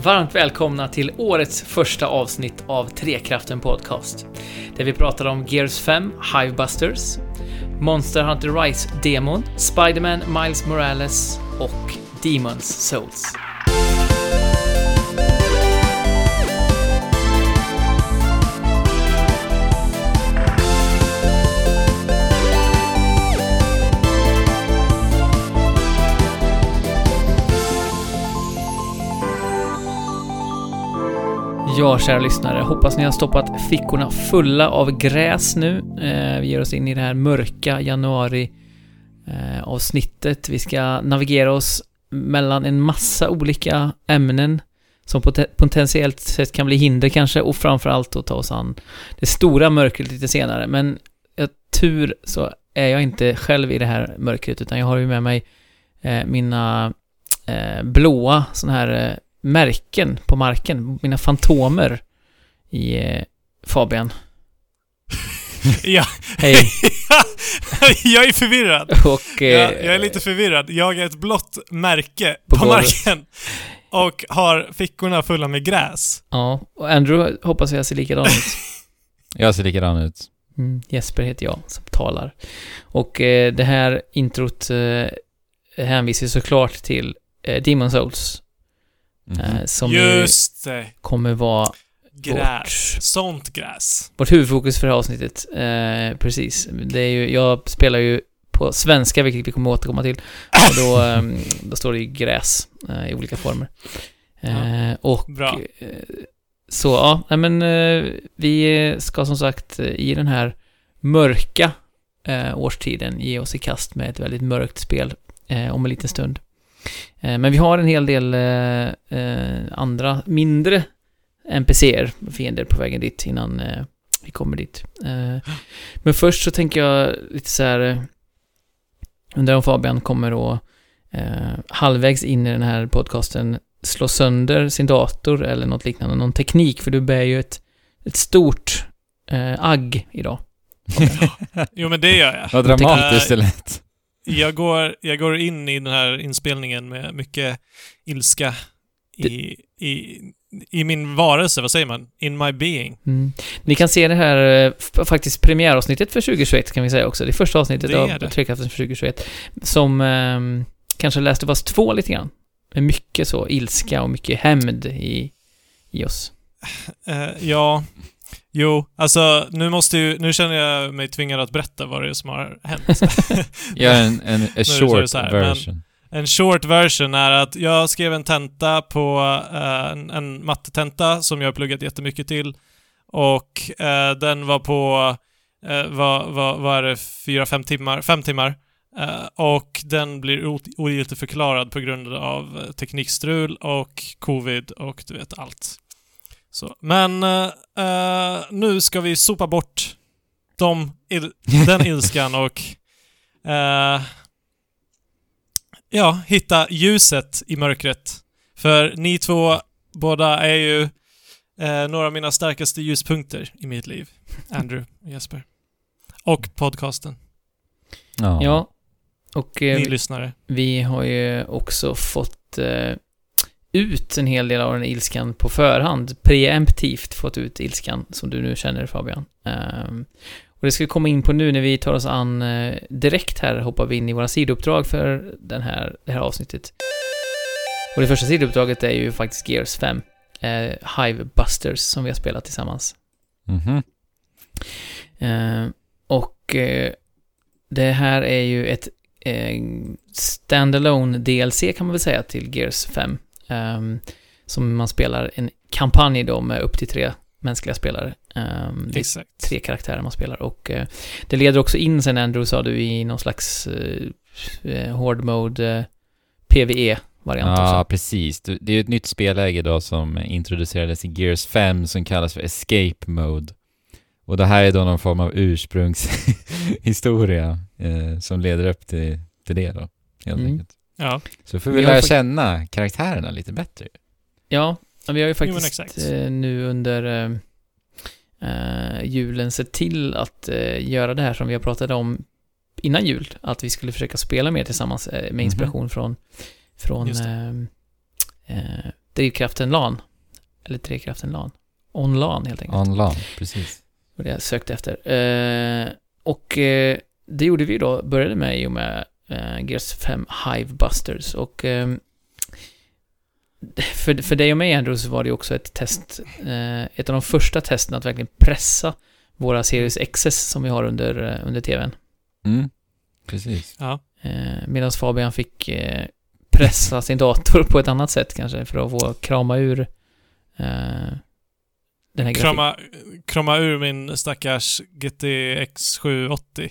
Varmt välkomna till årets första avsnitt av Trekraften Podcast, där vi pratar om Gears 5, Hivebusters, Monster Hunter Rise-demon, Spider-Man Miles Morales och Demon's Souls. Ja, kära lyssnare, hoppas ni har stoppat fickorna fulla av gräs nu. Vi ger oss in i det här mörka januari-avsnittet. Vi ska navigera oss mellan en massa olika ämnen som potentiellt sett kan bli hinder kanske, och framförallt att ta oss an det stora mörkret lite senare. Men tur så är jag inte själv i det här mörkret, utan jag har ju med mig mina blåa sån här märken på marken, mina fantomer i Fabian. Ja. Hej. Jag är förvirrad. Och, jag är lite förvirrad. Jag är ett blått märke på marken och har fickorna fulla med gräs. Ja, och Andrew hoppas jag ser likadan ut. Jag ser likadan ut. Jesper heter jag som talar. Och det här introt hänvisar såklart till Demon's Souls. Som just det. Kommer vara gräs. Sånt gräs. Vårt huvudfokus för det här avsnittet. Precis. Det är ju, jag spelar ju på svenska, vilket vi kommer återkomma till. Och då står det ju gräs i olika former. Och bra. Så ja, men vi ska som sagt i den här mörka årstiden ge oss i kast med ett väldigt mörkt spel om en liten stund. Men vi har en hel del andra mindre NPCer, fiender på vägen dit innan vi kommer dit. Men först så tänker jag lite så här, undrar om Fabian kommer att halvvägs in i den här podcasten slå sönder sin dator eller något liknande, någon teknik, för du bär ju ett stort agg idag. Jo, men det gör jag. Vad dramatiskt det lät. Jag går in i den här inspelningen med mycket ilska i min varelse, vad säger man? In my being. Ni kan se det här faktiskt premiäravsnittet för 2021 kan vi säga också. Det är första avsnittet av Trekraften för 2021 som kanske läste Us 2 lite grann. Med mycket så ilska och mycket hämnd i oss. Ja. Jo, alltså nu känner jag mig tvingad att berätta vad det är som har hänt. Ja, en short version. En short version är att jag skrev en tenta på en mattetenta som jag har pluggat jättemycket till, och den var på vad är det, 5 timmar, och den blir ogiltigt förklarad på grund av teknikstrul och covid och du vet allt. Så. Men nu ska vi sopa bort den ilskan och hitta ljuset i mörkret. För ni två båda är ju några av mina starkaste ljuspunkter i mitt liv. Andrew och Jesper. Och podcasten. Ja. Och ni lyssnare. Vi har ju också fått ut en hel del av den ilskan på förhand, preemptivt fått ut ilskan som du nu känner, Fabian. Och det ska vi komma in på nu när vi tar oss an direkt här, hoppar vi in i våra sidouppdrag för det här avsnittet. Och det första sidouppdraget är ju faktiskt Gears 5, Hivebusters, som vi har spelat tillsammans. Och det här är ju ett standalone DLC kan man väl säga till Gears 5. Som man spelar en kampanj då med upp till 3 mänskliga spelare. Det är 3 karaktärer man spelar, och det leder också in, sen Andrew sa du, i någon slags hard mode PvE-variant också. Ja, precis. Det är ett nytt spelläge då som introducerades i Gears 5 som kallas för Escape Mode. Och det här är då någon form av ursprungshistoria som leder upp till det då, helt enkelt. Ja. Så får vi lära känna karaktärerna lite bättre. Ja, vi har ju faktiskt nu under julen sett till att göra det här som vi har pratat om innan jul, att vi skulle försöka spela mer tillsammans med inspiration från drivkraften LAN. Eller drivkraften LAN. On-LAN helt enkelt. On-LAN, precis. Och det jag sökte efter. Och det gjorde vi då, började med i och med Gears 5 Hive Busters. Och för dig och mig, Andrew, så var det också ett test, ett av de första testerna att verkligen pressa våra Series XS som vi har under tvn. Precis. Ja. Medan Fabian fick pressa sin dator på ett annat sätt kanske för att få krama ur den här krama ur min stackars GTX 780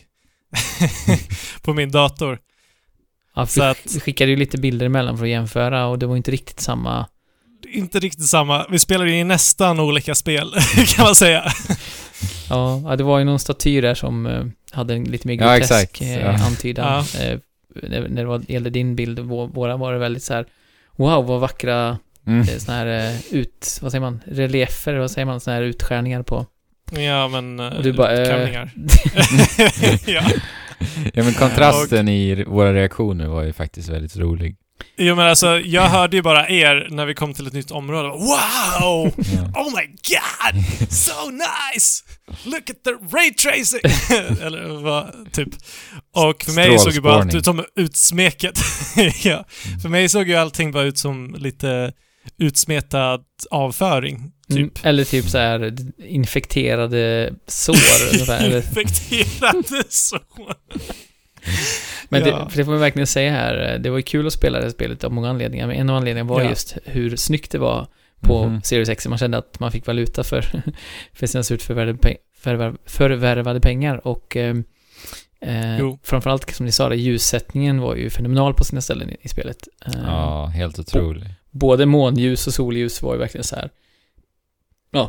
på min dator. Ja, vi skickade ju lite bilder emellan för att jämföra och det var inte riktigt samma. Inte riktigt samma. Vi spelade ju nästan olika spel, kan man säga. Ja, det var ju någon staty där som hade en lite mer grotesk antydan. Ja. När det gällde din bild, våra var det väldigt så här: wow, vad vackra såna här vad säger man? Reliefer, vad säger man? Såna här utskärningar på. Ja, men och du bara ja. Ja, men kontrasten i våra reaktioner var ju faktiskt väldigt rolig. Jo, men alltså, jag hörde ju bara er när vi kom till ett nytt område. Wow! Oh my god! So nice! Look at the ray tracing! Eller vad, typ. Och för mig såg ju bara allt ut som utsmeket. Ja. För mig såg ju allting bara ut som lite utsmetad avföring. Typ. Eller typ så här infekterade sår. Infekterade sår. Men det får man verkligen säga här. Det var ju kul att spela det spelet av många anledningar. Men en av anledningarna var just hur snyggt det var på Series X. Man kände att man fick valuta för sina surt förvärvade pengar. Och framförallt, som ni sa, ljussättningen var ju fenomenal på sina ställen i spelet. Ja, helt otroligt. Både månljus och solljus var ju verkligen så här. Ja.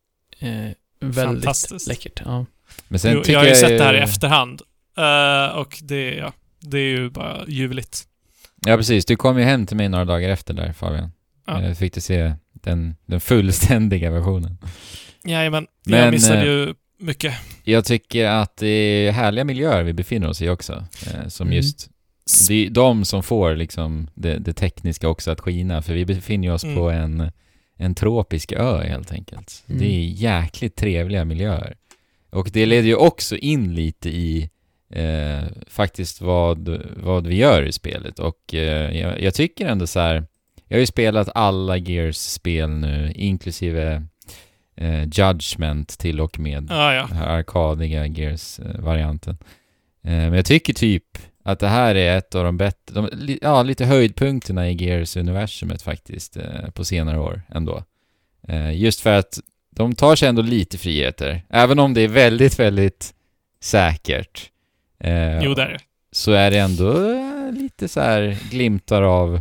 Väldigt läckert. Ja. Men sen jag har ju sett det här i efterhand. Och det är ju bara ljuvligt. Ja, precis. Du kom ju hem till mig några dagar efter där, Fabian. Ja. Fick du se den fullständiga versionen. Men jag missade ju mycket. Jag tycker att det är härliga miljöer vi befinner oss i också. Som just det är de som får liksom det tekniska också att skina. För vi befinner oss på en tropisk ö helt enkelt. Det är jäkligt trevliga miljöer. Och det leder ju också in lite i faktiskt vad vi gör i spelet. Och jag tycker ändå så här, jag har ju spelat alla Gears-spel nu, inklusive Judgment till och med den här arkadiga Gears-varianten. Men jag tycker typ att det här är ett av de bättre, lite höjdpunkterna i Gears-universumet faktiskt på senare år ändå. Just för att de tar sig ändå lite friheter. Även om det är väldigt, väldigt säkert. Jo, där. Så är det ändå lite så här glimtar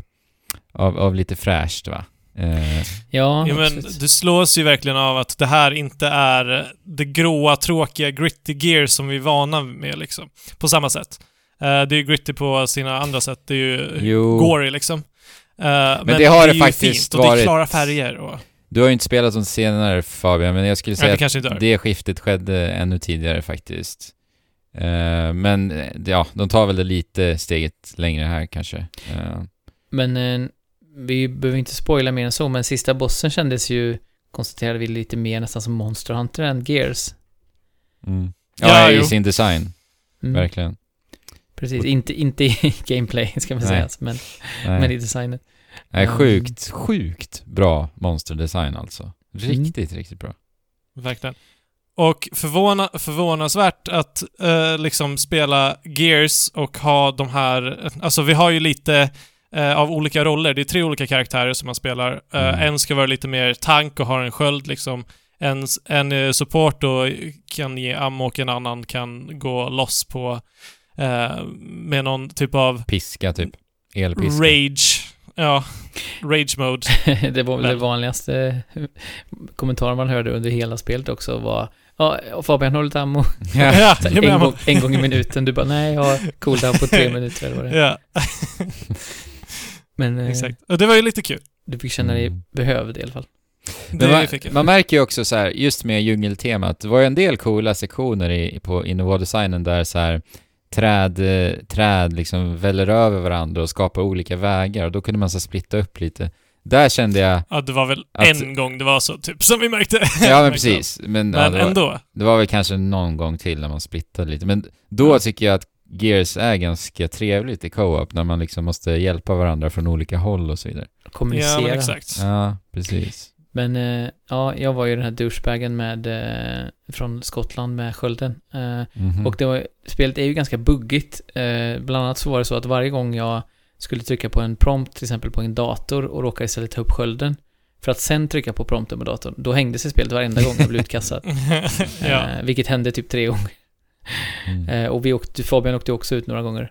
av lite fräscht, va? Ja, men du slås ju verkligen av att det här inte är det gråa, tråkiga, gritty Gears som vi är vana med liksom. På samma sätt. Det är ju gritty på sina andra sätt. Det är ju gory liksom. Men det har det faktiskt fint, och det är klara färger och... Du har ju inte spelat dem senare, Fabian, men jag skulle säga att det skiftet skedde ännu tidigare faktiskt. Men ja, de tar väl det lite steget längre här kanske. Men vi behöver inte spoila mer än så, men sista bossen kändes ju, konstaterade vi, lite mer nästan som Monster Hunter än Gears. Ja, i sin design. Verkligen. Precis, inte i gameplay ska man säga, men i designen. Nej, sjukt bra monsterdesign alltså. Riktigt bra. Verkligen. Och förvånansvärt att liksom spela Gears och ha de här... Alltså vi har ju lite av olika roller. Det är 3 olika karaktärer som man spelar. En ska vara lite mer tank och har en sköld liksom. En support och kan ge ammo, och en annan kan gå loss på med någon typ av... Piska typ. Elpiska. Rage. Ja, rage mode. Det var väl det vanligaste kommentaren man hörde under hela spelet också var: Fabian, har lite ammo. En gång i minuten. Du bara, nej, jag har cooldown på 3 minuter eller vad det är. Ja. Men exakt. Och det var ju lite kul. Du fick känna dig behövd i alla fall. Man märker ju också så här, just med djungeltemat, det var ju en del coola sektioner i nivådesignen där så här träd liksom väller över varandra och skapar olika vägar, och då kunde man så splitta upp lite där kände jag... Ja, det var väl att, en gång det var så, typ, som vi märkte. Ja, men precis. Men ja, ändå. Det var väl kanske någon gång till när man splittade lite. Men då tycker jag att Gears är ganska trevligt i co-op, när man liksom måste hjälpa varandra från olika håll och så vidare. Kommunicera. Ja, men exakt. Ja, precis. Men ja, jag var ju den här douchebagen med från Skottland med skölden. Och spelet är ju ganska buggigt. Bland annat så var det så att varje gång jag skulle trycka på en prompt, till exempel på en dator, och råkade istället ta upp skölden för att sen trycka på prompten på datorn, då hängde sig spelet varenda gång jag blev utkastad. Vilket hände typ 3 gånger. Och Fabian åkte också ut några gånger.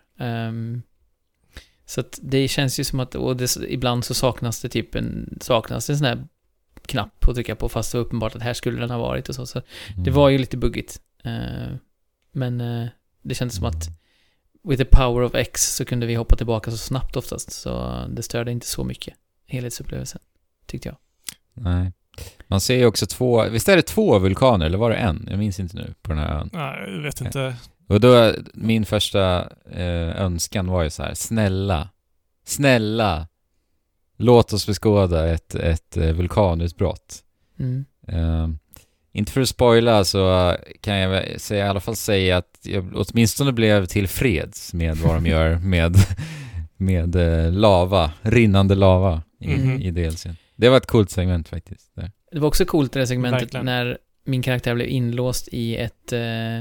Så att det känns ju som att ibland så saknas det en sån här knapp att trycka på, fast det var uppenbart att här skulle den ha varit och så det var ju lite buggigt. Men det kändes som att with the power of X så kunde vi hoppa tillbaka så snabbt oftast, så det störde inte så mycket helhetsupplevelsen, tyckte jag. Nej. Man ser ju också 2, visst är det 2 vulkaner, eller var det en? Jag minns inte nu på den här ön. Nej, jag vet inte. Och då, min första önskan var ju så här: snälla, låt oss beskåda ett vulkanutbrott. Inte för att spoila, så kan jag i alla fall säga att jag åtminstone blev tillfreds med vad de gör med lava, rinnande lava i DLC:n. Det var ett coolt segment faktiskt. Där. Det var också coolt det segmentet Verkligen. när min karaktär blev inlåst i ett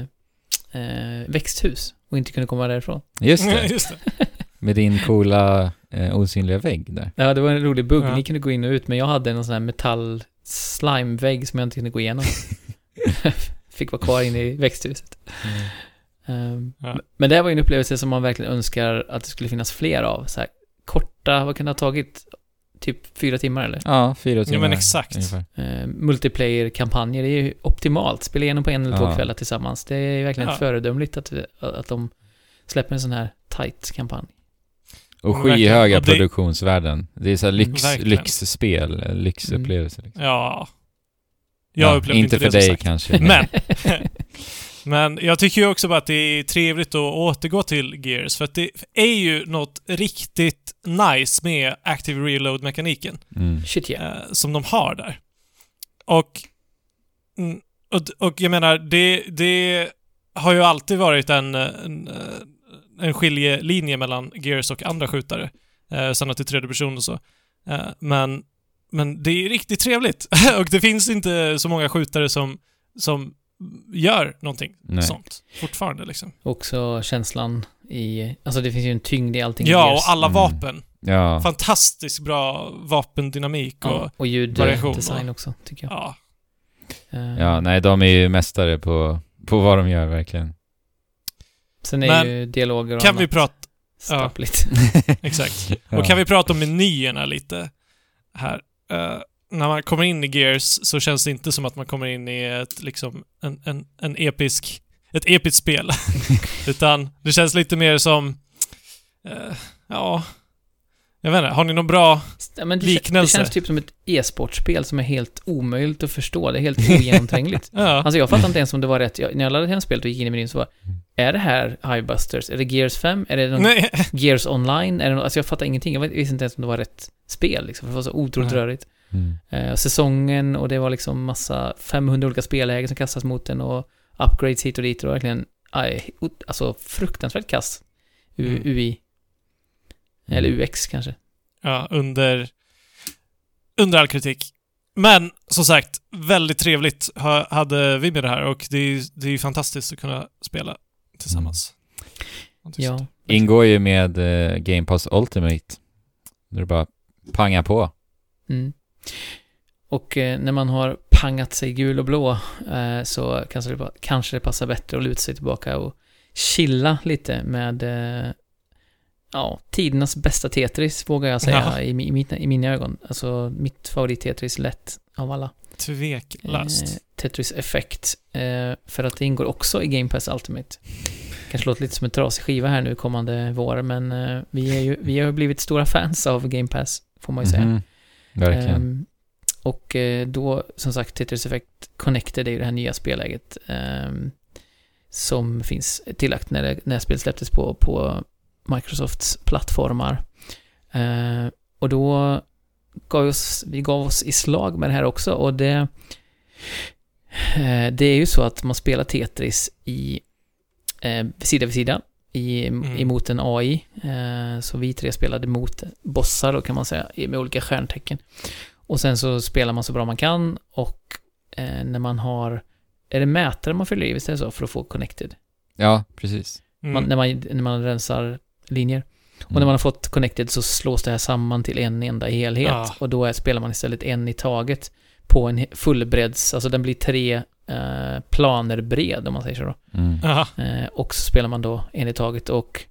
växthus och inte kunde komma därifrån. Just det. Just det. Med din coola osynliga vägg där. Ja, det var en rolig bugg. Ja. Ni kunde gå in och ut, men jag hade någon sån här metall slimevägg som jag inte kunde gå igenom. Fick vara kvar inne i växthuset. Ja. Men det var ju en upplevelse som man verkligen önskar att det skulle finnas fler av. Så här korta, vad kan det ha tagit? Typ 4 timmar eller? Ja, 4 timmar. Ja, men exakt. Multiplayer-kampanjer, det är ju optimalt. Spela igenom på 1 eller 2 kvällar tillsammans. Det är verkligen föredömligt att de släpper en sån här tight kampanj. Och skyhöga och det... produktionsvärden. Det är så här lyxspel, lyxupplevelse. Liksom. Ja. Jag upplevde inte för det dig sagt. kanske. Men jag tycker ju också bara att det är trevligt att återgå till Gears, för att det är ju något riktigt nice med Active Reload-mekaniken. Shit, yeah. Som de har där. Och jag menar, det har ju alltid varit en skiljelinje mellan Gears och andra skjutare. Sanna till 3D person och så. Men det är riktigt trevligt. Och det finns inte så många skjutare som gör någonting sånt fortfarande liksom. Också känslan i... Alltså det finns ju en tyngd i allting. Ja, och alla vapen. Ja. Fantastiskt bra vapendynamik och ljuddesign också, tycker jag. Ja. Ja, nej, de är ju mästare på vad de gör verkligen. Sen är ju dialoger och kan vi prata... Stappligt. Exakt. Och kan vi prata om menyerna lite här? När man kommer in i Gears så känns det inte som att man kommer in i ett liksom ett episkt spel. Utan det känns lite mer som jag vet inte, har ni någon bra liknelse? Det känns typ som ett e-sportspel som är helt omöjligt att förstå. Det är helt ogenomträngligt. Alltså jag fattar inte ens om det var rätt. När jag laddade hem spelet och gick in i menyn så var är det här Hivebusters? Är det Gears 5? Är det någon Gears Online? Alltså jag fattar ingenting. Jag visste inte ens om det var rätt spel liksom. För det var så otroligt rörigt. Säsongen, och det var liksom massa 500 olika spellägen som kastas mot den och upgrades hit och dit, och verkligen alltså fruktansvärt kass UI eller UX kanske. Ja, under all kritik. Men som sagt, väldigt trevligt hade vi med det här, och det är ju fantastiskt att kunna spela tillsammans. Ja. Ingår ju med Game Pass Ultimate. Det är bara panga på. Och när man har pangat sig gul och blå så kanske det passar bättre att luta sig tillbaka och chilla lite med tidernas bästa Tetris, vågar jag säga, i mina ögon. Alltså mitt favorit-Tetris lätt av alla. Tveklöst. Tetris Effect. För att det ingår också i Game Pass Ultimate. Kanske låter lite som en trasig skiva här nu kommande vår, men vi har blivit stora fans av Game Pass, får man ju säga. Verkligen. Och då, som sagt, Tetris Effect Connected är ju det här nya spelläget som finns tillagt när spelet släpptes på Microsofts plattformar. Och då vi gav oss i slag med det här också, och det är ju så att man spelar Tetris i sida vid sida emot en AI. Så vi 3 spelade mot bossar då, kan man säga, med olika stjärntecken. Och sen så spelar man så bra man kan, och när man har, är det mätare man fyller i, visst är det så, för att få connected? Ja, precis. När man rensar linjer. Och när man har fått connected så slås det här samman till en enda helhet. Ja. Och då spelar man istället en i taget på en fullbredds, alltså den blir 3 planer bred, om man säger så då. Och så spelar man då en i taget, och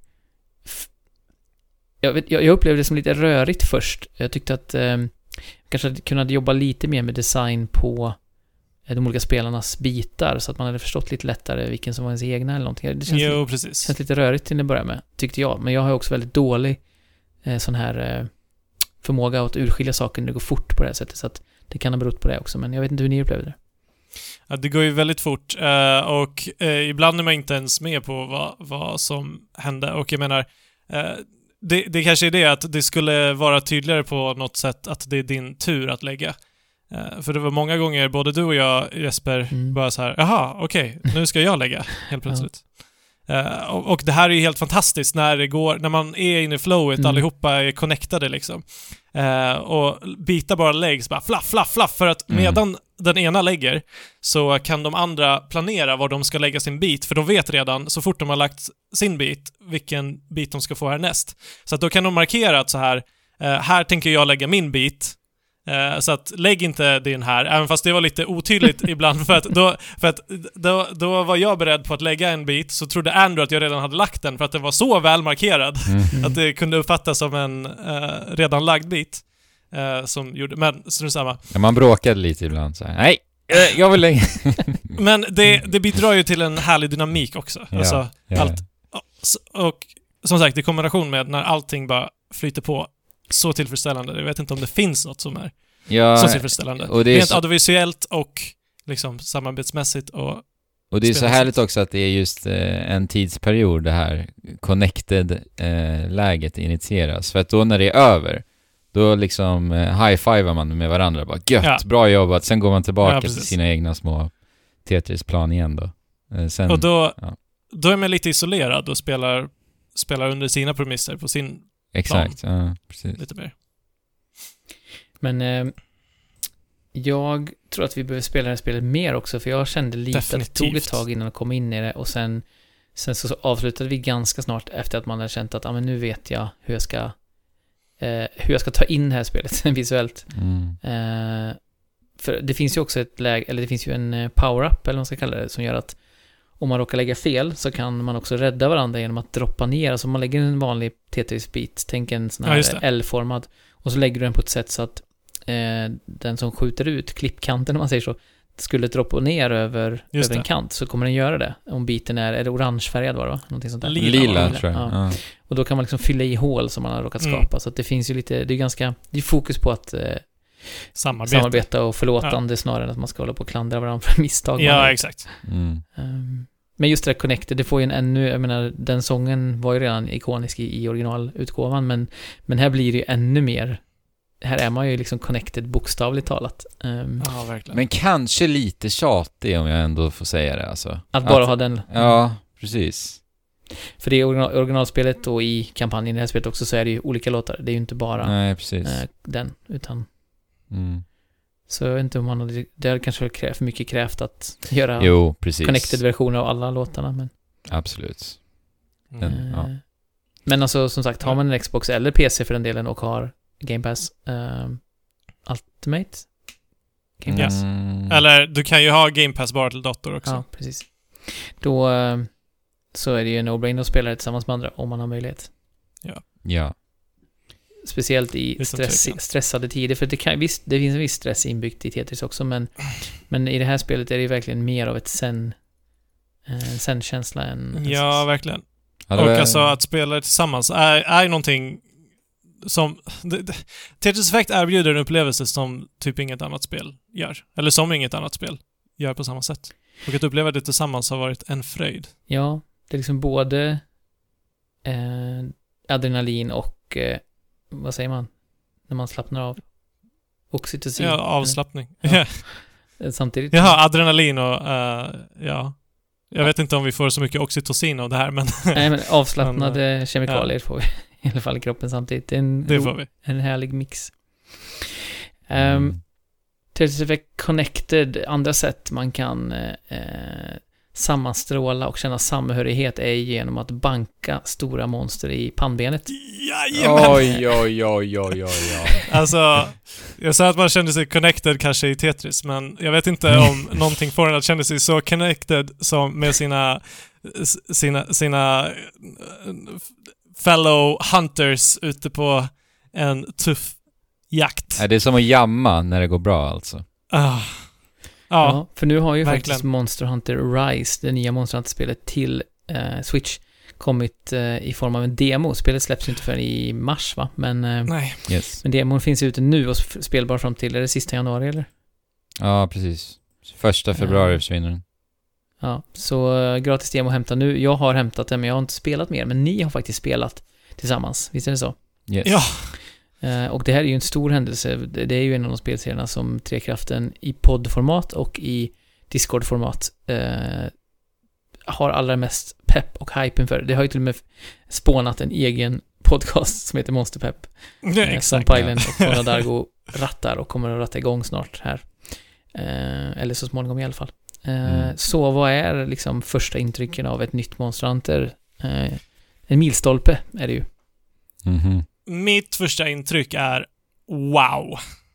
jag upplevde det som lite rörigt först. Jag tyckte att kanske kunde jobba lite mer med design på de olika spelarnas bitar, så att man hade förstått lite lättare vilken som var ens egna eller någonting. Det känns lite rörigt till att börja med, tyckte jag. Men jag har också väldigt dålig sån här förmåga att urskilja saker när det går fort på det här sättet, så att det kan ha berott på det också. Men jag vet inte hur ni upplevde det. Ja, det går ju väldigt fort, och ibland är man inte ens med på vad som hände. Och jag menar, det kanske är det att det skulle vara tydligare på något sätt att det är din tur att lägga. För det var många gånger, både du och jag, Jesper, bara så här: jaha, okej, nu ska jag lägga helt plötsligt. Och det här är ju helt fantastiskt när man är inne i flowet, allihopa är connectade liksom. Och bitar bara läggs, bara flaff, för att medan den ena lägger så kan de andra planera var de ska lägga sin bit, för de vet redan så fort de har lagt sin bit vilken bit de ska få härnäst. Så att då kan de markera att så här tänker jag lägga min bit. Så att lägg inte din här, även fast det var lite otydligt ibland, för att då var jag beredd på att lägga en bit, så trodde Andrew att jag redan hade lagt den, för att den var så väl markerad att det kunde uppfattas som en redan lagd bit, som gjorde, men så är det samma. Ja, man bråkade lite ibland så här: nej, jag vill lägga. Men det bidrar ju till en härlig dynamik också. Alltså, allt, och som sagt, i kombination med när allting bara flyter på så tillfredsställande. Jag vet inte om det finns något som är så tillfredsställande. Och det är rent audiovisuellt och liksom samarbetsmässigt. Och det är så härligt också att det är just en tidsperiod det här connected-läget initieras. För att då när det är över, då liksom high-fivar man med varandra. Bara, gött, bra jobbat. Sen går man tillbaka till sina egna små Tetris-plan igen då. Sen, och då är man lite isolerad och spelar under sina premisser på sin. Exakt, ja, precis. Lite mer. Men jag tror att vi behöver spela det här spelet mer också, för jag kände lite att det tog ett tag innan jag kom in i det, och sen så avslutade vi ganska snart efter att man hade känt att men nu vet jag hur jag ska ta in det här spelet visuellt. För det finns ju också ett läge, eller det finns ju en power-up eller vad man ska kalla det, som gör att om man råkar lägga fel så kan man också rädda varandra genom att droppa ner. Alltså om man lägger en vanlig Tetris-bit, tänk en sån här L-formad, och så lägger du den på ett sätt så att den som skjuter ut klippkanten, om man säger så, skulle droppa ner över en kant, så kommer den göra det. Om biten är det orangefärgad var det, va? Någonting sånt där. Lila tror jag. Ja. Och då kan man liksom fylla i hål som man har råkat skapa. Så att det finns ju lite, det är fokus på att samarbeta och förlåtande snarare än att man ska hålla på och klandra varandra för misstag. Ja, exakt. Men just det där Connected, det får ju jag menar, den sången var ju redan ikonisk i originalutgåvan, men här blir det ju ännu mer. Här är man ju liksom connected bokstavligt talat. Ja, verkligen. Men kanske lite tjatig, om jag ändå får säga det. Alltså. Att bara ha den. Ja, precis. För det är originalspelet, och i kampanjen i det här spelet också, så är det ju olika låtar. Det är ju inte bara den, utan... Så jag vet inte om det hade kanske för mycket krävt att göra connected-versioner av alla låtarna. Men... Absolut. Men alltså, som sagt, har man en Xbox eller PC för den delen och har Game Pass Ultimate Game Pass. Eller du kan ju ha Game Pass bara till dator också. Ja, precis. Då så är det ju en no-brainer att spela det tillsammans med andra om man har möjlighet. Ja. Speciellt i stressade tider, för det finns en viss stress inbyggt i Tetris också, men i det här spelet är det ju verkligen mer av ett zen-känsla än... Ja, verkligen. Och alltså att spela det tillsammans är någonting som... Tetris Effect erbjuder en upplevelse som typ inget annat spel gör. Eller som inget annat spel gör på samma sätt. Och att uppleva det tillsammans har varit en fröjd. Ja, det är liksom både adrenalin och vad säger man? När man slappnar av. Oxytocin. Ja, avslappning. Ja. Samtidigt. Jaha, adrenalin och ja. Jag vet inte om vi får så mycket oxytocin av det här, men... Nej, men avslappnade kemikalier får vi i alla fall i kroppen samtidigt. Det får vi. En härlig mix. Tetris Effect Connected, andra sätt man kan sammanstråla och känna samhörighet är genom att banka stora monster i pannbenet. Jajamän! Oj. Alltså, jag sa att man kände sig connected kanske i Tetris, men jag vet inte om någonting får en att känna sig så connected som med sina fellow hunters ute på en tuff jakt. Det är som att jamma när det går bra alltså. Ja, för nu har ju verkligen. faktiskt Monster Hunter Rise, det nya Monster Hunter-spelet till Switch, kommit i form av en demo. Spelet släpps inte förrän i mars, va? Men, Nej. Yes. Men demon finns ute nu och spelbar fram till, är det sista januari eller? Ja, precis. 1 februari försvinner den. Ja, så gratis demo hämta nu. Jag har hämtat den, men jag har inte spelat mer. Men ni har faktiskt spelat tillsammans, visst är det så? Yes. Ja. Och det här är ju en stor händelse. Det är ju en av de spelserierna som Trekraften i poddformat och i Discord-format har allra mest pepp och hype inför. Det har ju till och med spånat en egen podcast som heter Monsterpepp. Som Pajlen och Mona Dargo rattar och kommer att ratta igång snart här. Eller så småningom i alla fall. Så vad är liksom första intrycken av ett nytt Monster Hunter? En milstolpe är det ju. Mhm. Mitt första intryck är wow.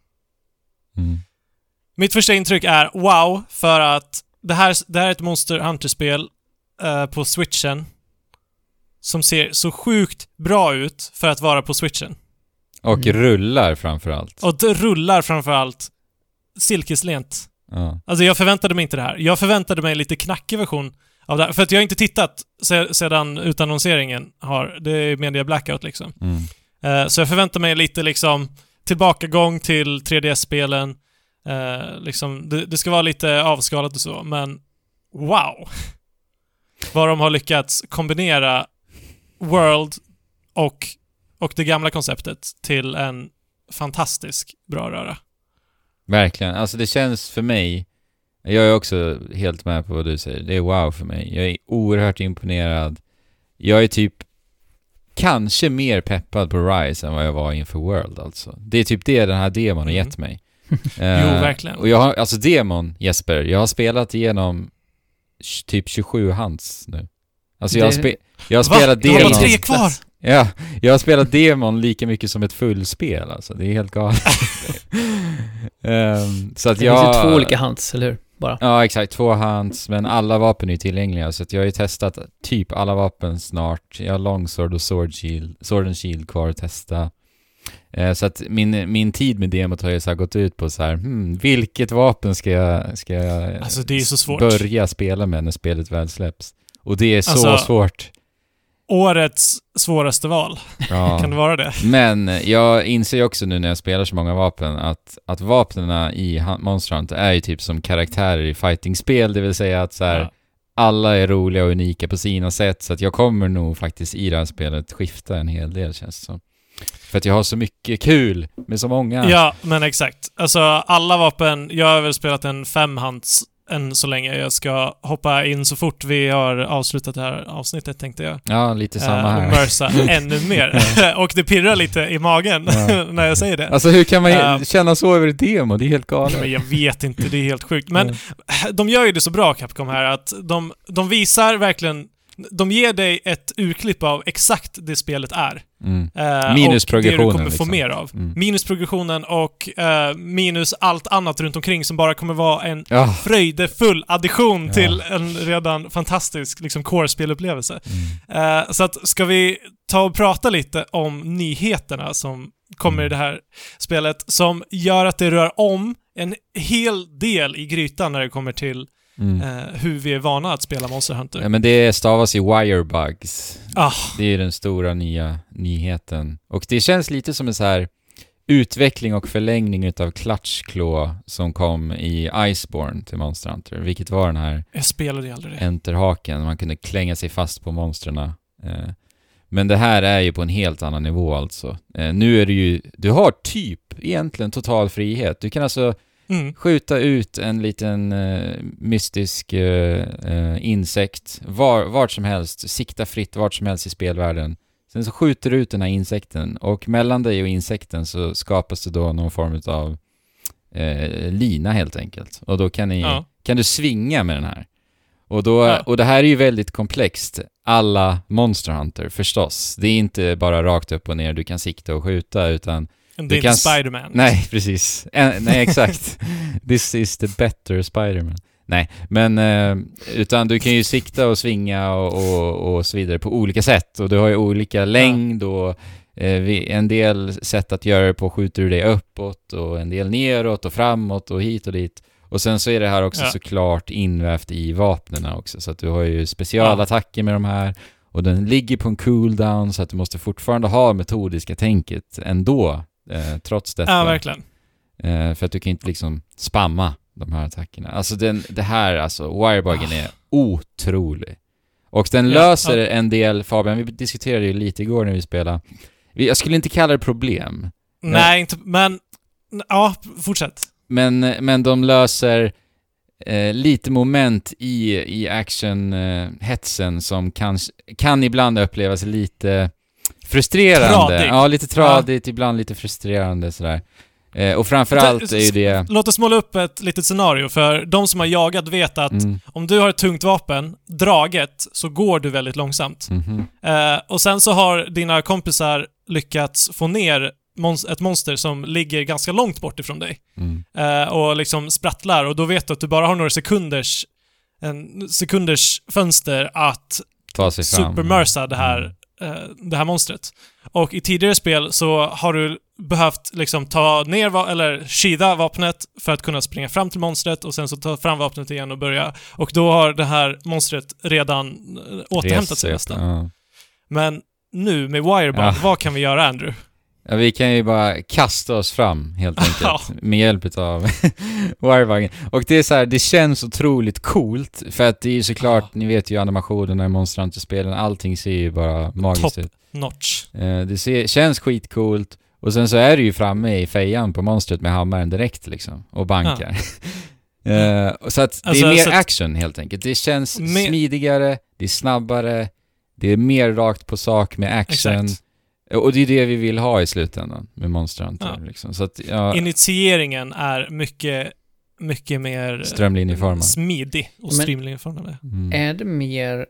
Mm. Mitt första intryck är wow för att det här är ett Monster Hunter-spel på Switchen som ser så sjukt bra ut för att vara på Switchen. Och rullar framförallt. Och det rullar framförallt silkeslent. Ja. Alltså jag förväntade mig inte det här. Jag förväntade mig en lite knackig version av det här. För att jag har inte tittat sedan utannonseringen har. Det är media blackout liksom. Så jag förväntar mig lite liksom tillbakagång till 3DS-spelen. Liksom, det ska vara lite avskalat och så, men wow! Vad de har lyckats kombinera World och det gamla konceptet till en fantastisk bra röra. Verkligen. Alltså det känns för mig, jag är också helt med på vad du säger. Det är wow för mig. Jag är oerhört imponerad. Jag är typ kanske mer peppad på Rise än vad jag var inför World alltså. Det är typ det den här demon har gett mig. Jo, verkligen. Och jag har, alltså demon, Jesper, jag har spelat igenom typ 27 hands nu. Alltså jag har spelat demon. Det var 3 kvar! Ja, jag har spelat demon lika mycket som ett fullspel alltså. Det är helt galet. Så att det finns ju 2 olika hands, eller hur? Bara. Ja, exakt. 2 hands, men alla vapen är tillgängliga. Så att jag har ju testat typ alla vapen snart. Jag har longsword och sword and shield kvar att testa. Så att min tid med demot har ju så här gått ut på så här, vilket vapen ska jag alltså, det är så svårt. Börja spela med när spelet väl släpps. Och det är så svårt. Årets svåraste val. Ja. Kan det vara det? Men jag inser ju också nu när jag spelar så många vapen att vapnena i Monster Hunter är ju typ som karaktärer i fighting-spel, det vill säga att så här, alla är roliga och unika på sina sätt, så att jag kommer nog faktiskt i det här spelet skifta en hel del, känns det som. För att jag har så mycket kul med så många. Ja, men exakt. Alltså alla vapen, jag har väl spelat en 5-hands än så länge. Jag ska hoppa in så fort vi har avslutat det här avsnittet, tänkte jag. Ja, lite samma här. Och mörsa ännu mer. Och det pirrar lite i magen när jag säger det. Alltså hur kan man känna så över ett demo? Det är helt galet. Men jag vet inte, det är helt sjukt. Men de gör ju det så bra, Capcom här, att de visar verkligen, de ger dig ett urklipp av exakt det spelet är. Minus och progressionen. det du kommer få liksom mer av. Minus progressionen och minus allt annat runt omkring som bara kommer vara en fröjdefull addition till en redan fantastisk liksom core-spelupplevelse. Så att ska vi ta och prata lite om nyheterna som kommer i det här spelet, som gör att det rör om en hel del i grytan när det kommer till hur vi är vana att spela Monster Hunter. Ja, men det stavas i wirebugs. Ah. Det är den stora nya nyheten. Och det känns lite som en så här utveckling och förlängning utav Clutch Claw som kom i Iceborne till Monster Hunter. Vilket var den här jag spelade aldrig det. enterhaken. Man kunde klänga sig fast på monsterna. Men det här är ju på en helt annan nivå alltså. Nu är det ju, du har typ egentligen total frihet. Du kan alltså skjuta ut en liten mystisk insekt vart som helst, sikta fritt vart som helst i spelvärlden. Sen så skjuter du ut den här insekten och mellan dig och insekten så skapas det då någon form av lina helt enkelt. Och då kan du svinga med den här. Och det här är ju väldigt komplext. Alla Monster Hunter förstås. Det är inte bara rakt upp och ner du kan sikta och skjuta utan det är inte Spider-Man. Nej, precis. Nej, exakt. This is the better Spider-Man. Nej, men utan du kan ju sikta och svinga och så vidare på olika sätt. Och du har ju olika längd och en del sätt att göra det på skjuter du det uppåt och en del neråt och framåt och hit och dit. Och sen så är det här också såklart invävt i vapnen också. Så att du har ju specialattacker med de här. Och den ligger på en cooldown så att du måste fortfarande ha metodiska tänket ändå. Trots detta. Ja, verkligen. För att du kan inte liksom spamma de här attackerna. Alltså det här, alltså wirebuggen är otrolig. Och den löser en del, Fabian, vi diskuterade ju lite igår när vi spelade. Jag skulle inte kalla det problem. Nej, inte, men ja, fortsätt. Men de löser lite moment i action-hetsen som kan ibland upplevas lite frustrerande. Tradigt. Ja, lite tradigt, ibland lite frustrerande sådär. Och framförallt är ju det... Låt oss måla upp ett litet scenario, för de som har jagat vet att om du har ett tungt vapen, draget, så går du väldigt långsamt. Och sen så har dina kompisar lyckats få ner ett monster som ligger ganska långt bort ifrån dig. Och liksom sprattlar, och då vet du att du bara har några sekunders fönster att ta sig fram. Supermersa det här monstret. Och i tidigare spel så har du behövt liksom ta ner eller skida vapnet för att kunna springa fram till monstret och sen så ta fram vapnet igen och börja. Och då har det här monstret redan återhämtat sig nästan. Ja. Men nu med Wirebug, vad kan vi göra, Andrew? Ja, vi kan ju bara kasta oss fram helt enkelt med hjälp av wirebuggen. Och det är så här, det känns otroligt coolt för att det är ju såklart, ni vet ju animationerna i Monster Hunter-spelen, allting ser ju bara magiskt ut. Top notch. Det känns skitcoolt och sen så är det ju framme i fejan på monstret med hammaren direkt liksom och bankar. Så att det är mer action helt enkelt. Det känns smidigare, det är snabbare, det är mer rakt på sak med action. Exakt. Och det är det vi vill ha i slutändan med Monster Hunter. Liksom. Så att, initieringen är mycket mer strömlinjeformad. Smidig och strömlinjeformad. Är det mer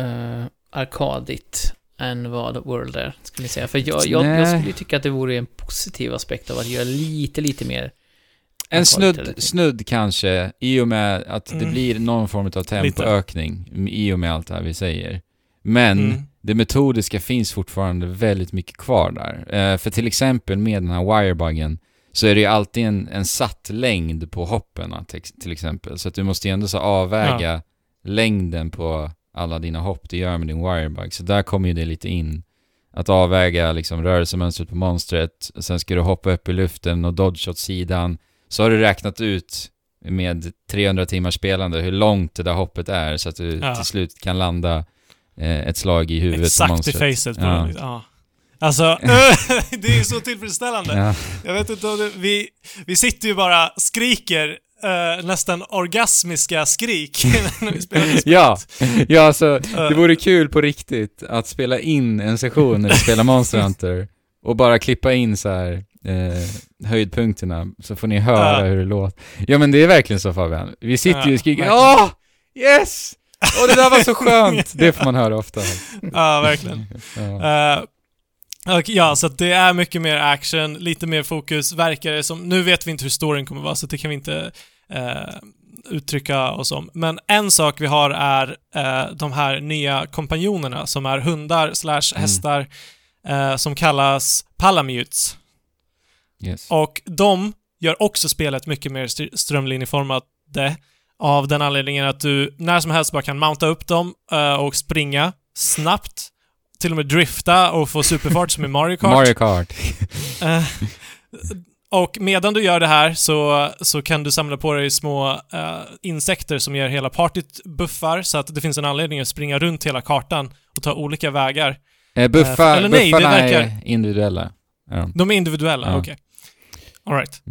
arkadigt än vad World är, skulle jag säga? För jag skulle tycka att det vore en positiv aspekt av att göra lite mer en snudd kanske, i och med att det blir någon form av tempoökning i och med allt det här vi säger. Men det metodiska finns fortfarande väldigt mycket kvar där. För till exempel med den här wirebuggen så är det ju alltid en satt längd på hoppen till exempel. Så att du måste ju ändå så avväga längden på alla dina hopp du gör med din wirebug. Så där kommer ju det lite in. Att avväga liksom rörelsemönstret på monstret. Sen ska du hoppa upp i luften och dodge åt sidan. Så har du räknat ut med 300 timmars spelande hur långt det där hoppet är. Så att du till slut kan landa ett slag i huvudet på monstret. Exakt i facet på dem. Ja. Alltså, det är ju så tillfredsställande. Ja. Jag vet inte om vi sitter ju bara skriker nästan orgasmiska skrik när vi spelar spelet. Ja, alltså det vore kul på riktigt att spela in en session när vi spelar Monster Hunter och bara klippa in så här höjdpunkterna så får ni höra hur det låter. Ja, men det är verkligen så, Fabian. Vi sitter ju och skriker yes! Och det där var så skönt. Det får man höra ofta. Ja, verkligen. Så att det är mycket mer action, lite mer fokus, verkar det som. Nu vet vi inte hur storyn kommer vara, så det kan vi inte uttrycka oss om. Men en sak vi har är de här nya kompanjonerna som är hundar / hästar som kallas Palamutes. Yes. Och de gör också spelet mycket mer strömlinjeformat av den anledningen att du när som helst bara kan mounta upp dem och springa snabbt, till och med drifta och få superfart som i Mario Kart. Mario Kart. Och medan du gör det här så kan du samla på dig små insekter som ger hela partyt buffar, så att det finns en anledning att springa runt hela kartan och ta olika vägar. Buffarna eller nej, det verkar... är individuella. Ja. De är individuella, Ja. okej. All right.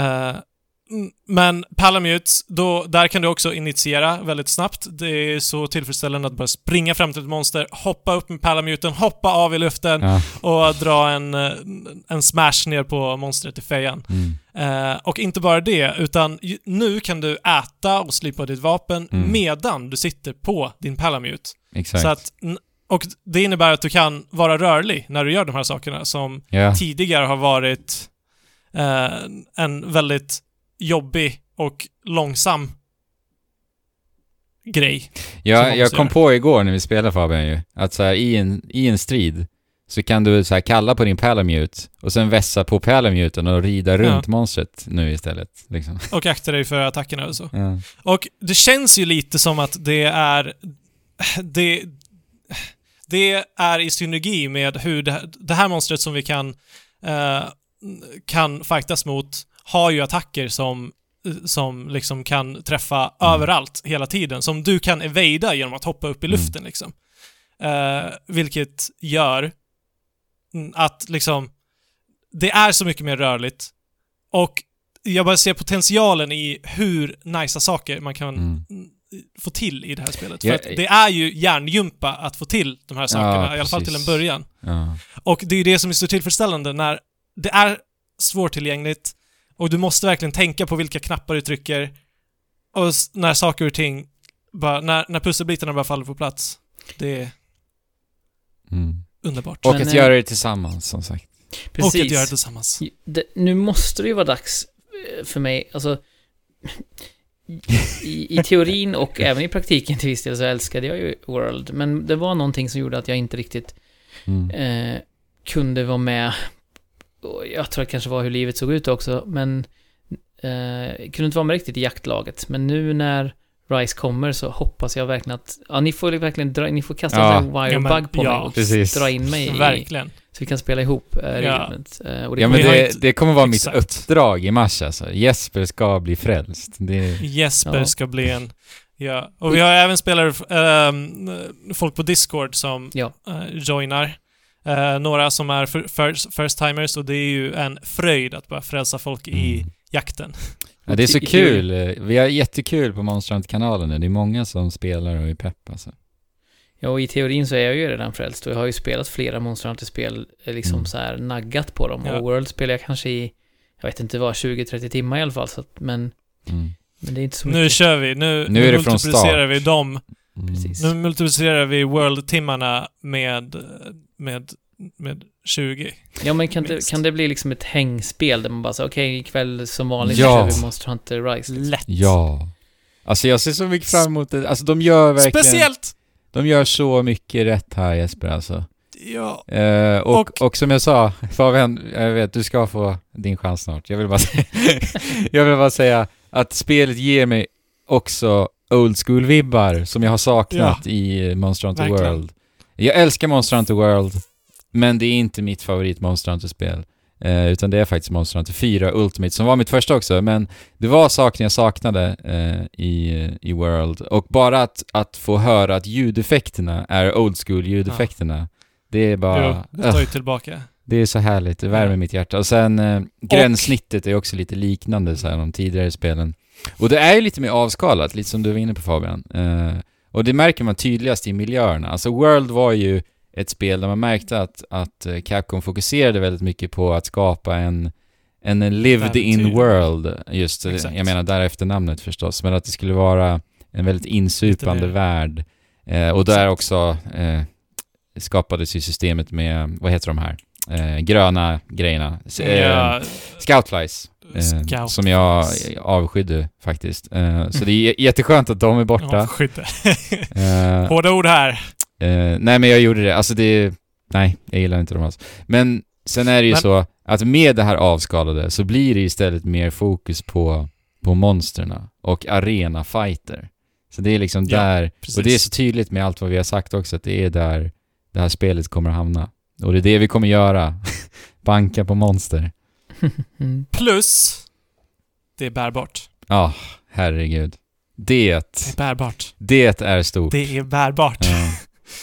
Men Palamutes, där kan du också initiera väldigt snabbt. Det är så tillfredsställande att bara springa fram till ett monster, hoppa upp med Palamuten, hoppa av i luften och dra en smash ner på monstret i fejan. Och inte bara det, utan nu kan du äta och slipa ditt vapen medan du sitter på din Palamute. Exakt. Så att, och det innebär att du kan vara rörlig när du gör de här sakerna som tidigare har varit en väldigt jobbig och långsam grej. Ja, jag kom på igår när vi spelade, Fabian, ju att så här, i en strid så kan du så här kalla på din Palamute och sen vässa på Palamuten och rida runt monstret nu istället. Liksom. Och akta dig för attackerna och så. Ja. Och det känns ju lite som att det är i synergi med hur det här monstret som vi kan fightas mot har ju attacker som liksom kan träffa överallt hela tiden, som du kan evada genom att hoppa upp i luften liksom. Vilket gör att liksom det är så mycket mer rörligt, och jag bara ser potentialen i hur nice saker man kan få till i det här spelet. För att det är ju hjärngympa att få till de här sakerna, i alla fall till en början. Och det är ju det som är så tillfredsställande när det är svårtillgängligt och du måste verkligen tänka på vilka knappar du trycker, och när saker och ting bara, när pusselbitarna bara faller på plats. Det är underbart. Och att göra det tillsammans, som sagt. Precis. Och att göra det tillsammans. Nu måste det ju vara dags för mig, alltså i teorin och även i praktiken till viss del så älskade jag ju World, men det var någonting som gjorde att jag inte riktigt kunde vara med. Jag tror det kanske var hur livet såg ut också, men kunde inte vara med riktigt i jaktlaget. Men nu när Rise kommer så hoppas jag verkligen att ni får verkligen ni får kasta en wirebug på mig och dra in mig verkligen. Så vi kan spela ihop och det kommer vara mitt uppdrag i mars alltså. Jesper ska bli frälst. Jesper ska bli en... Ja. Och vi har även spelare folk på Discord som joinar. Några som är first timers, och det är ju en fröjd att bara frälsa folk i jakten. Ja, det är så kul. Vi har jättekul på Monster Hunter-kanalen nu. Det är många som spelar och är pepp alltså. Ja, och i teorin så är jag ju redan frälst, och jag har ju spelat flera Monster Hunter-spel liksom så här naggat på dem. Och World spelar jag kanske i, jag vet inte vad, 20-30 timmar i alla fall, så att, men det är inte så mycket. Nu kör vi, nu är det från start. Vi dem. Precis. Nu multiplicerar vi World-timmarna med 20. Ja, men kan det bli liksom ett hängspel där man bara säger okej, ikväll som vanligt så kör vi Monster Hunter Rise. Lätt. Ja. Alltså jag ser så mycket fram emot det. Alltså de gör verkligen... Speciellt! De gör så mycket rätt här, Jesper, alltså. Ja. Och som jag sa, Fabian, jag vet, du ska få din chans snart. Jag vill bara säga att spelet ger mig också old school-vibbar som jag har saknat i Monster Hunter World. Jag älskar Monster Hunter World, men det är inte mitt favorit Monster Hunter-spel. Utan det är faktiskt Monster Hunter 4 Ultimate som var mitt första också, men det var saker jag saknade i World, och bara att få höra att ljudeffekterna är old school ljudeffekterna, det är bara det tar ju tillbaka. Det är så härligt, det värmer mitt hjärta. Och sen gränssnittet är också lite liknande så här de tidigare spelen, och det är ju lite mer avskalat, lite som du var inne på, Fabian, och det märker man tydligast i miljöerna. Alltså World var ju ett spel där man märkte att Capcom fokuserade väldigt mycket på att skapa en lived-in world. Just, exakt. Jag menar därefter namnet förstås, men att det skulle vara en väldigt insupande värld. Och där också skapades ju systemet med, vad heter de här? Gröna grejerna. Scoutflies. Som jag avskydde faktiskt. Så det är jätteskönt att de är borta. Avskydde. Hårda ord här. Nej, men jag gjorde det. Alltså nej, jag gillar inte dem alls. Men sen är det ju så att med det här avskalade så blir det istället mer fokus på monsterna och arena fighter. Så det är liksom där, precis. Och det är så tydligt med allt vad vi har sagt också, att det är där det här spelet kommer att hamna. Och det är det vi kommer göra. Banka på monster. Plus det är bärbart. Ja, herregud. Det är bärbart. Det är stort. Det är bärbart.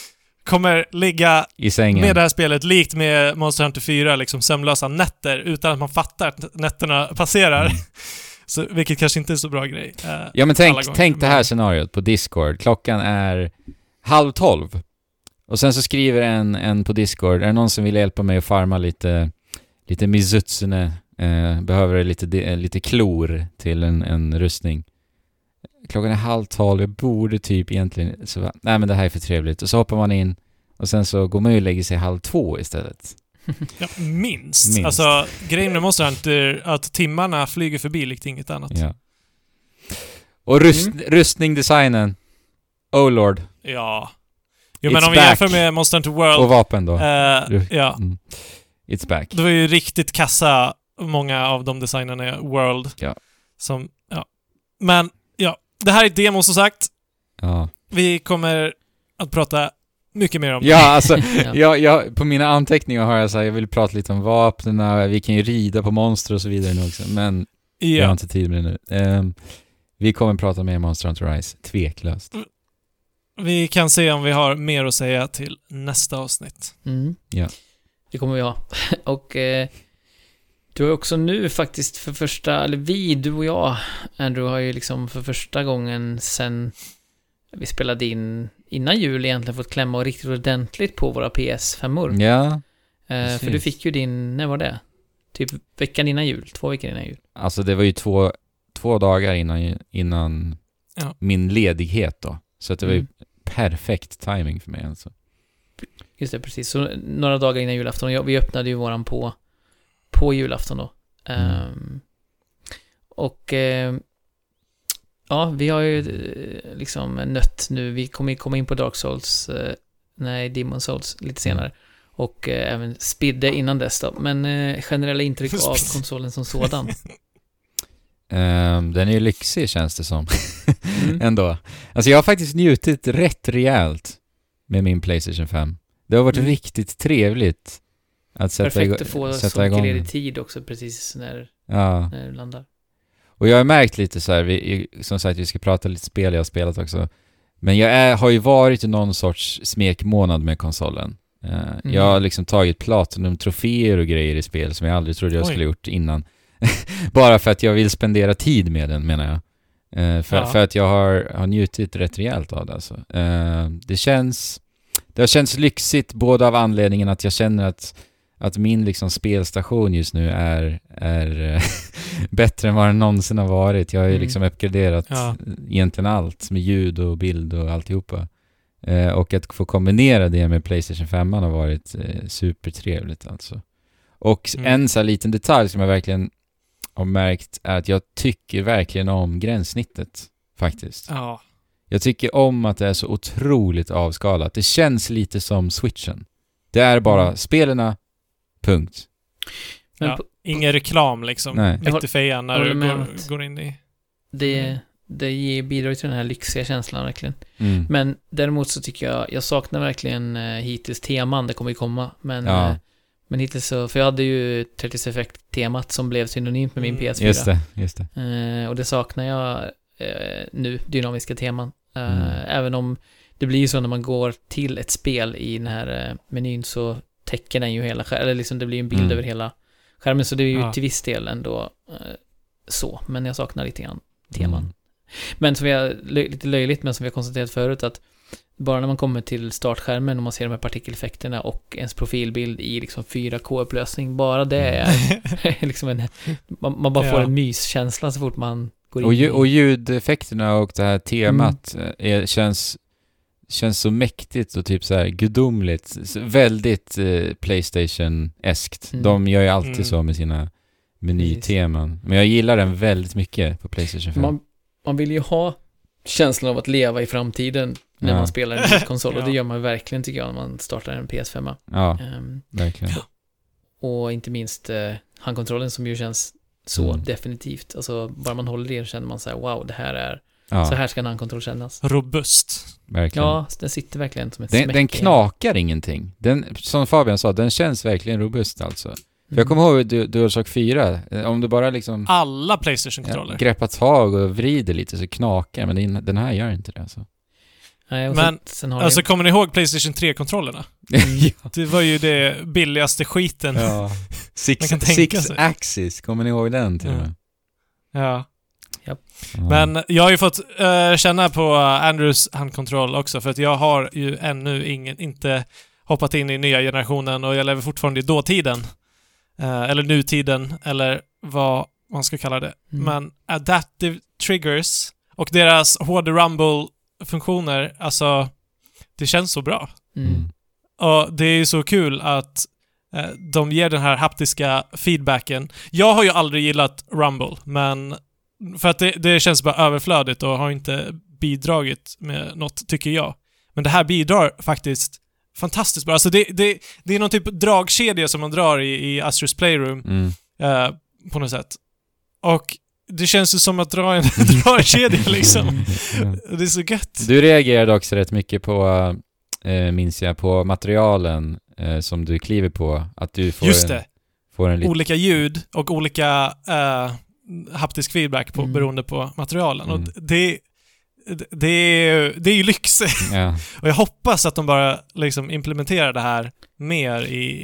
kommer ligga I sängen. med det här spelet likt med Monster Hunter 4, liksom sömnlösa nätter utan att man fattar att nätterna passerar. Så, vilket kanske inte är så bra grej. Ja, men tänk det här scenariot på Discord. Klockan är 11:30. Och sen så skriver en på Discord, är det någon som vill hjälpa mig att farma lite Mizutsune? Behöver lite klor till en rustning. Klockan är 11:30, jag borde typ egentligen... Så, nej, men det här är för trevligt. Och så hoppar man in och sen så går man ju och lägger sig 1:30 istället. Ja, minst. Alltså, grejen med Monster Hunter att timmarna flyger förbi likt inget annat. Ja. Och rustningdesignen. Oh lord. Ja. Jo, men om vi jämför med Monster Hunter World... Och vapen då. Ja. It's back. Det var ju riktigt kassa många av de designerna i World. Ja. Som, ja. Men, ja. Det här är ett demo som sagt. Ja. Vi kommer att prata mycket mer om det. Ja, alltså, jag på mina anteckningar har jag sagt jag vill prata lite om vapnen, vi kan ju rida på monster och så vidare nu också, men jag har inte tid med det nu. Vi kommer att prata mer om Monster Hunter Rise, tveklöst. Vi kan se om vi har mer att säga till nästa avsnitt. Ja. Det kommer vi ha. Och du har också nu faktiskt för första, eller du och jag, Andrew, har ju liksom för första gången sen vi spelade in innan jul egentligen fått klämma riktigt ordentligt på våra PS5-or. Ja. För du fick ju din, när var det? Typ veckan innan jul, 2 veckor innan jul. Alltså det var ju två dagar innan min ledighet då. Så att det var ju perfekt timing för mig alltså. Just det, precis. Så några dagar innan julafton. Vi öppnade ju våran på julafton då. Och ja, vi har ju liksom nött nu. Vi kommer komma in på Dark Souls, Demon Souls lite senare. Och även Spidde innan dess då. Men generella intryck av konsolen som sådan. Den är ju lyxig känns det som. Ändå. Alltså jag har faktiskt njutit rätt rejält med min PlayStation 5. Det har varit riktigt trevligt att sätta igång. Perfekt att få så mycket ledig tid också precis när du landar. Och jag har märkt lite så här, som sagt vi ska prata lite spel jag har spelat också. Men jag har ju varit i någon sorts smekmånad med konsolen. Jag har liksom tagit platinum-troféer och grejer i spel som jag aldrig trodde jag skulle gjort innan. Bara för att jag vill spendera tid med den, menar jag. För att jag har njutit rätt rejält av det alltså. Det har känts lyxigt både av anledningen att jag känner att min liksom spelstation just nu är bättre än vad den någonsin har varit. Jag har ju liksom uppgraderat egentligen allt med ljud och bild och alltihopa. Och att få kombinera det med PlayStation 5 har varit supertrevligt alltså. Och en så här liten detalj som jag verkligen har märkt är att jag tycker verkligen om gränssnittet faktiskt. Ja. Jag tycker om att det är så otroligt avskalat. Det känns lite som Switchen. Det är bara spelarna, punkt. Ja, ingen reklam liksom. Mitt i fejan när du går in i... Det bidrar till den här lyxiga känslan verkligen. Men däremot så tycker jag saknar verkligen hittills teman. Det kommer ju komma. Men hittills så... För jag hade ju 30 Effect-temat som blev synonymt med min PS4. Just det. Och det saknar jag nu, dynamiska teman. Även om det blir ju så när man går till ett spel i den här menyn så täcker den ju hela skärmen. Eller liksom det blir en bild över hela skärmen. Så det är ju till viss del ändå så. Men jag saknar lite grann teman. Men som lite löjligt, men som vi har konstaterat förut, att bara när man kommer till startskärmen och man ser de här partikeleffekterna och ens profilbild i liksom 4K-upplösning, bara det är liksom man bara får en myskänsla så fort man går in. Och ljudeffekterna och det här temat känns så mäktigt och typ så här gudomligt, väldigt PlayStation-eskt. De gör ju alltid så med sina menyteman. Men jag gillar den väldigt mycket på PlayStation 5. Man vill ju ha känslan av att leva i framtiden när man spelar en ny konsol. Och det gör man verkligen, tycker jag, när man startar en PS5. Ja, verkligen. Och inte minst handkontrollen som ju känns så definitivt. Alltså, bara man håller det känner man så här, wow, det här är... Så här ska en handkontroll kännas. Robust. Verkligen. Ja, den sitter verkligen som ett smäck. Den knakar ingenting. Som Fabian sa, den känns verkligen robust alltså. För jag kommer ihåg DualShock 4, om du bara liksom... Alla PlayStation-kontroller. Greppar tag och vrider lite så knakar, men den här gör inte det alltså. Nej, och Men, sen har alltså kommer ni ihåg PlayStation 3-kontrollerna? Ja. Det var ju det billigaste skiten. Ja. Man kan tänka Six sig. Axis, kommer ni ihåg den till och med? Ja. Ja. Men jag har ju fått känna på Andrews handkontroll också, för att jag har ju ännu inte hoppat in i nya generationen och jag lever fortfarande i dåtiden. Eller nutiden, eller vad man ska kalla det. Men adaptive triggers och deras hårda rumble-funktioner, alltså det känns så bra. Och det är ju så kul att de ger den här haptiska feedbacken. Jag har ju aldrig gillat rumble, men för att det känns bara överflödigt och har inte bidragit med något, tycker jag. Men det här bidrar faktiskt fantastiskt bra. Alltså det är någon typ av dragkedja som man drar i Astro's Playroom på något sätt. Och det känns ju som att dra en dragkedja liksom. Det är så gött. Du reagerade också rätt mycket på, minns jag, på materialen som du kliver på. Att du får får en olika ljud och olika haptisk feedback beroende på materialen. Och det är ju lyx. Ja. Och jag hoppas att de bara liksom implementerar det här mer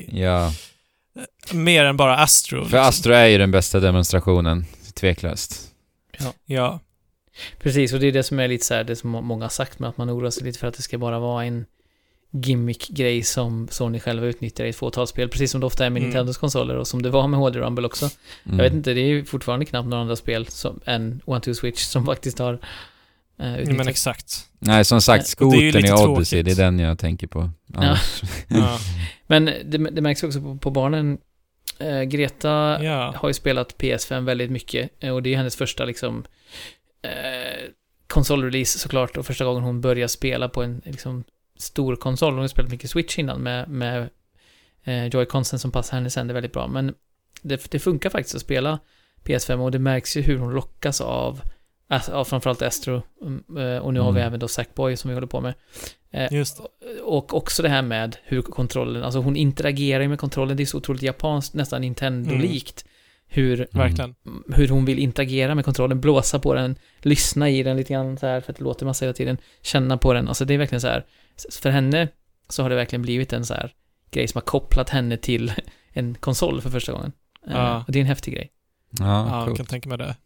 mer än bara Astro. För liksom. Astro är ju den bästa demonstrationen, tveklöst. Ja. Precis, och det är det som är lite så här, det som många har sagt, med att man oroar sig lite för att det ska bara vara en gimmick-grej som Sony själva utnyttjar i ett fåtal spel, precis som det ofta är med Nintendos konsoler och som det var med HD Rumble också. Jag vet inte, det är ju fortfarande knappt några andra spel än One-Two Switch som faktiskt har utnyttjat. Men exakt. Nej, som sagt, skotern i Odyssey, tråkigt. det är den jag tänker på. Ja. Ja. Men det märks också på barnen. Greta har ju spelat PS5 väldigt mycket, och det är hennes första liksom konsolrelease såklart, och första gången hon börjar spela på en liksom stor konsol. Hon har spelat mycket Switch innan med Joy-Consen som passar henne sen, det är väldigt bra. Men det funkar faktiskt att spela PS5, och det märks ju hur hon lockas av framförallt Astro, och nu har vi även då Sackboy som vi håller på med. Just. Och också det här med hur kontrollen, alltså hon interagerar med kontrollen, det är så otroligt japanskt, nästan Nintendo-likt. Hur hon vill interagera med kontrollen, blåsa på den, lyssna i den lite grann så här, för att det låter massa hela tiden, känna på den. Alltså det är verkligen så här, för henne så har det verkligen blivit en så här grej som har kopplat henne till en konsol för första gången. Och det är en häftig grej. Ja, jag kan tänka mig det.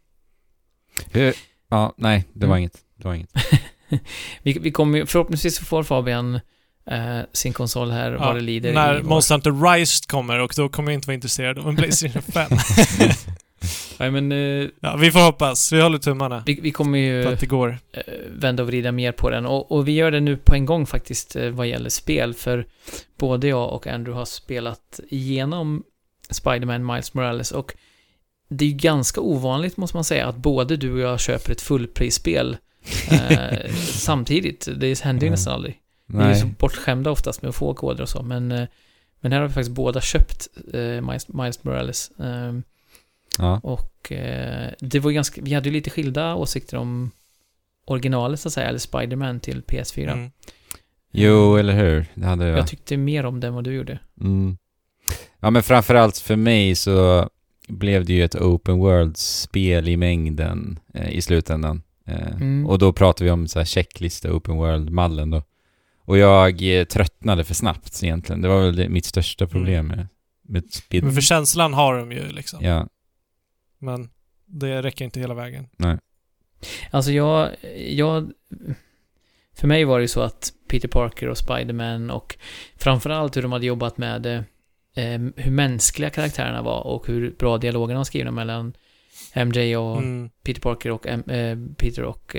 Nej, det var inget. vi kommer förhoppningsvis får Fabian sin konsol här vad det lider. När Monster Hunter Rise kommer, och då kommer jag inte vara intresserad av en PlayStation 5. Nej, men vi får hoppas. Vi håller tummarna. Vi kommer ju för att det går. Vända och vrida mer på den, och vi gör det nu på en gång faktiskt vad gäller spel, för både jag och Andrew har spelat igenom Spider-Man Miles Morales, och det är ju ganska ovanligt, måste man säga, att både du och jag köper ett fullprisspel samtidigt. Det händer ju nästan aldrig. Vi är ju så bortskämda oftast med att få koder och så, men här har vi faktiskt båda köpt Miles Morales. Och det var ganska, vi hade ju lite skilda åsikter om originalet så att säga, eller Spider-Man till PS4. Jo, eller hur? Det hade jag tyckte mer om den vad du gjorde. Ja, men framförallt för mig så blev det ju ett open world-spel i mängden i slutändan. Och då pratar vi om så här checklista open world-mallen då. Och jag tröttnade för snabbt egentligen. Det var väl mitt största problem med speed. Men för känslan har de ju liksom. Ja. Men det räcker inte hela vägen. Nej. Alltså jag för mig var det ju så att Peter Parker och Spider-Man, och framförallt hur de hade jobbat med hur mänskliga karaktärerna var och hur bra dialogerna var skrivna mellan MJ och Peter Parker och Peter och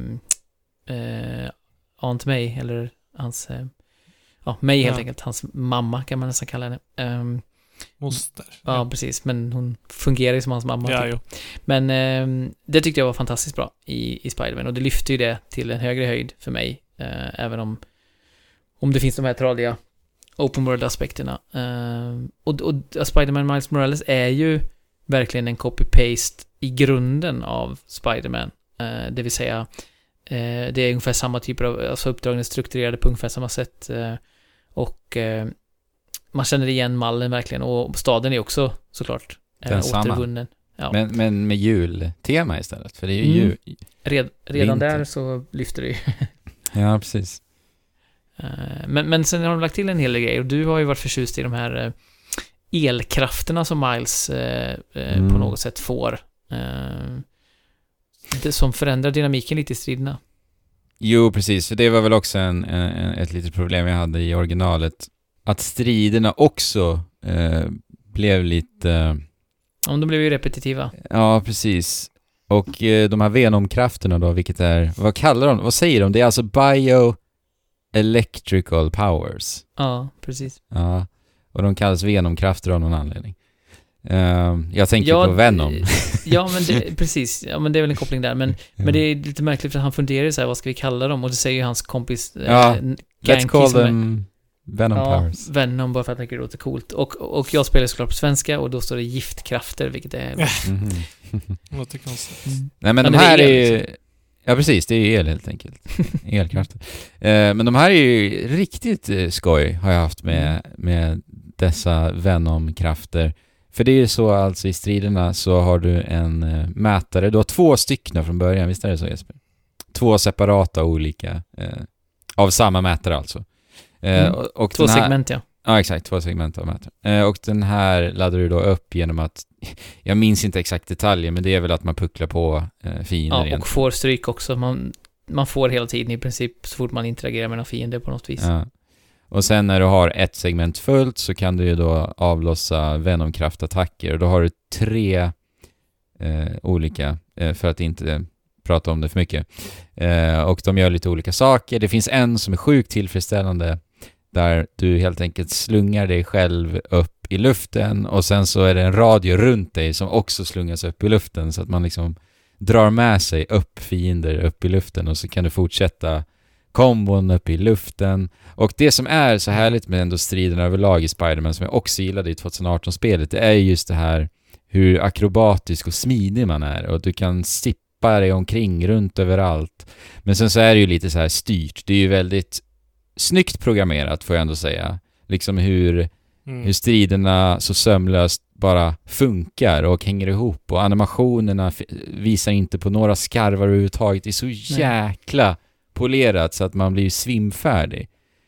Aunt May, eller hans May helt enkelt, hans mamma kan man nästan kalla henne. Moster. Ja, precis, men hon fungerar ju som hans mamma. Men det tyckte jag var fantastiskt bra i Spider-Man, och det lyfte ju det till en högre höjd för mig, även om det finns de här tradiga open world-aspekterna. Och Spider-Man Miles Morales är ju verkligen en copy-paste i grunden av Spider-Man. Det vill säga, det är ungefär samma typer av, alltså uppdragen är strukturerade på ungefär samma sätt. Och man känner igen mallen verkligen, och staden är också såklart återvunnen. Ja. Men med jultema istället, för det är ju jul. Redan där så lyfter det ju. Ja, precis. Men sen har de lagt till en hel del grejer, och du har ju varit förtjust i de här elkrafterna som Miles på något sätt får. Det som förändrar dynamiken lite i striderna. Jo, precis. För det var väl också ett litet problem jag hade i originalet. Att striderna också blev lite... Ja, de blev ju repetitiva. Ja, precis. Och de här Venom-krafterna då, vilket är... Vad kallar de? Vad säger de? Det är alltså Bio-Electrical Powers. Ja, precis. Ja, och de kallas Venom-krafter av någon anledning. Jag tänker på Venom. Ja, men precis. Ja, men det är väl en koppling där. Men det är lite märkligt för att han funderar så här, vad ska vi kalla dem? Och det säger ju hans kompis let's call them Venom Powers. Venom, bara för att jag tycker det låter coolt. Och jag spelar såklart på svenska, och då står det giftkrafter, vilket är... Låter konstigt. Nej, men de här är ju... Liksom. Ja, precis. Det är ju el helt enkelt. Elkrafter. Men de här är ju riktigt skoj, har jag haft med dessa Venom-krafter. För det är ju så, alltså i striderna så har du en mätare. Du har 2 stycken från början, visst är det så, Jesper? 2 separata olika av samma mätare alltså. Och 2 segment, ja. Ja, exakt. 2 segment av mätare. Och den här laddar du då upp genom att, jag minns inte exakt detaljer, men det är väl att man pucklar på fiender. Ja, och får stryk också. Man får hela tiden i princip så fort man interagerar med någon fiende på något vis. Ja. Och sen när du har ett segment fullt så kan du ju då avlossa Venomkraftattacker. Och då har du 3 olika, för att inte prata om det för mycket. Och de gör lite olika saker. Det finns en som är sjukt tillfredsställande, där du helt enkelt slungar dig själv upp i luften, och sen så är det en radio runt dig som också slungas upp i luften, så att man liksom drar med sig upp fiender upp i luften, och så kan du fortsätta kombon upp i luften. Och det som är så härligt med ändå striden överlag i Spider-Man, som jag också gillade i 2018-spelet, det är just det här hur akrobatisk och smidig man är, och du kan sippa dig omkring runt överallt. Men sen så är det ju lite så här styrt. Det är ju väldigt snyggt programmerat, får jag ändå säga. Liksom hur striderna så sömlöst bara funkar och hänger ihop, och animationerna visar inte på några skarvar överhuvudtaget. Det är så jäkla polerat så att man blir svimfärdig.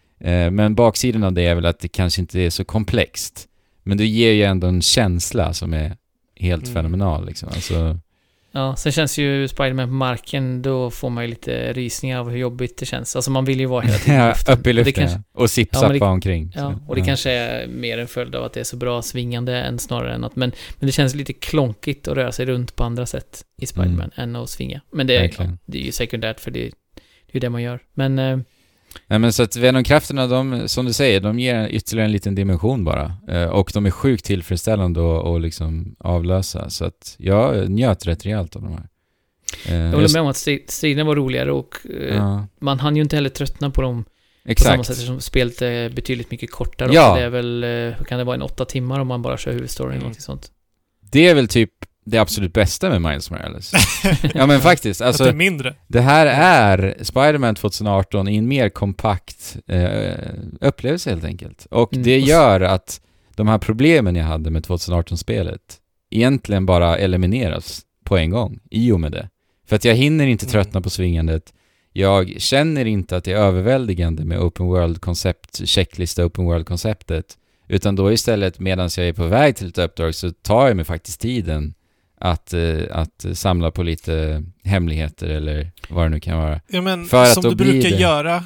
Men baksidan av det är väl att det kanske inte är så komplext, men det ger ju ändå en känsla som är helt fenomenal liksom. Alltså... Ja, sen känns ju Spider-Man på marken, då får man ju lite rysningar av hur jobbigt det känns. Alltså man vill ju vara hela tiden i luften. Upp i luften, kanske, och sipsappa omkring. Ja, och det kanske är mer en följd av att det är så bra svingande än snarare än att... Men det känns lite klonkigt att röra sig runt på andra sätt i Spider-Man än att svinga. Men det är ju sekundärt, för det är ju det man gör. Men... Nej, men så att Venomkrafterna, de, som du säger, de ger ytterligare en liten dimension bara. Och de är sjukt tillfredsställande att liksom avlösa. Så att jag njöt rätt rejält av de här. Jag håller med om att striden var roligare, och man hann ju inte heller tröttna på dem. Exakt. På samma sätt som spelet är betydligt mycket kortare. Ja. Det är väl, kan det vara 8 timmar om man bara kör huvudstoryn eller något sånt. Det är väl typ det absolut bästa med Miles Morales. Ja, men faktiskt. Alltså, det är mindre. Det här är Spider-Man 2018 i en mer kompakt upplevelse helt enkelt. Och det gör att de här problemen jag hade med 2018-spelet egentligen bara elimineras på en gång i och med det. För att jag hinner inte tröttna på svingandet. Jag känner inte att det är överväldigande med open world-koncept, checklista open world-konceptet. Utan då istället, medan jag är på väg till ett uppdrag, så tar jag mig faktiskt tiden att samla på lite hemligheter eller vad det nu kan vara. Ja, men för som att du brukar göra,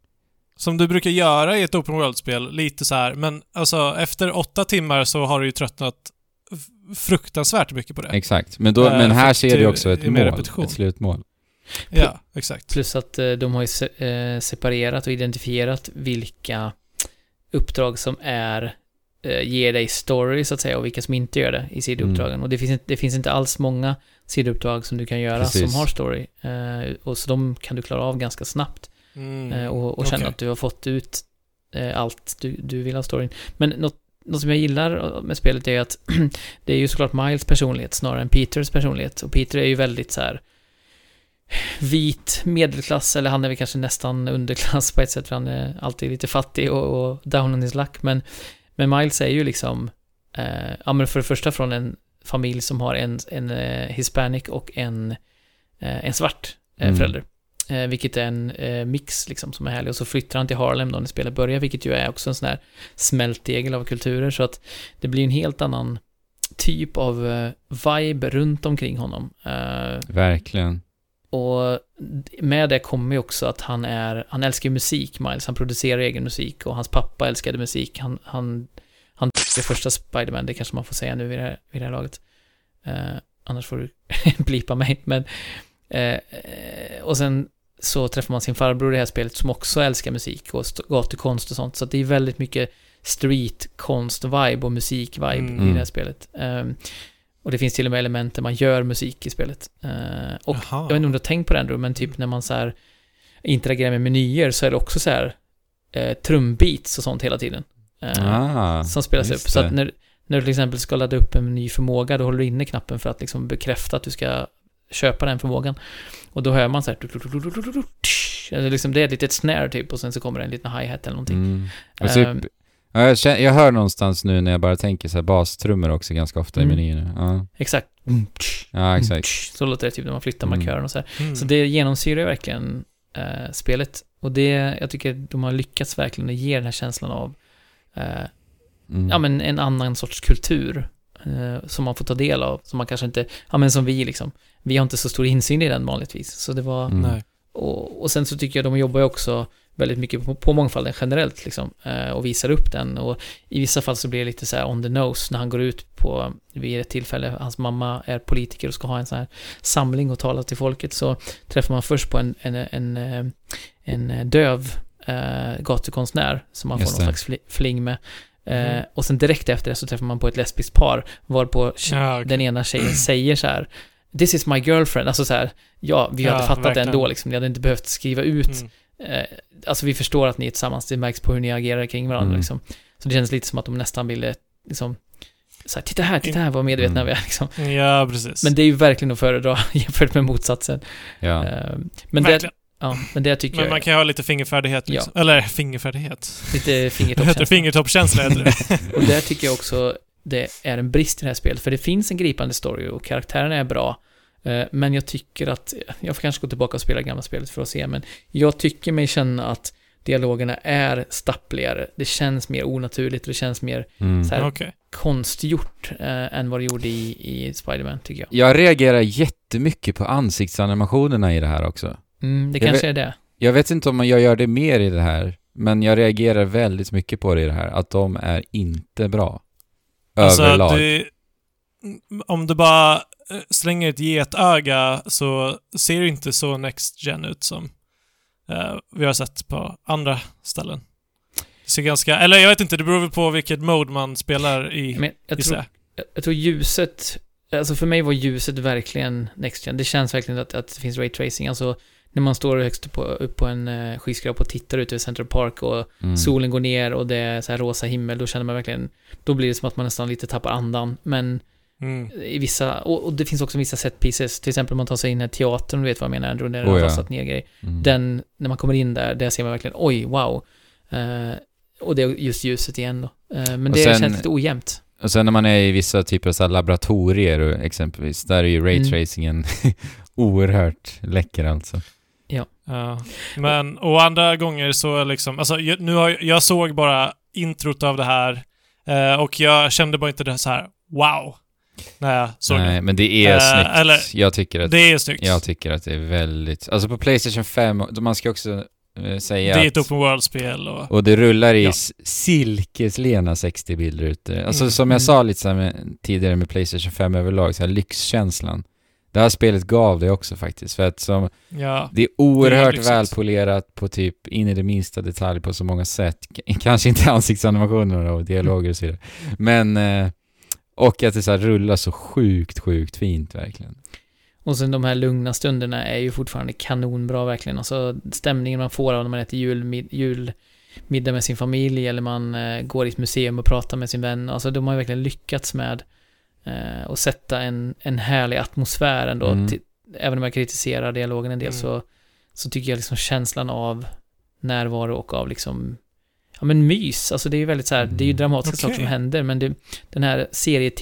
som du brukar göra i ett open world-spel, lite så här. Men alltså efter 8 timmar så har du ju tröttnat fruktansvärt mycket på det. Exakt, men här ser du också ett mål, ett slutmål. Ja, exakt. Plus att de har ju separerat och identifierat vilka uppdrag som ger dig story så att säga, och vilka som inte gör det i sidouppdragen. Och det finns inte alls många sidouppdrag som du kan göra som har story. Och så de kan du klara av ganska snabbt. Och känna att du har fått ut allt du vill ha storyn. Men något som jag gillar med spelet är att det är ju såklart Miles personlighet snarare än Peters personlighet. Och Peter är ju väldigt så här vit medelklass, eller han är väl kanske nästan underklass på ett sätt, för han är alltid lite fattig och down on his luck. Men Miles är ju liksom men för det första från en familj som har en hispanic och en svart förälder. vilket är en mix liksom, som är härlig. Och så flyttar han till Harlem då när spelet börjar, vilket ju är också en sån här smältdegel av kulturer, så att det blir en helt annan typ av vibe runt omkring honom. Verkligen. Och med det kommer ju också att han älskar musik, Miles. Han producerar egen musik och hans pappa älskade musik. Han det första Spider-Man, det kanske man får säga nu vid det här laget. Annars får du blipa mig. Men, och sen så träffar man sin farbror i det här spelet som också älskar musik och gatukonst och sånt. Så det är väldigt mycket streetkonst-vibe och musik-vibe i det här spelet. Och det finns till och med element där man gör musik i spelet. Och jag vet inte om du har tänkt på det ändå, men typ när man så här interagerar med menyer så är det också så här trumbeats och sånt hela tiden. Som spelas upp. Så att när du till exempel ska ladda upp en ny förmåga, då håller du inne knappen för att liksom bekräfta att du ska köpa den förmågan. Och då hör man så här liksom det är ett litet snare typ, och sen så kommer det en liten hi-hat eller någonting. Jag hör någonstans nu när jag bara tänker så här bastrummor också ganska ofta i menyerna. Exakt. Ja, exakt. Så låter det typ när man flyttar markören och så här. Så det genomsyrar verkligen spelet. Och det, jag tycker de har lyckats verkligen att ge den här känslan av men en annan sorts kultur som man får ta del av, som man kanske inte, som vi har inte så stor insyn i den vanligtvis. Så det var och sen så tycker jag de jobbar ju också väldigt mycket på mångfalden generellt liksom, och visar upp den, och i vissa fall så blir det lite så här on the nose när han går ut på vid ett tillfälle, hans mamma är politiker och ska ha en sån här samling och tala till folket, så träffar man först på en döv gatukonstnär som man får någon slags fling med. Och sen direkt efter det så träffar man på ett lesbiskt par, varpå den ena tjejen säger så här: "This is my girlfriend", alltså så här, vi hade fattat det ändå liksom, ni hade inte behövt skriva ut alltså vi förstår att ni är tillsammans, det märks på hur ni agerar kring varandra liksom. Så det känns lite som att de nästan ville liksom så här, titta här, vad medvetna vi är liksom. Ja, precis. Men det är ju verkligen att föredra jämfört med motsatsen. Men verkligen. Men det tycker man kan ju ha lite fingerfärdighet liksom. Eller fingerfärdighet. Lite fingertoppskänsla. Fingertoppskänsla heter det. Och där tycker jag också det är en brist i det här spelet, för det finns en gripande story och karaktärerna är bra. Men jag tycker att jag får kanske gå tillbaka och spela gamla spelet för att se, men jag tycker mig känna att dialogerna är stappligare. Det känns mer onaturligt och det känns mer så här konstgjort än vad det gjorde i Spider-Man, tycker jag. Jag reagerar jättemycket på ansiktsanimationerna i det här också. Det kanske är det. Jag vet inte om jag gör det mer i det här, men jag reagerar väldigt mycket på det i det här, att de är inte bra. Överlag. Alltså, om du bara slänger ett getöga så ser det inte så next gen ut som vi har sett på andra ställen. Det ser ganska, eller jag vet inte, det beror väl på vilket mode man spelar i. Men jag tror ljuset, alltså för mig var ljuset verkligen next gen. Det känns verkligen att det finns ray tracing, alltså när man står högst upp på en skyskrapa och tittar ut över Central Park och solen går ner och det är så här rosa himmel, då känner man verkligen, då blir det som att man nästan lite tappar andan. Men i vissa, och det finns också vissa set pieces, till exempel om man tar sig in i teatern, du vet vad jag menar, när det har satt ner grej. Den, när man kommer in där ser man verkligen, oj, wow. Och det är just ljuset igen då. Men det känns lite ojämnt. Och sen när man är i vissa typer av så här laboratorier exempelvis, där är ju raytracingen oerhört läcker alltså. Ja. Men och andra gånger så liksom, alltså jag såg bara introt av det här och jag kände bara inte det så här wow när jag såg det. Nej, men det är snyggt. Eller, jag tycker att det är snyggt. Jag tycker att det är väldigt, alltså på PlayStation 5, man ska också säga det är ett open world-spel och det rullar i silkeslena 60 bilder ute. Alltså som jag sa lite så här tidigare med PlayStation 5 överlag, så här lyxkänslan. Det här spelet gav det också faktiskt, för att det är oerhört välpolerat på typ in i det minsta detalj på så många sätt. Kanske inte ansiktsanimationer och dialoger och så vidare. Men och att det så här rullar så sjukt fint verkligen. Och sen de här lugna stunderna är ju fortfarande kanonbra verkligen. Alltså stämningen man får av när man äter julmiddag med sin familj eller man går i ett museum och pratar med sin vän. Alltså de har ju verkligen lyckats med att sätta en härlig atmosfär ändå. Även om jag kritiserar dialogen en del så tycker jag liksom känslan av närvaro och av liksom mys. Alltså det är ju väldigt så här, det är ju dramatiska saker som händer, men den här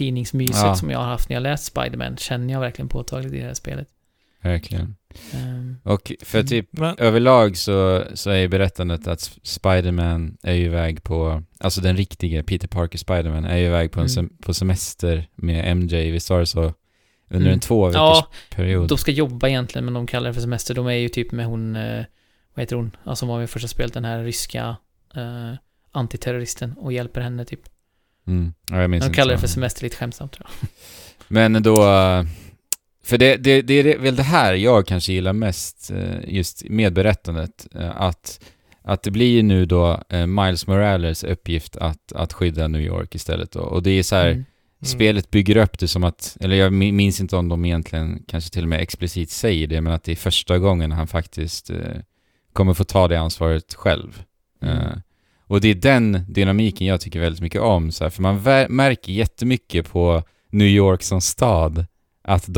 serietidningsmyset som jag har haft när jag läst Spider-Man känner jag verkligen påtagligt i det här spelet. Verkligen. Och för typ överlag så är ju berättandet att Spider-Man är ju iväg på, alltså den riktiga Peter Parker Spider-Man är ju iväg på på semester med MJ, visst var det så? Under en 2 veckors period. De ska jobba egentligen, men de kallar det för semester. De är ju typ med hon, vad heter hon? Alltså som var med första spelet, den här ryska antiterroristen, och hjälper henne typ. Ja, jag minns de kallar det för semester, lite skämtsamt tror jag. Men då, för det är väl det här jag kanske gillar mest, just med berättandet, att det blir nu då Miles Morales uppgift att skydda New York istället då. Och det är så här, spelet bygger upp det som att, eller jag minns inte om de egentligen kanske till och med explicit säger det, men att det är första gången han faktiskt kommer få ta det ansvaret själv. Och det är den dynamiken jag tycker väldigt mycket om, så här, för man märker jättemycket på New York som stad att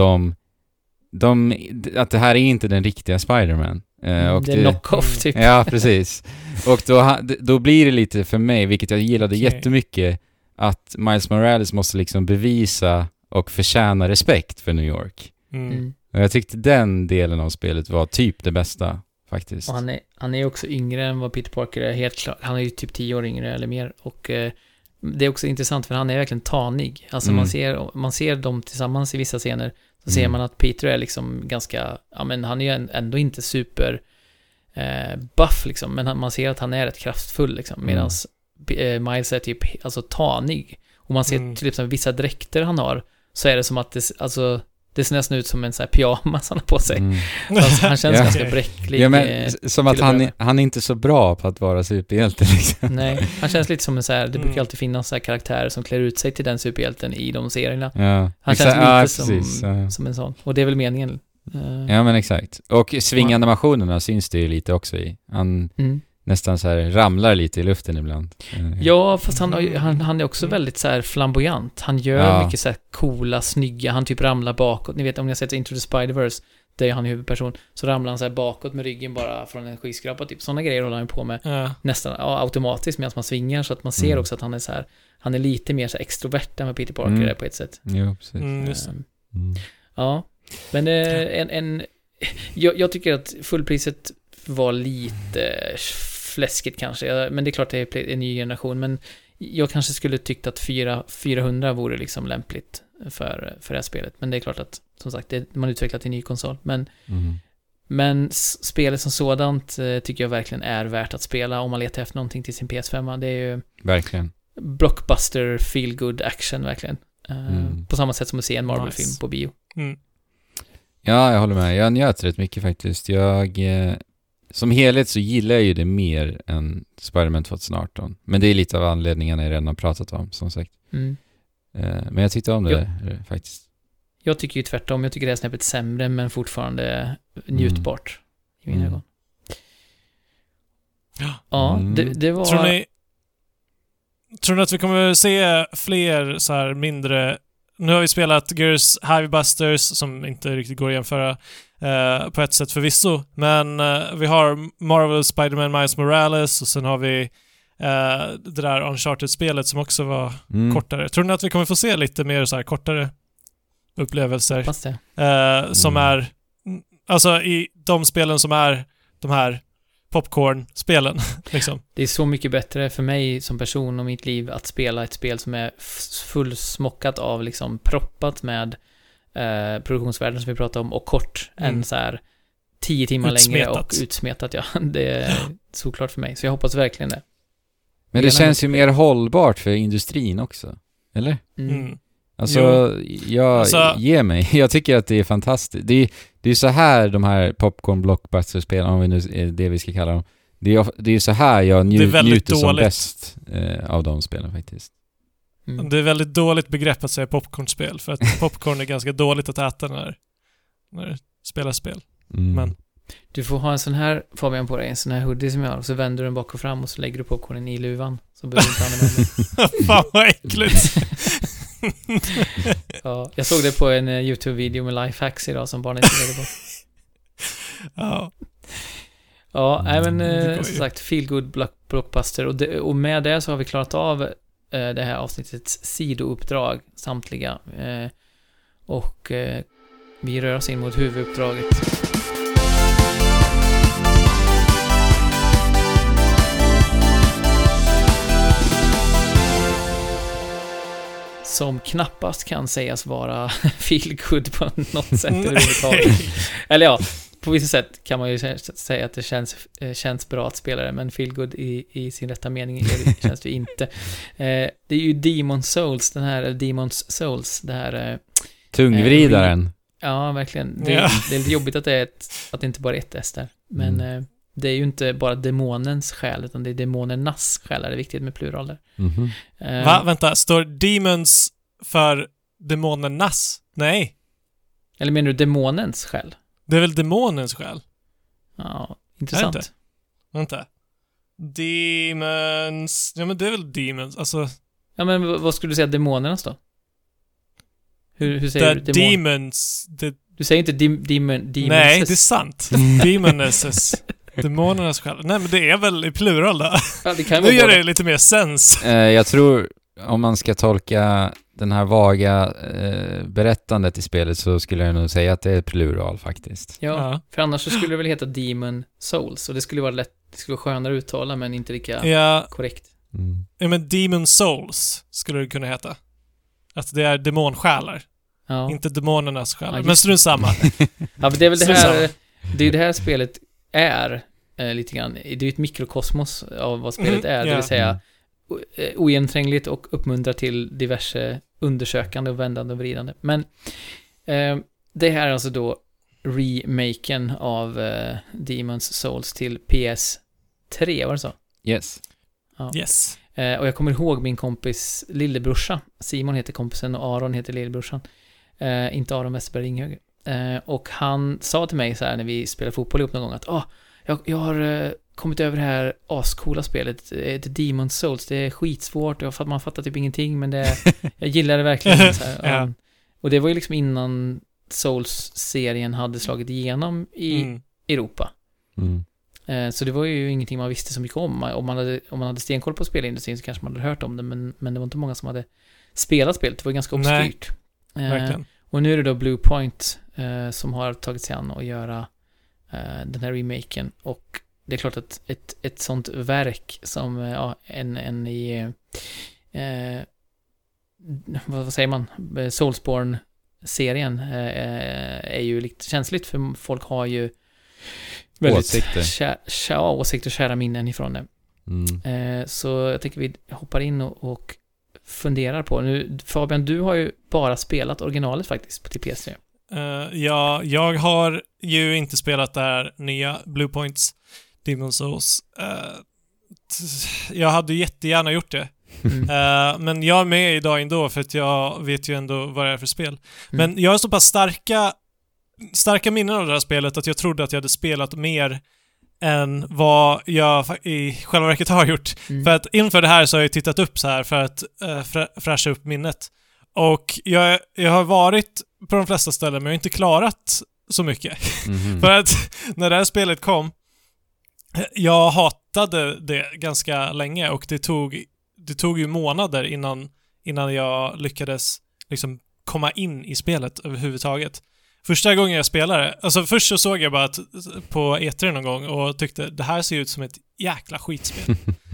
att det här är inte den riktiga Spider-Man. Och det är knock-off typ. Ja, precis. Och då blir det lite för mig, vilket jag gillade jättemycket, att Miles Morales måste liksom bevisa och förtjäna respekt för New York. Och jag tyckte den delen av spelet var typ det bästa faktiskt. Och han är också yngre än vad Peter Parker är, helt klart. Han är ju typ 10 år yngre eller mer, och det är också intressant för han är verkligen tanig. Alltså man ser dem tillsammans i vissa scener, så ser man att Peter är liksom ganska, ja men han är ju ändå inte super buff liksom, men man ser att han är rätt kraftfull liksom, medan Miles är typ alltså tanig. Och man ser till exempel vissa dräkter han har, så är det som att det ser nästan ut som en så här pyjamas han har på sig. Alltså, han känns ganska bräcklig. Ja, men som att han är inte så bra på att vara superhjälte liksom. Nej, han känns lite som en så här, det brukar alltid finnas så här karaktärer som klär ut sig till den superhjälten i de serierna. Ja. Han känns lite som en sån. Och det är väl meningen. Ja, men exakt. Och swinganimationerna syns det ju lite också i. Han nästan så här ramlar lite i luften ibland. Ja, fast han är också väldigt så här flamboyant. Han gör mycket så här coola, snygga. Han typ ramlar bakåt. Ni vet, om ni har sett Into the Spider-Verse, där är han huvudperson, så ramlar han så här bakåt med ryggen bara från en skyskrapa. Typ sådana grejer håller han på med nästan automatiskt medan man svingar, så att man ser också att han är så här, han är lite mer så här extrovert än vad Peter Parker är på ett sätt. Jo, precis. Ja, men jag tycker att fullpriset var lite fläskigt kanske, men det är klart det är en ny generation, men jag kanske skulle tyckt att 400 vore liksom lämpligt för det här spelet, men det är klart att som sagt, man utvecklat en ny konsol, men spelet som sådant tycker jag verkligen är värt att spela om man letar efter någonting till sin PS5. Det är ju verkligen blockbuster, feel good action verkligen, på samma sätt som att se en Marvel-film på bio. Ja, jag håller med. Jag njöt rätt mycket faktiskt. Som helhet så gillar jag ju det mer än Spider-Man 2018. Men det är lite av anledningarna jag redan har pratat om, som sagt. Men jag tyckte om det faktiskt. Jag tycker ju tvärtom. Jag tycker det är snäppet sämre, men fortfarande njutbart i mina ögon. Ja, det var... Tror ni att vi kommer se fler så här mindre... Nu har vi spelat Gears Hivebusters, som inte riktigt går att jämföra på ett sätt förvisso, men vi har Marvel Spider-Man Miles Morales, och sen har vi det där Uncharted-spelet som också var kortare. Tror ni att vi kommer få se lite mer så här kortare upplevelser som är, alltså i de spelen som är de här popcorn-spelen liksom. Det är så mycket bättre för mig som person och mitt liv att spela ett spel som är fullsmockat av liksom proppat med produktionsvärden som vi pratade om, och kort än så här 10 timmar längre och utsmetat. Ja, det är såklart för mig. Så jag hoppas verkligen det. Men det känns ju mer hållbart för industrin också. Eller? Alltså, ge mig. Jag tycker att det är fantastiskt. Det är så här de här popcorn blockbuster-spelen, om vi nu är det vi ska kalla dem. Det är så här jag njuter som bäst av de spelen faktiskt. Det är väldigt dåligt begrepp att säga popcornspel, för att popcorn är ganska dåligt att äta när du spelar spel. Men du får ha en sån här, Fabian, på dig, en sån här hoodie som jag har, och så vänder du den bak och fram och så lägger du popcornen i luvan, så behöver du inte använda den. Fan vad äckligt. Ja, jag såg det på en YouTube-video med lifehacks idag som barnen inte på. Ja, även som sagt feel good blockbuster, och med det så har vi klarat av det här avsnittets sidouppdrag samtliga, och vi rör oss in mot huvuduppdraget. som knappast kan sägas vara feel good på något sätt överhuvudtaget. Eller ja, på vissa sätt kan man ju säga att det känns bra att spela det, men feel good i sin rätta mening känns det inte. Det är ju Demon's Souls, det här tungvridaren. Ja, verkligen. Det är lite jobbigt att det inte bara är ett S där. Men det är ju inte bara demonens själ, utan det är demonernas själ. Det är viktigt med plural där. Va? Vänta, står demons för demonernas? Nej. Eller menar du demonens själ? Det är väl demonens själ? Ja, intressant. Inte? Vänta. Demons... Ja, men det är väl demons, alltså... Ja, men vad skulle du säga demonernas då? Hur säger du? Demons... Du säger inte demons. Nej, det är sant. Demonesses. Demonernas själ. Nej, men det är väl i plural då. Ja, det kan nu gör det lite mer sens. Jag tror, om man ska tolka den här vaga berättandet i spelet, så skulle jag nog säga att det är plural faktiskt. Ja, för annars så skulle det väl heta Demon Souls, och det skulle vara lätt, det skulle vara skönare att uttala, men inte lika korrekt. Ja, men Demon Souls skulle det kunna heta. Att det är demonsjälar. Ja. Inte demonernas själar. Men strunt samma. Ja, det är väl det här, det är det här spelet är lite grann. Det är ju ett mikrokosmos av vad spelet är, det vill säga ogenomträngligt och uppmuntrar till diverse undersökande och vändande och vridande. Men det här är alltså då remaken av Demon's Souls till PS3, var det så? Yes. Ja. Yes. Och jag kommer ihåg min kompis lillebrorsa. Simon heter kompisen och Aron heter lillebrorsan. Inte Aron Westerberg Ringhöger. Och han sa till mig så här när vi spelade fotboll ihop någon gång att jag har kommit över det här ascoola spelet, The Demon's Souls. Det är skitsvårt, man fattar typ ingenting, men jag gillar det verkligen. Så här. Ja. Och det var ju liksom innan Souls-serien hade slagit igenom i Europa. Så det var ju ingenting man visste så mycket om. Om man hade stenkoll på spelindustrin så kanske man hade hört om det, men det var inte många som hade spelat spelet. Det var ganska obskyrt. Och nu är det då Bluepoint som har tagit sig an att göra den här remaken, och det är klart att ett sånt verk som en i vad säger man, Soulsborne-serien är ju lite känsligt, för folk har ju väldigt åsikter och kära minnen ifrån det. Så jag tänker vi hoppar in och funderar på nu. Fabian, du har ju bara spelat originalet faktiskt till PS3. Ja, jag har ju inte spelat det här nya Bluepoints Demon's Souls. Jag hade jättegärna gjort det. Men jag är med idag ändå, för att jag vet ju ändå vad det är för spel. Men jag har så pass starka minnen av det här spelet att jag trodde att jag hade spelat mer än vad jag i själva verket har gjort. För att inför det här så har jag tittat upp så här för att fräscha upp minnet. Och jag har varit på de flesta ställen, men jag har inte klarat så mycket. För att när det här spelet kom, jag hatade det ganska länge, och det tog ju månader innan jag lyckades liksom komma in i spelet överhuvudtaget. Första gången jag spelade, alltså först så såg jag bara på E3 någon gång och tyckte det här ser ut som ett jäkla skitspel.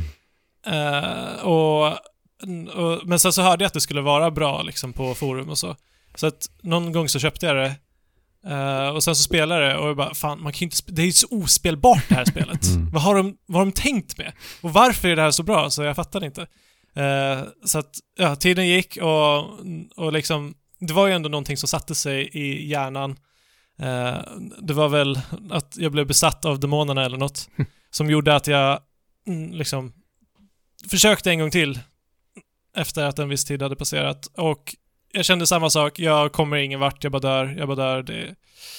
Men sen så hörde jag att det skulle vara bra liksom på forum och så. Så att någon gång så köpte jag det. Och sen så spelade det och jag bara, fan, man kan inte det är ju så ospelbart det här spelet. Vad har de tänkt med? Och varför är det här så bra? Så jag fattar inte. Så att ja, tiden gick och liksom det var ju ändå någonting som satte sig i hjärnan. Det var väl att jag blev besatt av demonerna eller något som gjorde att jag liksom försökte en gång till efter att en viss tid hade passerat, och jag kände samma sak. Jag kommer ingen vart, jag bara dör.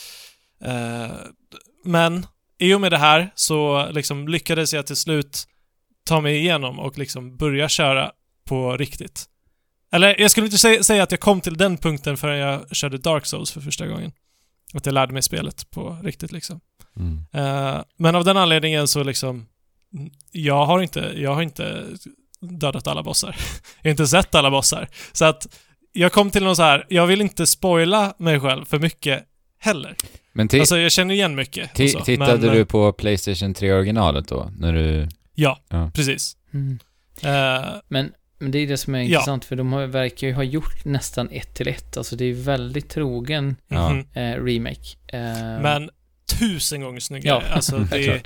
Men i och med det här så liksom lyckades jag till slut ta mig igenom och liksom börja köra på riktigt. Eller jag skulle inte säga att jag kom till den punkten förrän jag körde Dark Souls för första gången. Att jag lärde mig spelet på riktigt liksom. Men av den anledningen så liksom jag har inte dödat alla bossar. Jag har inte sett alla bossar. Så att jag kom till någon så här, jag vill inte spoila mig själv för mycket heller. Men alltså jag känner igen mycket. Tittade du på PlayStation 3 originalet då? När du... Ja. Precis. Men Men det är det som är intressant, för de verkar ju ha gjort nästan 1-1. Alltså det är väldigt trogen remake. Men 1000 gånger snyggare. Ja, alltså det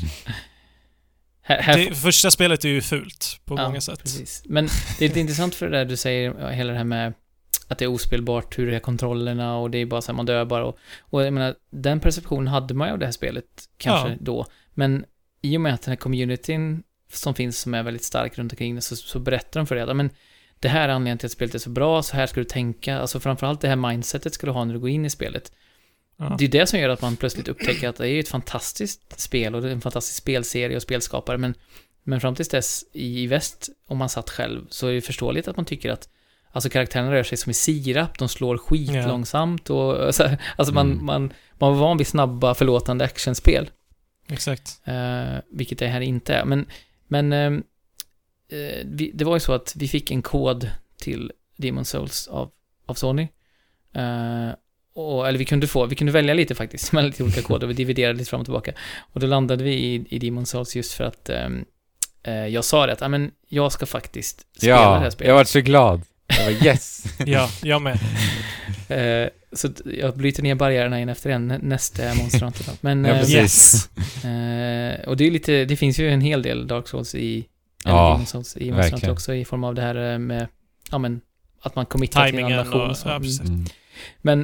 första spelet är ju fult på många sätt. Precis. Men det är lite intressant för det där du säger, hela det här med att det är ospelbart, hur det är kontrollerna och det är bara så här, man dör bara. Och jag menar, den perceptionen hade man ju av det här spelet kanske då. Men i och med att den här communityn som finns, som är väldigt stark runt omkring det, så berättar de för dig att men det här är anledningen till att spelet är så bra, så här ska du tänka. Alltså framförallt det här mindsetet ska du ha när du går in i spelet. Ja. Det är det som gör att man plötsligt upptäcker att det är ett fantastiskt spel och det är en fantastisk spelserie och spelskapare, men fram tills dess i väst, om man satt själv, så är det förståeligt att man tycker att alltså karaktärerna rör sig som i sirap, de slår skitlångsamt och alltså man var van vid snabba, förlåtande actionspel. Exakt. Vilket det här inte är. Men det var ju så att vi fick en kod till Demon's Souls av Sony. Eller vi kunde välja lite faktiskt med lite olika koder och vi dividerade lite fram och tillbaka. Och då landade vi i Demon's Souls just för att jag sa det att men jag ska faktiskt spela det här spelet. Jag var så glad. Jag var yes. Ja, jag med. Så jag bryter ner barriärerna in efter nästa monsterhunter. Men yes. Och det är lite, det finns ju en hel del Dark Souls i Demon's Souls i monsterhunter också, i form av det här med att man committar till en animation och så. Men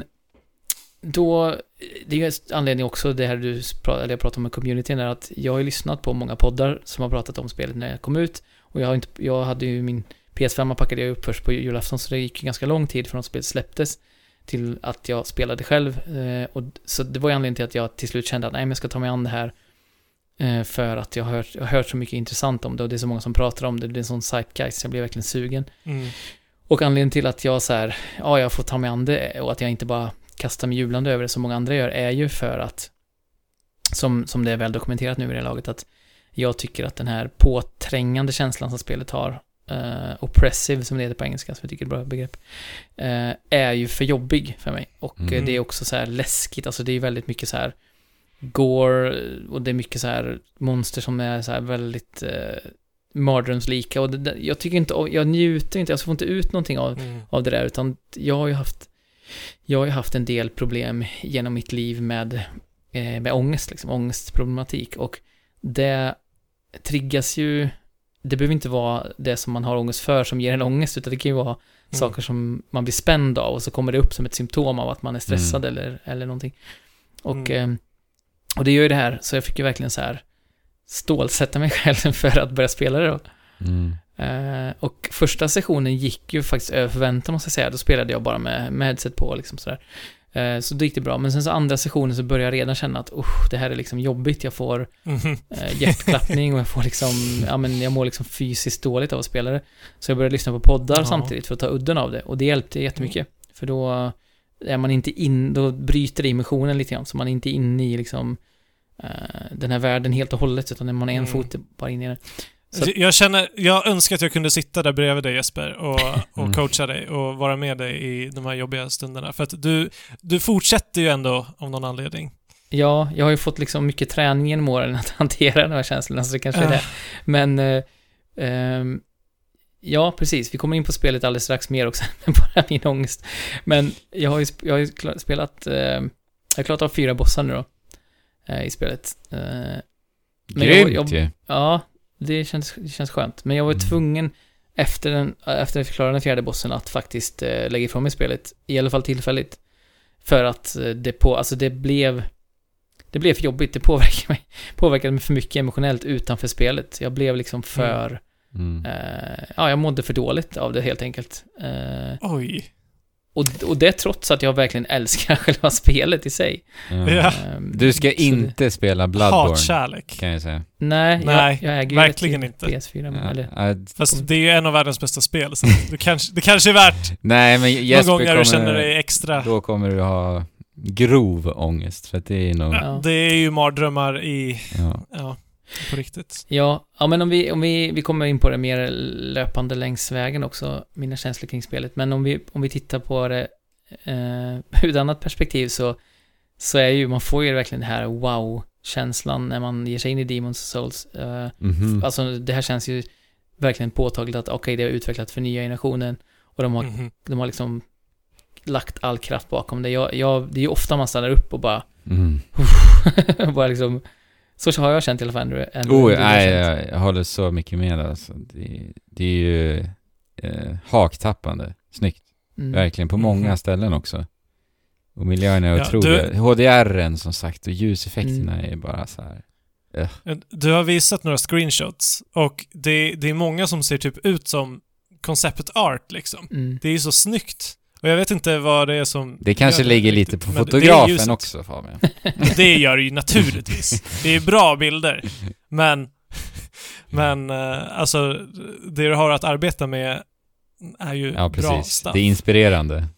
då, det är ju anledning också det här jag pratade om med communityn, är att jag har ju lyssnat på många poddar som har pratat om spelet när jag kom ut, och jag hade ju min PS5 packade jag upp först på julafton, så det gick ganska lång tid från att spelet släpptes till att jag spelade själv, och så det var ju anledningen till att jag till slut kände att jag ska ta mig an det här, för att jag har hört så mycket intressant om det och det är så många som pratar om det, det är en sån zeitgeist, jag blev verkligen sugen. Och anledningen till att jag jag får ta mig an det och att jag inte bara kastar mig jublande över det som många andra gör, är ju för att som det är väl dokumenterat nu i det laget, att jag tycker att den här påträngande känslan som spelet har, oppressive som det heter på engelska, som jag tycker är ett bra begrepp, är ju för jobbig för mig, och det är också så här läskigt, alltså det är väldigt mycket så här gore, och det är mycket så här monster som är så här väldigt mardrömslika, och jag tycker inte, jag njuter inte, jag får inte ut någonting av det där, utan jag har ju haft en del problem genom mitt liv med ångest, liksom, ångestproblematik, och det triggas ju, det behöver inte vara det som man har ångest för som ger en ångest, utan det kan ju vara saker som man blir spänd av, och så kommer det upp som ett symptom av att man är stressad eller någonting. Och det gör ju det här, så jag fick ju verkligen så här stålsätta mig själv för att börja spela det då. Och första sessionen gick ju faktiskt över förväntan, måste jag säga. Då spelade jag bara med headset på liksom sådär. Så det gick det bra, men sen så andra sessionen så började jag redan känna att det här är liksom jobbigt, jag får hjärtklappning och jag får liksom, jag mår liksom fysiskt dåligt av att spela det. Så jag började lyssna på poddar samtidigt för att ta udden av det, och det hjälpte jättemycket, för då är man inte då bryter det immersionen lite grann, så man är inte inne i liksom den här världen helt och hållet, utan när man är en fot bara in i det. Jag önskar att jag kunde sitta där bredvid dig, Jesper, och coacha dig och vara med dig i de här jobbiga stunderna, för att du fortsätter ju ändå av någon anledning. Ja, jag har ju fått liksom mycket träning genom åren att hantera de här känslorna, så det kanske är det. Men ja, precis. Vi kommer in på spelet alldeles strax mer också än bara min ångest. Men jag har ju spelat jag har klarat av 4 bossar nu då i spelet. Grymt ju. Ja, det känns skönt. Men jag var tvungen efter att förklara den 4:e bossen att faktiskt lägga ifrån mig spelet, i alla fall tillfälligt, för att det blev för jobbigt. Det påverkade mig för mycket emotionellt utanför spelet. Jag blev liksom för jag mådde för dåligt av det, helt enkelt. Oj. Och det trots att jag verkligen älskar själva spelet i sig. Du ska inte spela Bloodborne. Hatkärlek, kan jag säga. Nej, jag äger verkligen inte PS4. Fast det är ju en av världens bästa spel, så det kanske är värt. Nej, men Jesper, någon gång när du känner dig extra. Då kommer du ha grov ångest, för att det är nog... det är ju mardrömmar i... Ja. På riktigt. Ja, men om vi kommer in på det mer löpande längs vägen också, mina känslor kring spelet. Men om vi tittar på det ur ett annat perspektiv, så är ju, man får ju verkligen det här wow-känslan när man ger sig in i Demon's Souls. Alltså det här känns ju verkligen påtagligt att okej, det har utvecklat för nya generationen och de har liksom lagt all kraft bakom det. Det är ju ofta man stannar upp och bara bara liksom, så har jag känt i alla fall. Jag håller så mycket med. Alltså. Det är ju haktappande. Snyggt. Verkligen på många ställen också. Och miljöerna är otroliga. HDR:en som sagt och ljuseffekterna är bara så här. Du har visat några screenshots och det är många som ser typ ut som concept art liksom. Det är ju så snyggt. Och jag vet inte vad det är som... Det kanske ligger lite på fotografen också, Fabian. Det gör det ju naturligtvis. Det är bra bilder. Men alltså, det du har att arbeta med är ju bra stuff. Det är inspirerande.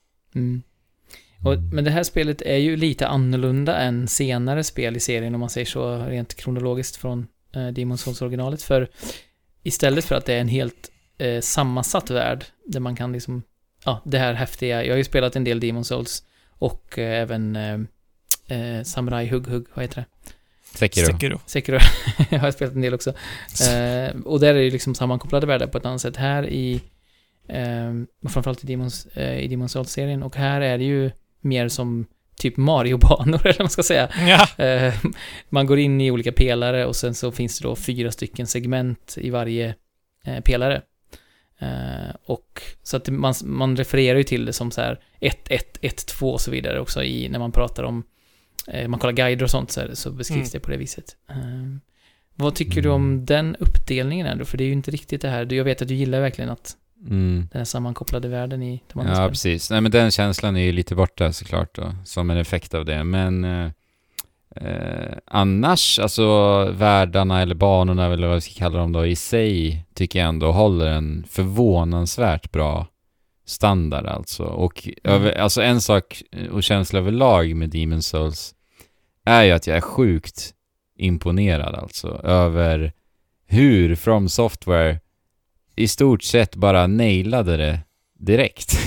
Men det här spelet är ju lite annorlunda än senare spel i serien, om man säger så, rent kronologiskt från Demon's Souls-originalet. För istället för att det är en helt sammansatt värld där man kan liksom... Ja, det här häftiga. Jag har ju spelat en del Demon's Souls och även Samurai Hugg, vad heter det? Sekiro. Jag har spelat en del också. Och där är det liksom sammankopplade världar på ett annat sätt. Här i framförallt i Demon's Souls-serien. Och här är det ju mer som typ Mario-banor, eller vad man ska säga. Ja. Man går in i olika pelare och sen så finns det då 4 stycken segment i varje pelare. Och så att man refererar ju till det som så här 1-1-1-2 och så vidare också när man pratar om man kollar guider och sånt så beskrivs det på det viset. Vad tycker du om den uppdelningen ändå? För det är ju inte riktigt det här. Jag vet att du gillar verkligen att den här sammankopplade världen i de andra spelen. Precis. Nej, men den känslan är ju lite borta såklart då, som en effekt av det. Men annars, alltså världarna eller banorna eller vad vi ska kalla dem då, i sig tycker jag ändå håller en förvånansvärt bra standard alltså. Och alltså en sak och känsla överlag med Demon's Souls är ju att jag är sjukt imponerad alltså över hur From Software i stort sett bara nailade det direkt.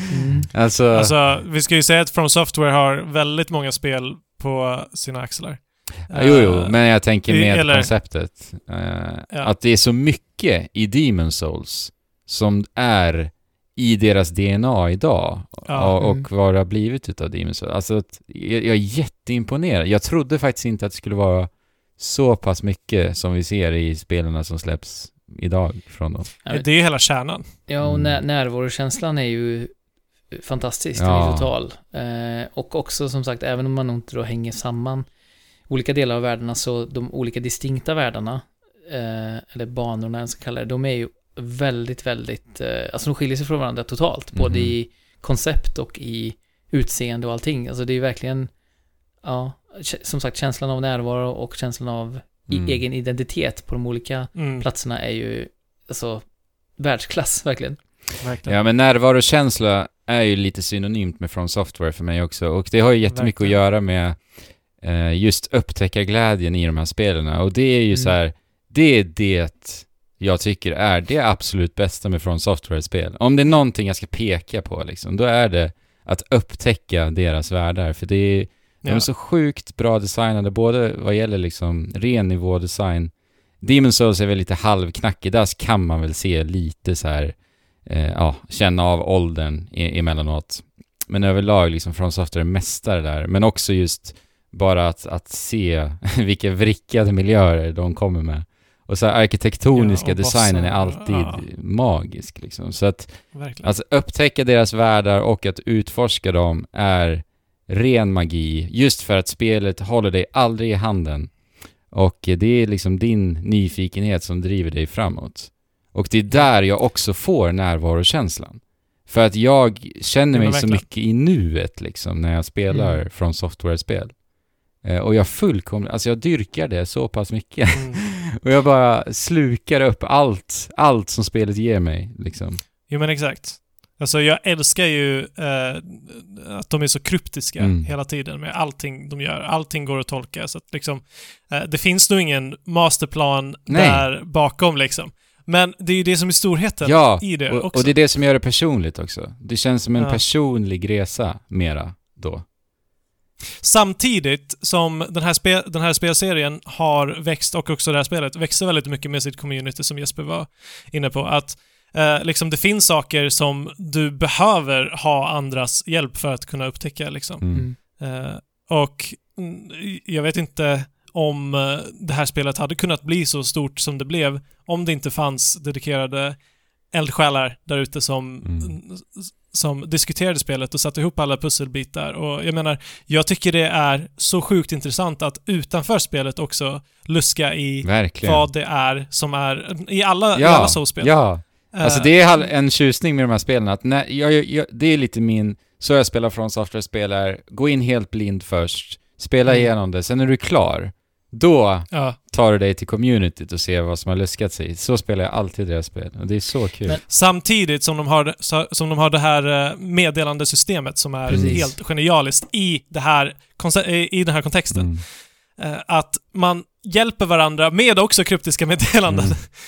Alltså vi ska ju säga att From Software har väldigt många spel på sina axlar. Jo, men jag tänker med konceptet. Att det är så mycket i Demon's Souls som är i deras DNA idag och vad det har blivit utav Demon's Souls. Alltså, jag är jätteimponerad. Jag trodde faktiskt inte att det skulle vara så pass mycket som vi ser i spelarna som släpps idag från dem. Det är hela kärnan. Ja, och närvarokänslan är ju fantastisk, den är total. Och också som sagt, även om man inte då hänger samman olika delar av världarna, så de olika distinkta världarna eller banorna, jag ska kalla det, de är ju väldigt, väldigt alltså de skiljer sig från varandra totalt, både i koncept och i utseende och allting. Alltså det är ju verkligen som sagt, känslan av närvaro och känslan av egen identitet på de olika platserna är ju alltså världsklass, verkligen. Ja, men närvarokänsla är ju lite synonymt med From Software för mig också, och det har ju jättemycket att göra med just upptäcka glädjen i de här spelarna, och det är ju så här, det är det jag tycker är det absolut bästa med From Software-spel. Om det är någonting jag ska peka på liksom, då är det att upptäcka deras världar, för de är så sjukt bra designade, både vad gäller liksom ren nivådesign. Demon's Souls är väl lite halvknackig, där kan man väl se lite så här känna av åldern emellanåt. Men överlag liksom From Software mästare där, men också just bara att se vilka vrickade miljöer de kommer med. Och så här, arkitektoniska designen är alltid magisk liksom. Så att alltså, upptäcka deras världar och att utforska dem är ren magi, just för att spelet håller dig aldrig i handen. Och det är liksom din nyfikenhet som driver dig framåt. Och det är där jag också får närvarokänslan. För att jag känner mig så mycket i nuet liksom, när jag spelar From Software-spel. Och jag alltså jag dyrkar det så pass mycket. Och jag bara slukar upp allt som spelet ger mig liksom. Jo, men exakt. Alltså jag älskar ju att de är så kryptiska hela tiden med allting de gör. Allting går att tolka, så att liksom det finns nog ingen masterplan där bakom liksom. Men det är ju det som är storheten i det också. Och det är det som gör det personligt också. Det känns som en personlig resa mera då. Samtidigt som den här spelserien har växt, och också det här spelet växer väldigt mycket med sitt community, som Jesper var inne på, att liksom det finns saker som du behöver ha andras hjälp för att kunna upptäcka liksom. Och jag vet inte om det här spelet hade kunnat bli så stort som det blev om det inte fanns dedikerade eldsjälar där ute som diskuterade spelet och satte ihop alla pusselbitar. Och jag menar, jag tycker det är så sjukt intressant att utanför spelet också luska i Verkligen. vad det är som är i alla Souls-spel. Ja, alltså det är en tjusning med de här spelen att det är lite så jag spelar från software-spelare, gå in helt blind först, spela igenom det, sen är du klar. Då tar du dig till communityt och ser vad som har luskat sig. Så spelar jag alltid deras spel. Och det är så kul. Men samtidigt som de har det här meddelandesystemet som är helt genialiskt i den här kontexten. Att man hjälper varandra med också kryptiska meddelanden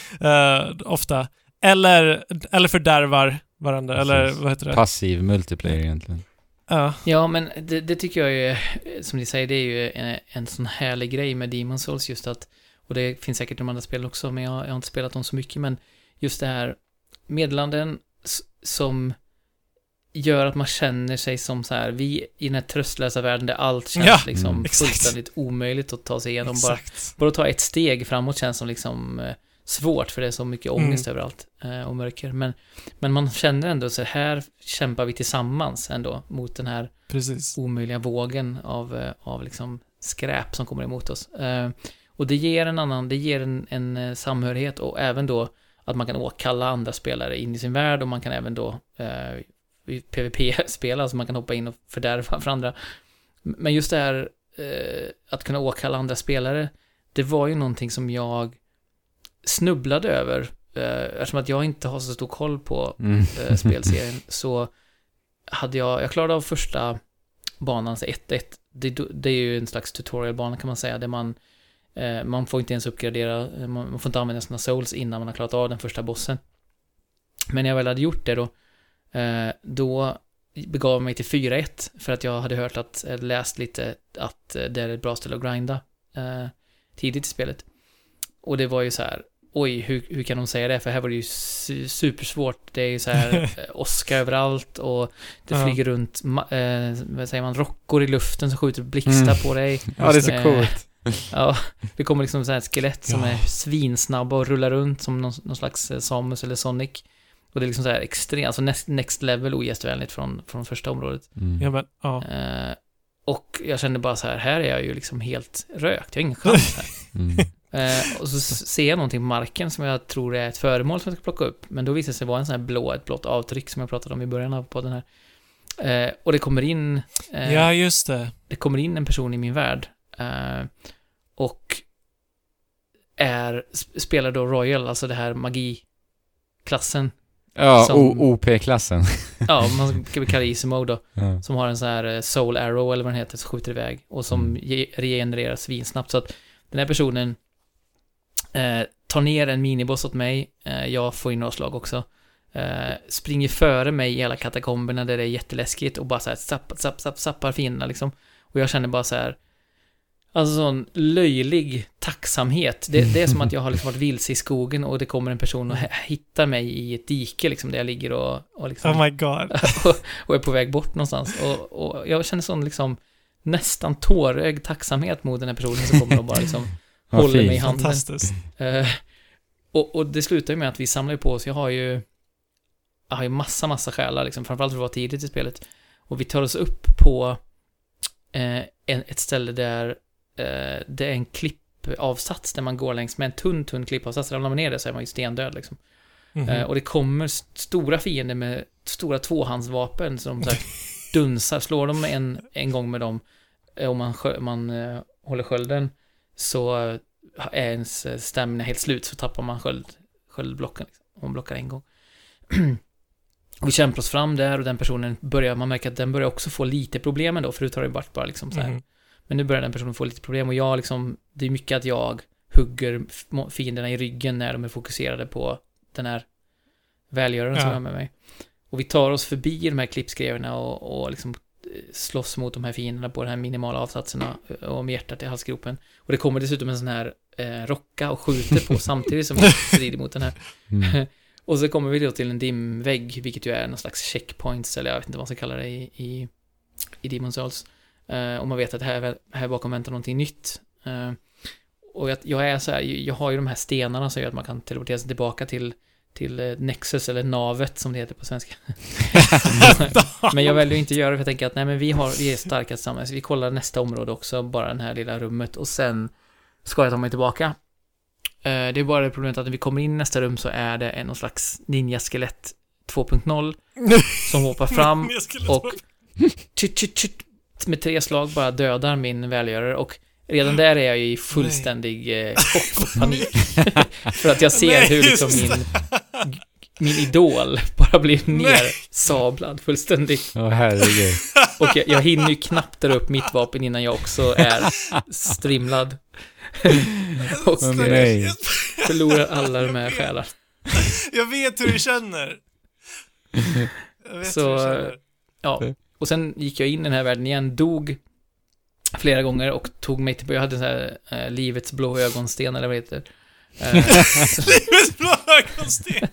ofta. Eller fördärvar varandra. Eller vad heter det? Passiv multiplayer egentligen. Ja, men det tycker jag är, som ni säger, det är ju en sån härlig grej med Demon's Souls, just att, och det finns säkert de andra spel också, men jag har inte spelat dem så mycket, men just det här meddelanden som gör att man känner sig som så här, vi i den här tröstlösa världen där allt känns liksom fullständigt omöjligt att ta sig igenom. Bara att ta ett steg framåt känns som liksom svårt, för det är så mycket ångest överallt och mörker. Men man känner ändå så här kämpar vi tillsammans ändå mot den här omöjliga vågen av liksom skräp som kommer emot oss. Och det ger en samhörighet, och även då att man kan åkalla andra spelare in i sin värld, och man kan även då PvP-spela, så man kan hoppa in och fördärva för andra. Men just det här att kunna åkalla andra spelare, det var ju någonting som jag snubblade över, eftersom att jag inte har så stor koll på spelserien, så hade jag klarade av första banan, så 1-1. Det är ju en slags tutorialbana kan man säga, där man får inte ens uppgradera, man får inte använda sina souls innan man har klarat av den första bossen. Men när jag väl hade gjort det då begav jag mig till 4-1, för att jag hade hört läst lite att det är ett bra ställe att grinda tidigt i spelet. Och det var ju så här, oj, hur kan de säga det? För här var det ju supersvårt. Det är ju så här åska överallt, och det flyger runt vad säger man, rockor i luften som skjuter blixtar på dig. Ja, det är så coolt. Ja, det kommer liksom så här skelett som är svinsnabba och rullar runt som någon slags Samus eller Sonic. Och det är liksom så här extremt, alltså next level ogästvänligt från första området. Ja, men, och jag kände bara så här är jag ju liksom helt rökt. Jag har ingen chans här. Och så ser jag någonting på marken som jag tror är ett föremål som jag ska plocka upp. Men då visar det sig vara en sån här ett blått avtryck som jag pratade om i början av podden här. Och det kommer in... ja, just det. Det kommer in en person i min värld. Och spelar då Royal, alltså det här magiklassen. Ja, OP-klassen. Ja, man ska kalla det easy mode då. Ja. Som har en sån här soul arrow eller vad den heter, som skjuter iväg. Och som regenererar svinsnabbt. Så att den här personen tar ner en miniboss åt mig. Jag får in några slag också. Springer före mig i alla katakomberna där det är jätteläskigt. Och bara så här zappar fienderna liksom. Och jag känner bara så här, alltså sån löjlig tacksamhet. Det är som att jag har liksom varit vilse i skogen, och det kommer en person och hittar mig i ett dike liksom, där jag ligger och liksom, oh my god. och är på väg bort någonstans. Och jag känner sån liksom nästan tårögd tacksamhet mot den här personen som kommer och bara liksom håller mig i handen. Fantastiskt. Och det slutar ju med att vi samlar på oss. Jag har ju massa själar liksom, framförallt för att vara tidigt i spelet. Och vi tar oss upp på ett ställe där det är en klippavsats där man går längs med en tunn klippavsats. Ramlar man ner där så är man ju stendöd liksom. Och det kommer stora fiender med stora tvåhandsvapen som så här dunsar. Slår de en gång med dem, om man håller skölden, så är ens stamina helt slut, så tappar man sköldblocken liksom, om man blockar en gång. Och vi kämpar oss fram där, och den personen man märker att den börjar också få lite problem ändå, förut har det varit bara liksom så här. Men nu börjar den personen få lite problem, och jag liksom, det är mycket att jag hugger fienderna i ryggen när de är fokuserade på den här välgöraren som är med mig. Och vi tar oss förbi de här klippskrevorna och liksom slåss mot de här fienderna på de här minimala avsatserna och med hjärtat i halsgropen. Och det kommer dessutom en sån här rocka och skjuter på samtidigt som man strider mot den här. Och så kommer vi då till en dimvägg, vilket ju är någon slags checkpoints, eller jag vet inte vad man ska kalla det i Demon's Souls. Och man vet att här bakom väntar någonting nytt. Och jag är så här, jag har ju de här stenarna som gör att man kan teleportera sig tillbaka till Nexus, eller navet som det heter på svenska. Men jag väljer inte att göra det, för jag tänker att nej, men vi är starka tillsammans. Vi kollar nästa område också, bara det här lilla rummet, och sen ska jag ta mig tillbaka. Det är bara det problemet att när vi kommer in i nästa rum så är det någon slags ninja-skelett 2.0 som hoppar fram och med 3 slag bara dödar min välgörare, och redan där är jag i fullständig chock och panik. För att jag ser hur liksom min idol bara blir nersablad fullständigt. Herregud. Och jag hinner ju knappt dra upp mitt vapen innan jag också är strimlad. Och förlorar alla de här själar. Jag vet hur du känner. Ja. Och sen gick jag in i den här världen igen, dog flera gånger och tog mig till... Jag hade en sån här livets blå ögonsten, eller vad det heter. Livets blå ögonsten!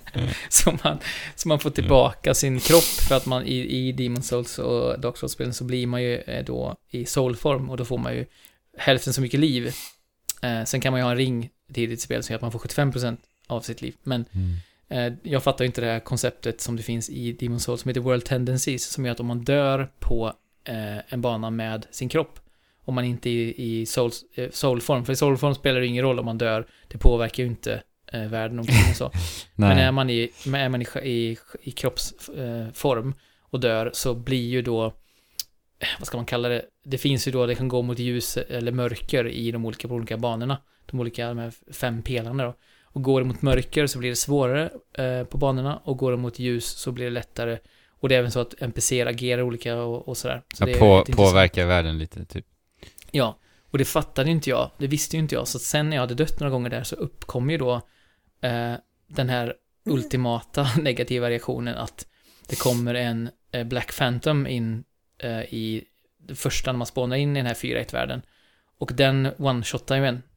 Så man får tillbaka sin kropp, för att man i Demon's Souls och Dark Souls-spelen så blir man ju då i soulform, och då får man ju hälften så mycket liv. Sen kan man ju ha en ring tidigt i spel som gör att man får 75% av sitt liv. Men jag fattar ju inte det här konceptet som det finns i Demon's Souls som heter World Tendencies, som gör att om man dör på en bana med sin kropp, om man inte är i soulform, för i soulform spelar det ingen roll om man dör, det påverkar ju inte världen omkring och så. Men är man i kroppsform och dör, så blir ju då, vad ska man kalla det, det finns ju då, det kan gå mot ljus eller mörker i de olika banorna, de olika 5 pelarna då. Och går det mot mörker så blir det svårare på banorna, och går det mot ljus så blir det lättare. Och det är även så att NPC:er agerar olika och sådär. Så det påverkar världen lite typ. Ja, och det fattade inte jag. Det visste ju inte jag. Så sen när jag hade dött några gånger där så uppkom ju då den här ultimata negativa reaktionen att det kommer en Black Phantom in i det första när man spånar in i den här 4-1-världen. Och den one-shotar ju en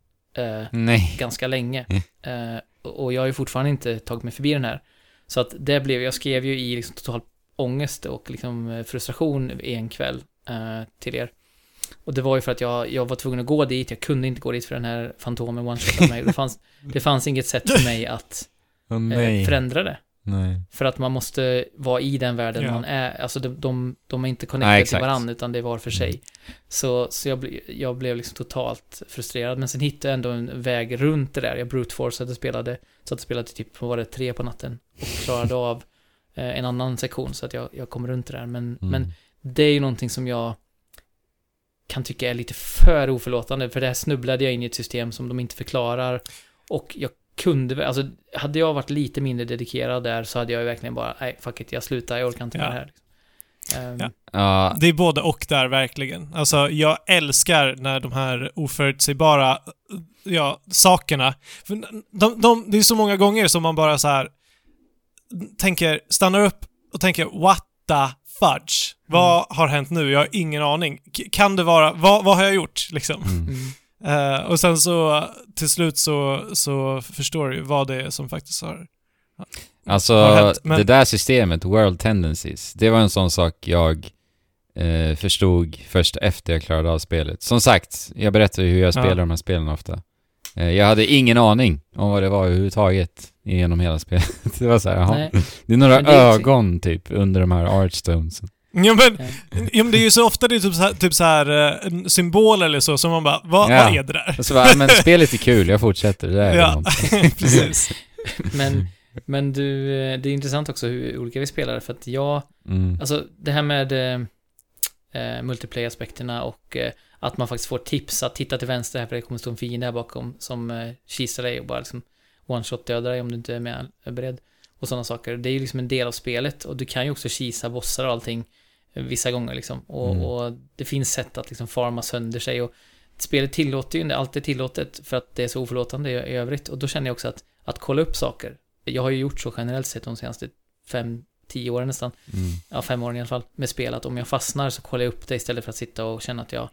ganska länge. Och jag har ju fortfarande inte tagit mig förbi den här. Så att det blev, jag skrev ju i liksom total ångest och liksom frustration en kväll till er. Och det var ju för att jag var tvungen att gå dit. Jag kunde inte gå dit för den här fantomen one-shotade mig. Det fanns inget sätt för mig att förändra det. Nej. För att man måste vara i den världen man är. Alltså de är inte connecterade till varandra, utan det är var för sig. Så jag blev liksom totalt frustrerad. Men sen hittade jag ändå en väg runt det där. Jag brute-forceade och spelade typ, vad var det, 3 på natten. Och klarade av en annan sektion så att jag kom runt det där. Men det är ju någonting som jag kan tycka är lite för oförlåtande. För det här snubblade jag in i ett system som de inte förklarar. Och jag kunde, alltså hade jag varit lite mindre dedikerad där så hade jag ju verkligen bara, nej, fuck it, jag slutar, jag orkar inte med det här. Det är både och där verkligen. Alltså jag älskar när de här oförutsägbara sakerna, för det är så många gånger som man bara så här stannar upp och tänker, what the fudge? Vad har hänt nu? Jag har ingen aning. Kan det vara, vad har jag gjort liksom? Och sen så till slut så förstår du vad det är som faktiskt har hänt. Det där systemet, World Tendencies, det var en sån sak jag förstod först efter jag klarade av spelet. Som sagt, jag berättar hur jag spelar de här spelen ofta. Jag hade ingen aning om vad det var överhuvudtaget genom hela spelet. Det var så här, det är några ögon typ under de här archstones. Ja, men det är ju så ofta det är typ så här en symbol eller så som man bara, vad är det där? Så bara, men spelet är kul, jag fortsätter. Det är precis. Men du, det är intressant också hur olika vi spelar, för att alltså det här med multiplayer-aspekterna och att man faktiskt får tips att titta till vänster här, för det kommer stå en fiende här bakom som kisar dig och bara liksom one-shot dödar dig om du inte är beredd. Och sådana saker. Det är ju liksom en del av spelet. Och du kan ju också kisa bossar och allting vissa gånger liksom. Och det finns sätt att liksom farma sönder sig. Och spelet tillåter ju inte alltid tillåtet, för att det är så oförlåtande i övrigt. Och då känner jag också att kolla upp saker. Jag har ju gjort så generellt sett de senaste 10 år nästan. Ja, 5 år i alla fall med spel. Att om jag fastnar så kollar jag upp det istället för att sitta och känna att jag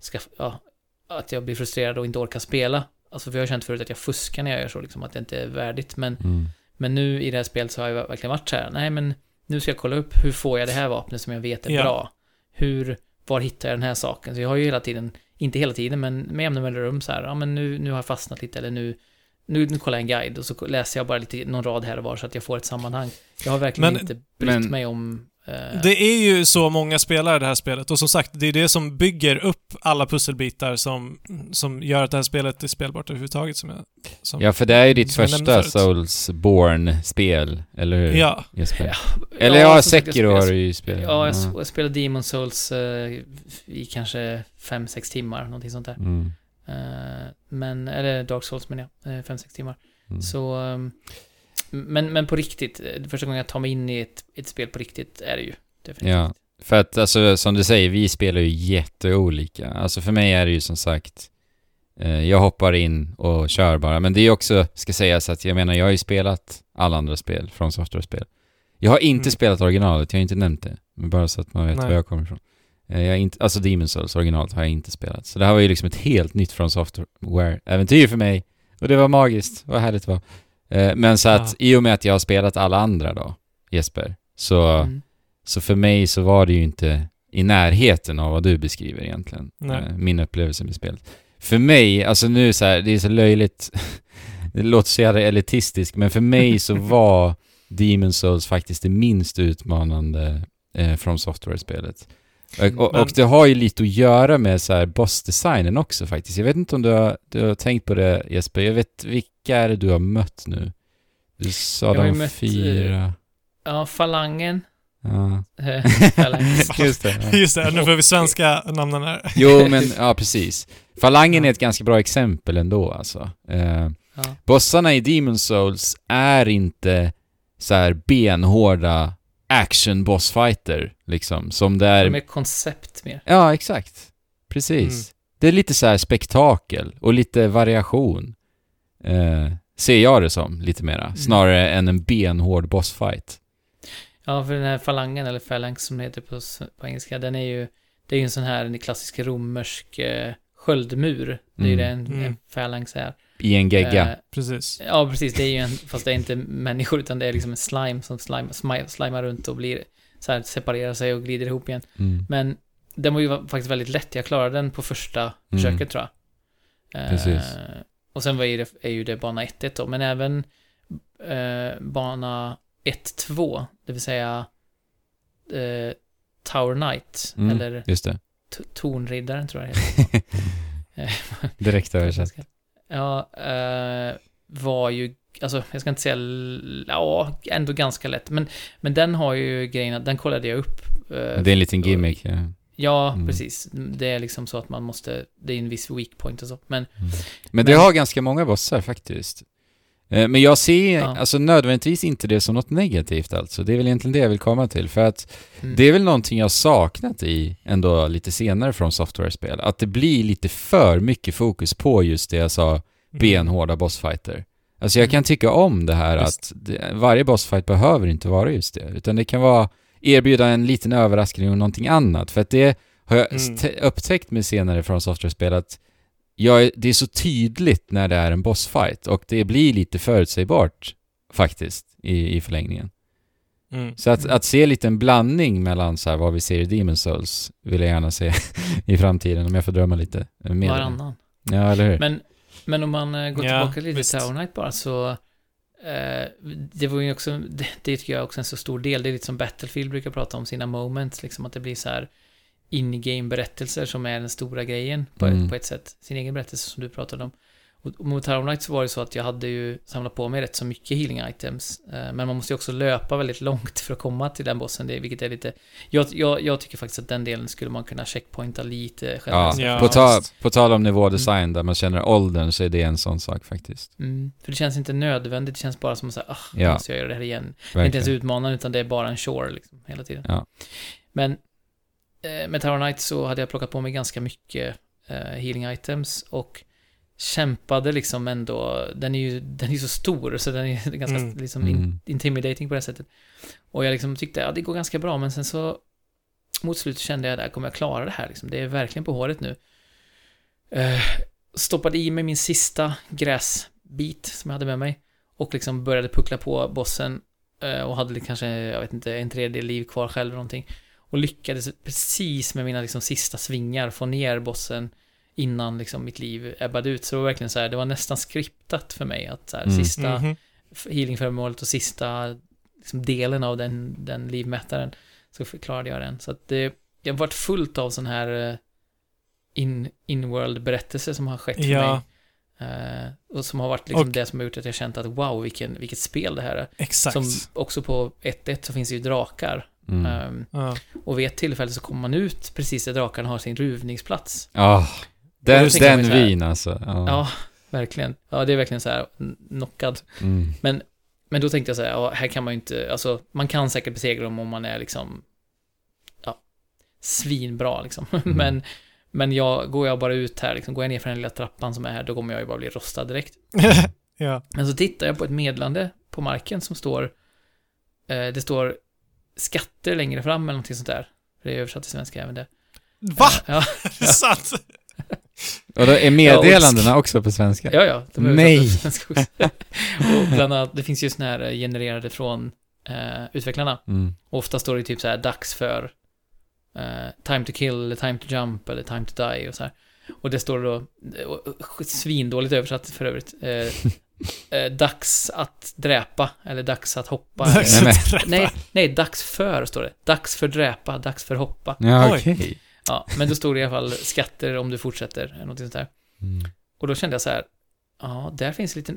att jag blir frustrerad och inte orkar spela. Alltså för jag har känt förut att jag fuskar när jag gör så liksom, att det inte är värdigt. Men nu i det här spelet så har jag verkligen varit så här. Nej, men nu ska jag kolla upp hur får jag det här vapnet som jag vet är bra. Var hittar jag den här saken? Så jag har ju hela tiden, inte hela tiden, men med jämna mellanrum så här, ja men nu har jag fastnat lite, eller nu kollar jag en guide och så läser jag bara lite någon rad här och var så att jag får ett sammanhang. Jag har verkligen inte brytt mig om... Det är ju så många spelare i det här spelet, och som sagt, det är det som bygger upp alla pusselbitar som gör att det här spelet är spelbart överhuvudtaget. Ja, för det är ju ditt första Soulsborne-spel, eller hur? Ja. Eller Sekiro har du ju spelat. Ja, jag spelade Demon Souls i kanske 5-6 timmar, någonting sånt där. Men, eller Dark Souls menar jag, 5-6 timmar. Så... Men på riktigt, första gången jag tar mig in i ett spel på riktigt är det ju definitivt. Ja, för att alltså, som du säger, vi spelar ju jätteolika. Alltså för mig är det ju som sagt, jag hoppar in och kör bara. Men det är också, ska sägas att jag menar, jag har ju spelat alla andra spel från Software-spel. Jag har inte spelat originalet, jag har inte nämnt det. Men bara så att man vet var jag kommer ifrån. Alltså Demon's Souls originalet har jag inte spelat. Så det här var ju liksom ett helt nytt från Software-äventyr för mig. Och det var magiskt, vad härligt det var. Men så att i och med att jag har spelat alla andra då, Jesper, så för mig så var det ju inte i närheten av vad du beskriver egentligen. Min upplevelse med spelet. För mig, alltså nu så här, det är så löjligt, det låter så jävla elitistiskt, men för mig så var Demon's Souls faktiskt det minst utmanande från Software-spelet. Och det har ju lite att göra med så här boss-designen också faktiskt. Jag vet inte om du har tänkt på det, Jesper. Jag vet vilka är det du har mött nu? Du sa de 4... Ja, Falangen. Ja. Just det, nu får vi svenska namnen här. Jo, men ja, precis. Falangen är ett ganska bra exempel ändå, alltså. Bossarna i Demon's Souls är inte så här benhårda action bossfighter liksom, som det är... Med koncept mer. Ja, exakt. Precis. Det är lite så här spektakel och lite variation. Ser jag det som lite mera. Snarare än en benhård bossfight. Ja, för den här falangen, eller phalanx som det heter på engelska, det är ju en sån här en klassisk romersk sköldmur. Det är ju det en phalanx är. I en gegga. Precis. Ja, precis. Det är ju fast det är inte människor, utan det är liksom en slime som slimar runt och blir så här, separerar sig och glider ihop igen. Men den var ju faktiskt väldigt lätt. Jag klarade den på första försöket, tror jag. Precis. Och sen är ju det bana 1-1 då. Men även bana 1-2, det vill säga Tower Knight, eller just det. Tornriddaren, tror jag det heter. Direkt översatt. Ja, var ju, alltså jag ska inte säga, ja, ändå ganska lätt. Men den har ju grejen att den kollade jag upp. Det är en liten gimmick. Ja, precis. Det är liksom så att man måste, det är en viss weak point och så. Men det har ganska många bossar faktiskt. Men jag ser alltså nödvändigtvis inte det som något negativt alltså. Det är väl egentligen det jag vill komma till. För att det är väl någonting jag saknat i ändå lite senare från software-spel. Att det blir lite för mycket fokus på just det jag sa, benhårda bossfighter. Alltså jag kan tycka om det här att varje bossfight behöver inte vara just det. Utan det kan vara erbjuda en liten överraskning och någonting annat. För att det har jag upptäckt med senare från software-spel att det är så tydligt när det är en bossfight och det blir lite förutsägbart faktiskt i förlängningen. Så att se lite en blandning mellan så här, vad vi ser i Demon's Souls vill jag gärna se i framtiden, om jag får drömma lite mer. Varannan. Ja, eller hur? Men om man går tillbaka lite till Tower Knight bara, så det var ju också, det tycker jag också en så stor del. Det är lite som Battlefield brukar prata om sina moments, liksom att det blir så här in-game-berättelser som är den stora grejen på ett sätt. Sin egen berättelse som du pratade om. Och mot Tower Knight så var det så att jag hade ju samlat på mig rätt så mycket healing items. Men man måste ju också löpa väldigt långt för att komma till den bossen. Vilket är lite... Jag tycker faktiskt att den delen skulle man kunna checkpointa lite själv. Ja, på tal om nivådesign där man känner åldern, så är det en sån sak faktiskt. För det känns inte nödvändigt. Det känns bara som att säga, måste jag göra det här igen. Verkligen. Det är inte ens utmanande, utan det är bara en chore liksom, hela tiden. Ja. Men med Tower Knight så hade jag plockat på mig ganska mycket healing items, och kämpade liksom ändå, den är ju så stor så den är ganska liksom intimidating på det sättet. Och jag liksom tyckte, ja, det går ganska bra, men sen så mot slutet kände jag, där kommer jag klara det här liksom. Det är verkligen på håret nu. Stoppade i mig min sista gräsbit som jag hade med mig och liksom började puckla på bossen och hade kanske, jag vet inte, en tredjedel liv kvar själv eller någonting. Och lyckades precis med mina liksom sista svingar få ner bossen innan liksom mitt liv ebbade ut. Så det var verkligen så här, det var nästan skriptat för mig att så här, sista healingföremålet och sista liksom delen av den livmätaren, så klarade jag den. Så att jag har varit fullt av sån här in-world berättelse som har skett för mig. Och som har varit liksom det som har gjort att jag känt att wow, vilket spel det här är. Exakt. Som också på 1.1 så finns det ju drakar. Och vid ett tillfälle så kommer man ut precis där drakarna har sin ruvningsplats. Den vin alltså. Ja, verkligen. Ja, det är verkligen så här knockad. Men då tänkte jag så här, ja, här kan man ju inte, alltså man kan säkert besegra dem om man är liksom svinbra liksom. Men går jag bara ut här liksom, går jag ner för den lilla trappan som är här, då kommer jag ju bara bli rostad direkt. Ja. Men så tittar jag på ett meddelande på marken som står det står skatter längre fram eller någonting sånt där. Det är översatt till svenska även det. Va? Ja. Det är sant. Och då är meddelandena också på svenska? Ja, de är Nej. på svenska också. Och bland annat, det finns ju såna här genererade från utvecklarna. Och ofta står det typ så här dags för time to kill, eller time to jump, eller time to die och så här. Och det står då svindåligt översatt för övrigt. Dags att dräpa, eller dags att hoppa. Nej, dags för står det. Dags för dräpa, dags för hoppa. Ja, okej. Ja, men då stod det i alla fall skatter om du fortsätter, eller något sånt där. Och då kände jag så här, ja, där finns ett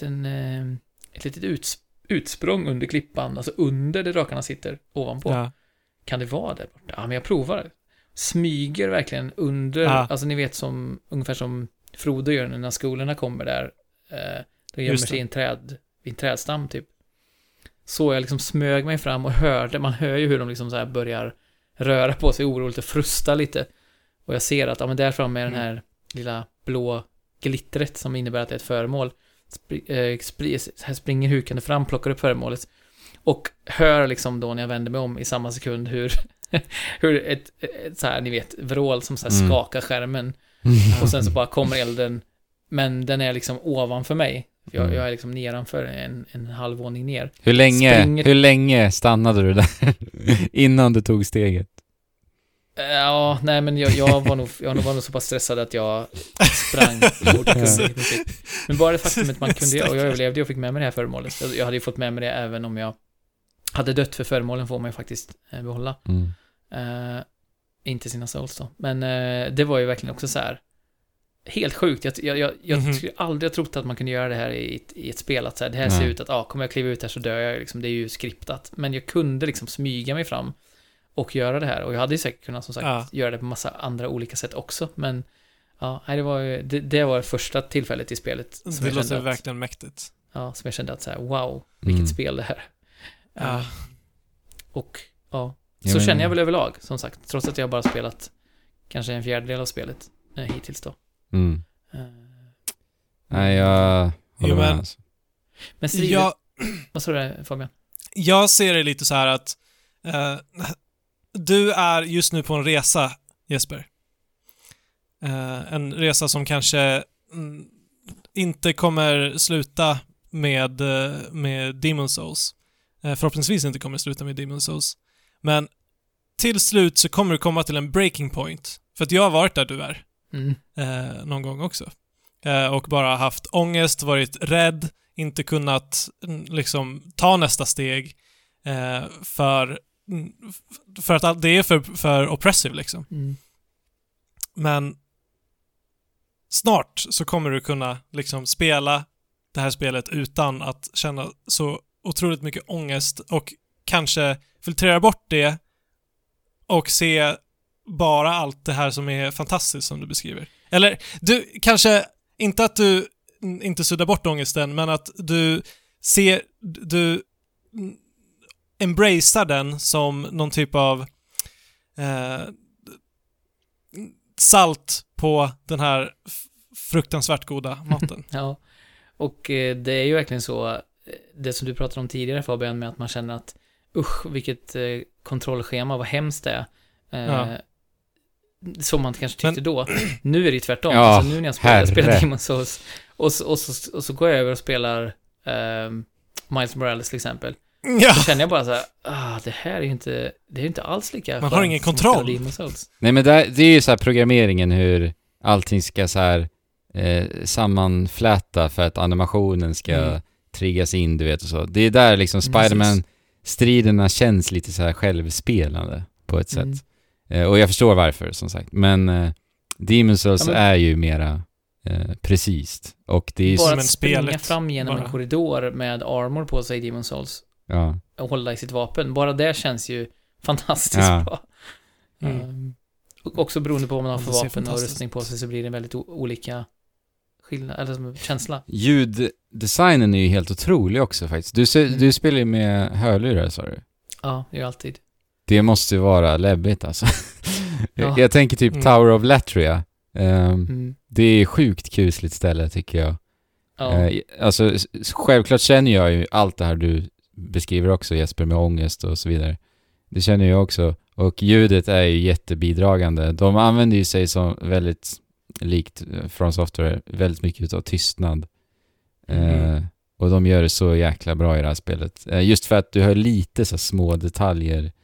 litet utsprång under klippan, alltså under där drakarna sitter ovanpå. Ja. Kan det vara där borta? Ja, men jag provar det. Smyger verkligen under, alltså ni vet ungefär som Frodo gör när skolorna kommer där. De gömmer sig i en trädstam typ. Så jag liksom smög mig fram och man hör ju hur de liksom så här börjar röra på sig oroligt och frusta lite. Och jag ser att men där framme är den här lilla blå glittret som innebär att det är ett föremål. Här springer hukande fram, plockar upp föremålet och hör liksom då när jag vänder mig om i samma sekund hur ett så här, ni vet, vrål som så här skakar skärmen. Och sen så bara kommer elden, men den är liksom ovanför mig. Jag är liksom nedanför en halv våning ner. Hur länge stannade du där innan du tog steget? Ja, nej, men jag var nog så pass stressad att jag sprang mot men bara det faktum att man kunde, och jag överlevde och fick med mig det här föremålet. Jag hade ju fått med mig det även om jag hade dött, för föremålen får man ju faktiskt behålla. Inte sina souls då. Men det var ju verkligen också så här helt sjukt. Jag skulle aldrig ha trott att man kunde göra det här i ett spel, att så här, det här ser ut att kommer jag kliva ut här så dör jag liksom, det är ju skriptat. Men jag kunde liksom smyga mig fram och göra det här, och jag hade ju säkert kunnat som sagt göra det på massa andra olika sätt också, men det var det första tillfället i spelet som det låter verkligen mäktigt. Ja, som jag kände att så här, wow, vilket spel det här. Och så känner jag väl överlag, som sagt, trots att jag bara spelat kanske en fjärdedel av spelet hittills då. Nej, jag håller med. Alltså. Men vad sa du, Fabian? Jag ser det lite så här att du är just nu på en resa, Jesper. En resa som kanske inte kommer sluta med Demon's Souls. Förhoppningsvis inte kommer sluta med Demon's Souls. Men till slut så kommer du komma till en breaking point. För att jag har varit där du är. Någon gång också. Och bara haft ångest, varit rädd, inte kunnat liksom ta nästa steg. För att det är för oppressive liksom. Men snart så kommer du kunna liksom spela det här spelet utan att känna så otroligt mycket ångest, och kanske filtrera bort det och se bara allt det här som är fantastiskt som du beskriver. Eller du kanske inte att du inte suddar bort ångesten, men att du embracear den som någon typ av salt på den här fruktansvärt goda maten. Ja, och det är ju verkligen så, det som du pratade om tidigare Fabian, med att man känner att vilket kontrollschema, vad hemskt det är. Som man kanske tyckte då. Nu är det ju tvärtom. Ja, alltså nu när jag spelar Demon's Souls och så går jag över och spelar Miles Morales till exempel. Ja. Då känner jag bara så här, det här är ju inte alls lika man har ingen kontroll. Demon's Souls. Nej, men det är ju så här programmeringen, hur allting ska så här sammanfläta för att animationen ska triggas in, du vet, och så. Det är där liksom Spider-Man-striderna känns lite så här självspelande på ett sätt. Och jag förstår varför, som sagt. Men Demon's Souls är ju mera precis. Och det är bara som att springa fram genom en korridor med armor på sig i Demon's Souls och hålla i sitt vapen. Bara det känns ju fantastiskt bra. Och också beroende på vad man har för vapen och rustning på sig, så blir det väldigt olika skillnad, eller som känsla. Ljuddesignen är ju helt otrolig också faktiskt. Du spelar ju med hörlurar, sa du? Ja, det är ju alltid. Det måste ju vara läbbigt alltså. Jag tänker typ Tower of Latria. Det är sjukt kusligt ställe, tycker jag. Alltså, självklart känner jag ju allt det här du beskriver också, Jesper, med ångest och så vidare. Det känner jag också. Och ljudet är ju jättebidragande. De använder ju sig som väldigt likt From Software, väldigt mycket av tystnad. Och de gör det så jäkla bra i det här spelet. Just för att du har lite så små detaljer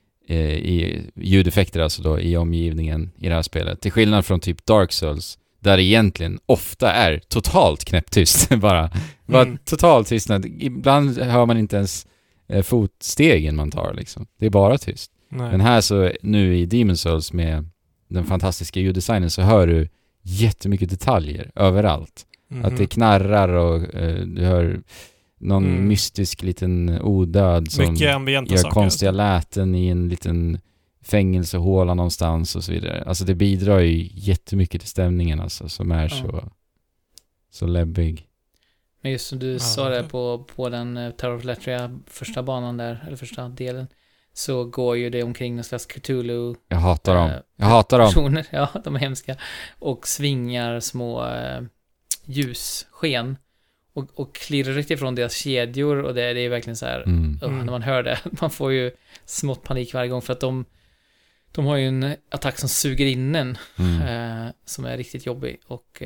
i ljudeffekter, alltså då, i omgivningen i det här spelet. Till skillnad från typ Dark Souls, där det egentligen ofta är totalt knäpptyst. bara totalt tystnad. Ibland hör man inte ens fotstegen man tar liksom. Det är bara tyst. Nej. Men här så, nu i Demon's Souls med den fantastiska ljuddesignen, så hör du jättemycket detaljer överallt. Att det knarrar och du hör någon mystisk liten odöd som gör konstiga läten i en liten fängelsehåla någonstans och så vidare. Alltså det bidrar ju jättemycket till stämningen, alltså, som är så läbbig. Men just som du sa det på den Tower of Latria första banan där, eller första delen, så går ju det omkring någon slags Cthulhu. Jag hatar dem. Personer, ja, de är hemska. Och svingar små ljussken. Och klirrar riktigt ifrån deras kedjor. Och det är verkligen så här, när man hör det, man får ju smått panik varje gång. För att de har ju en attack som suger in en. Som är riktigt jobbig. Och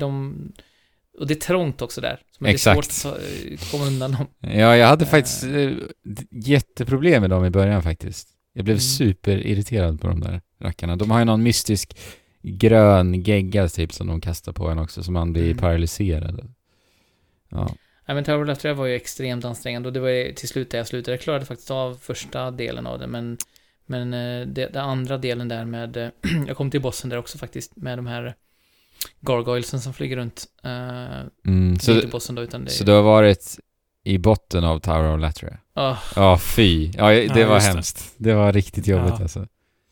och det är trångt också där. Så det är svårt att komma undan dem. Ja, jag hade faktiskt jätteproblem med dem i början faktiskt. Jag blev superirriterad på de där rackarna. De har ju någon mystisk grön gegga typ som de kastar på en också, som man blir paralyserad. Ja. Nej, men Tower of Latria var ju extremt ansträngande, och det var ju till slut där jag slutade. Jag klarade faktiskt av första delen av det, men den andra delen där med jag kom till bossen där också faktiskt, med de här gargoylesen som flyger runt. Så inte bossen då, utan det så du har varit i botten av Tower of Latria? Ja, fy. Ja, det var hemskt. Det var riktigt jobbigt alltså.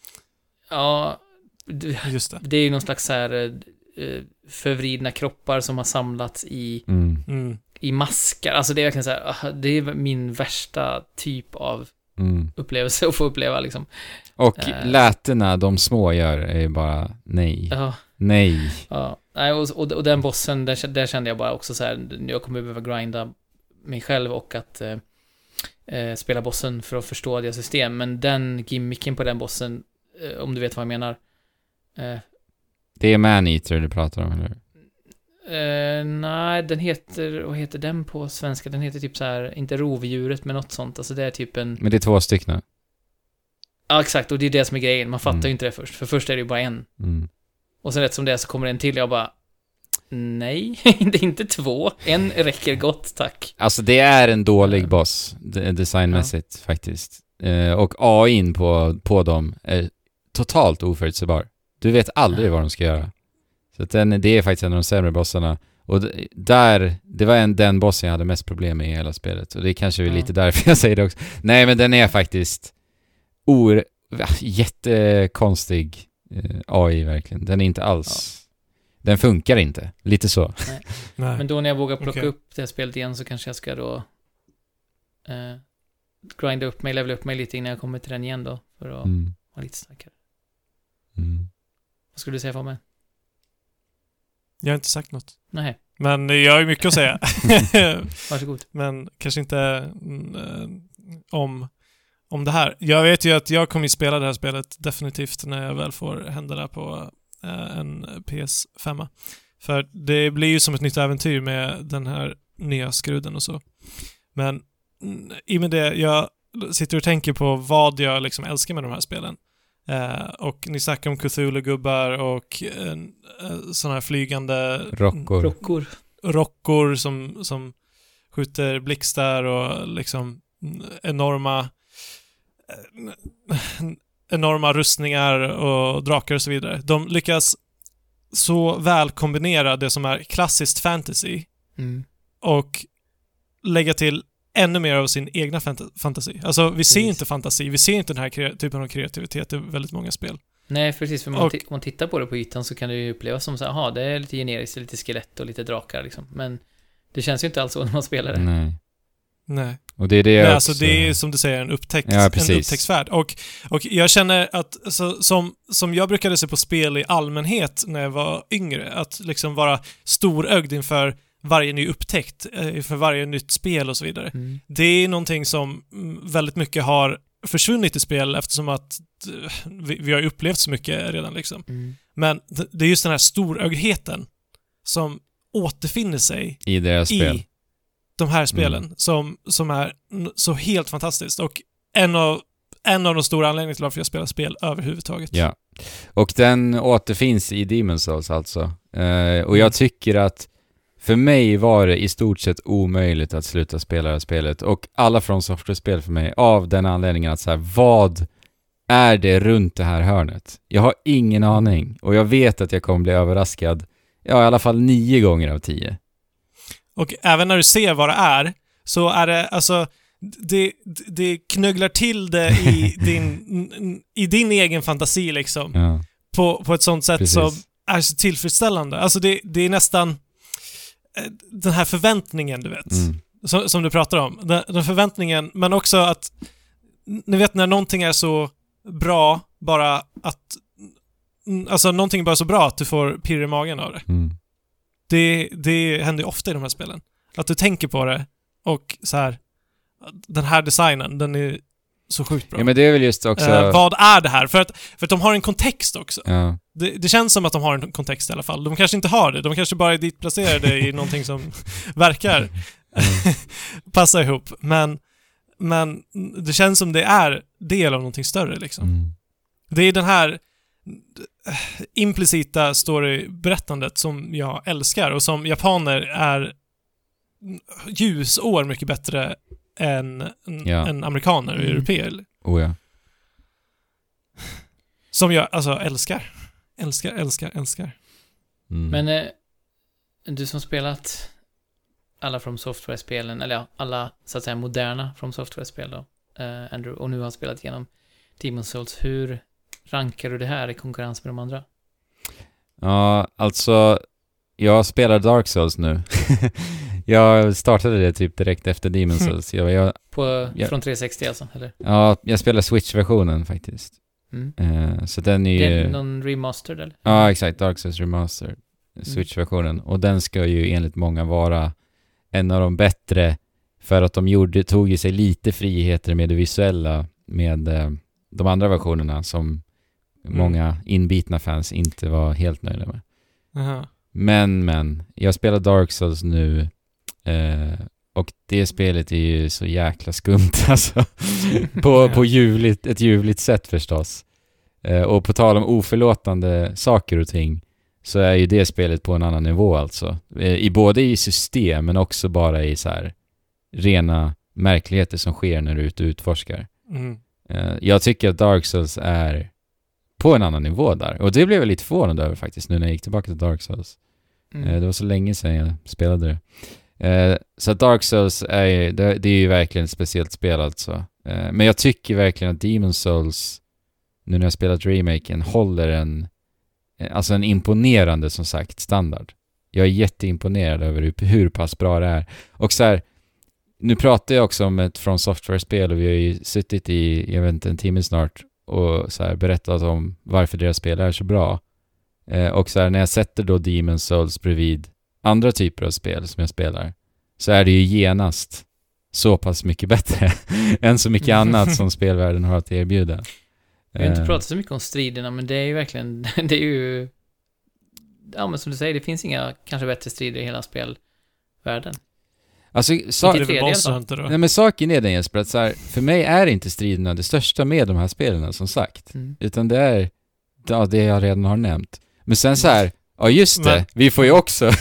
Ja, just det. Det är ju någon slags så här förvridna kroppar som har samlats i maskar. Alltså det är verkligen så här, det är min värsta typ av upplevelse att få uppleva liksom. Och lätena de små gör är ju bara nej. Nej. Ja. Och den bossen, där kände jag bara också så här, jag kommer behöva grinda mig själv och att spela bossen för att förstå deras system. Men den gimmicken på den bossen, om du vet vad jag menar. Det är Man-Eater du pratar om, eller? Nej, den heter, vad heter den på svenska? Den heter typ så här, inte rovdjuret, men något sånt. Alltså det är typ en... Men det är 2 stycken. Ja, exakt. Och det är det som är grejen. Man fattar ju inte det först. För först är det ju bara en. Och sen rätt som det är så kommer en till. Jag bara... Nej, det är inte 2. En räcker gott, tack. Alltså det är en dålig boss designmässigt faktiskt. Och AI:n på dem är totalt oförutsägbar. Du vet aldrig vad de ska göra. Så att det är faktiskt en av de sämre bossarna. Och det var den bossen jag hade mest problem med i hela spelet. Och det är kanske lite därför jag säger det också. Nej, men den är faktiskt jättekonstig AI verkligen. Den är inte alls... Den funkar inte. Lite så. Nej. Men då när jag vågar plocka upp det här spelet igen, så kanske jag ska då grinda upp mig, levela upp mig lite innan jag kommer till den igen då. För att vara lite starkare. Vad skulle du säga för mig? Jag har inte sagt något. Nej, Men jag har ju mycket att säga. varsågod. Men kanske inte om det här. Jag vet ju att jag kommer att spela det här spelet definitivt när jag väl får händerna på en PS5. För det blir ju som ett nytt äventyr med den här nya skruden och så. Men i och med det, jag sitter och tänker på vad jag liksom älskar med de här spelen. Och ni snackar om Cthulhu-gubbar och såna här flygande rockor som skjuter blixtar och liksom enorma rustningar och drakar och så vidare. De lyckas så väl kombinera det som är klassiskt fantasy och lägga till ännu mer av sin egna fantasi. Alltså vi ser inte fantasi, vi ser inte den här typen av kreativitet i väldigt många spel. Nej, precis, för om man tittar på det på ytan så kan det ju upplevas som så här, aha, det är lite generiskt, lite skelett och lite drakar liksom. Men det känns ju inte alls så när man spelar det. Nej. Och det är det också... alltså det är som du säger en upptäcktsfärd. Och jag känner att alltså, som jag brukade se på spel i allmänhet när jag var yngre, att liksom vara storögd inför varje ny upptäckt, för varje nytt spel och så vidare. Det är någonting som väldigt mycket har försvunnit i spel eftersom att vi har upplevt så mycket redan liksom. Men det är just den här storögdheten som återfinner sig i deras spel. De här spelen som är så helt fantastiskt och en av de stora anledningarna till varför jag spelar spel överhuvudtaget. Ja. Och den återfinns i Demon's Souls alltså. Och jag tycker att för mig var det i stort sett omöjligt att sluta spela det här spelet. Och alla From Software-spel för mig av den anledningen att så här, vad är det runt det här hörnet? Jag har ingen aning. Och jag vet att jag kommer bli överraskad. Ja, i alla fall 9 gånger av 10. Och även när du ser vad det är så är det, alltså det knögglar till det i din egen fantasi liksom. Ja. På ett sånt sätt. Precis. Som är så tillfredsställande. Alltså det är nästan den här förväntningen, du vet. Som du pratar om. Den förväntningen, men också att ni vet när någonting är så bra bara att alltså någonting är bara så bra att du får pirr i magen av det. Det händer ju ofta i de här spelen. Att du tänker på det och så här, den här designen, den är så sjukt bra. Ja, men det är väl just också... vad är det här? För att de har en kontext också. Ja. Det känns som att de har en kontext i alla fall. De kanske inte har det. De kanske bara är ditplacerade i någonting som verkar passa ihop. Men det känns som det är del av någonting större liksom. Det är den här implicita storyberättandet som jag älskar och som japaner är ljusår mycket bättre än amerikaner och europeer. Oh ja. Som jag alltså älskar. Men du som spelat alla From Software-spelen, eller ja, alla så att säga moderna From Software-spel då, Andrew, och nu har spelat igenom Demon's Souls, hur rankar du det här i konkurrens med de andra? Ja, alltså jag spelar Dark Souls nu. Jag startade det typ direkt efter Demon's Souls. Från 360 alltså, eller? Ja, jag spelar Switch-versionen faktiskt. Så den är ju... Det är någon remastered, eller? Ja, exakt. Dark Souls Remastered. Switch-versionen. Och den ska ju enligt många vara en av de bättre för att de tog ju sig lite friheter med det visuella med de andra versionerna som många inbitna fans inte var helt nöjda med. Men jag spelar Dark Souls nu och det spelet är ju så jäkla skumt alltså. på ett ljuvligt sätt förstås. Och på tal om oförlåtande saker och ting så är ju det spelet på en annan nivå alltså. Både i system men också bara i så här rena märkligheter som sker när du är ute och utforskar. Jag tycker att Dark Souls är på en annan nivå där. Och det blev jag lite förvånad över faktiskt nu när jag gick tillbaka till Dark Souls. Det var så länge sedan jag spelade det. Så Dark Souls det är ju verkligen ett speciellt spel alltså. Men jag tycker verkligen att Demon's Souls nu när jag spelat remaken håller en imponerande som sagt standard. Jag är jätteimponerad över hur pass bra det är. Och så här, nu pratar jag också om ett From Software-spel och vi har ju suttit i, jag vet inte, en timme snart och så här berättat om varför deras spel är så bra. Och så här, när jag sätter då Demon's Souls bredvid andra typer av spel som jag spelar, så är det ju genast så pass mycket bättre än så mycket annat som spelvärlden har att erbjuda. Vi har inte pratat så mycket om striderna, men det är ju verkligen, det är ju, ja men som du säger, det finns inga kanske bättre strider i hela spelvärlden. Alltså, nej, men saken är den, Jesper, att så här, för mig är inte striderna det största med de här spelen, som sagt. Utan det är det jag redan har nämnt. Men sen så här, ja just det, vi får ju också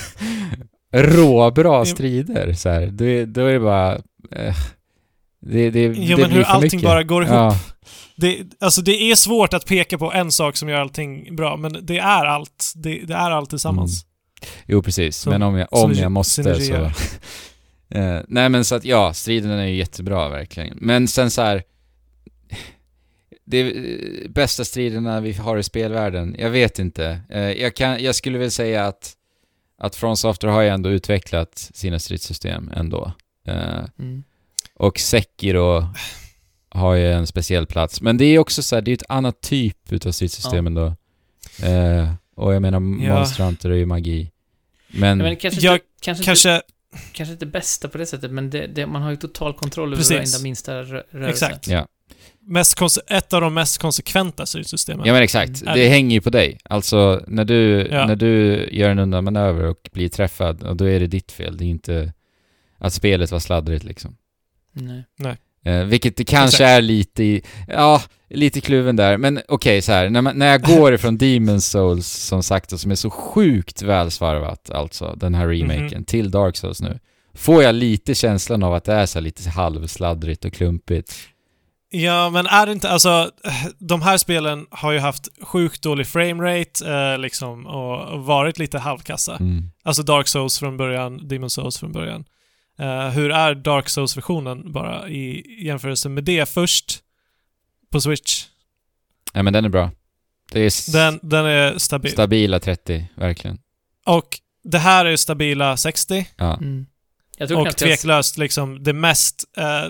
råbra strider. Så här. Då är det bara... det men blir hur för allting mycket. bara går ihop. Ja. Det är svårt att peka på en sak som gör allting bra, men det är allt. Det är allt tillsammans. Jo, precis. Som, men om jag måste så... nej, men så att ja, striden är ju jättebra verkligen. Men sen så här, det bästa striderna vi har i spelvärlden, jag vet inte. Jag skulle väl säga att From Software har ju ändå utvecklat sina stridssystem ändå. Och Sekiro har ju en speciell plats. Men det är också så här, det är ett annat typ utav stridssystem ändå. Och jag menar, Monster Hunter är ju magi. Men kanske inte det bästa på det sättet, men man har ju total kontroll över varenda minsta rörelse. Exakt. Ja. Ett av de mest konsekventa styrsystemen. Ja, men exakt. Det hänger ju på dig. Alltså, när du gör en undanmanöver och blir träffad, och då är det ditt fel. Det är inte att spelet var sladdrigt liksom. Nej. Vilket det kanske är lite kluven där. Men okej, så här. När jag går ifrån Demon's Souls, som sagt, och som är så sjukt välsvarvat, alltså den här remaken, till Dark Souls nu, får jag lite känslan av att det är så lite halvsladdrigt och klumpigt. Ja, men är det inte, alltså de här spelen har ju haft sjukt dålig framerate liksom, och varit lite halvkassa. Alltså Dark Souls från början, Demon's Souls från början. Hur är Dark Souls-versionen bara i jämförelse med det först på Switch? Ja, men den är bra. Det är den är stabil. Stabila 30, verkligen. Och det här är stabila 60. Ja. Jag tror och tveklöst liksom det mest...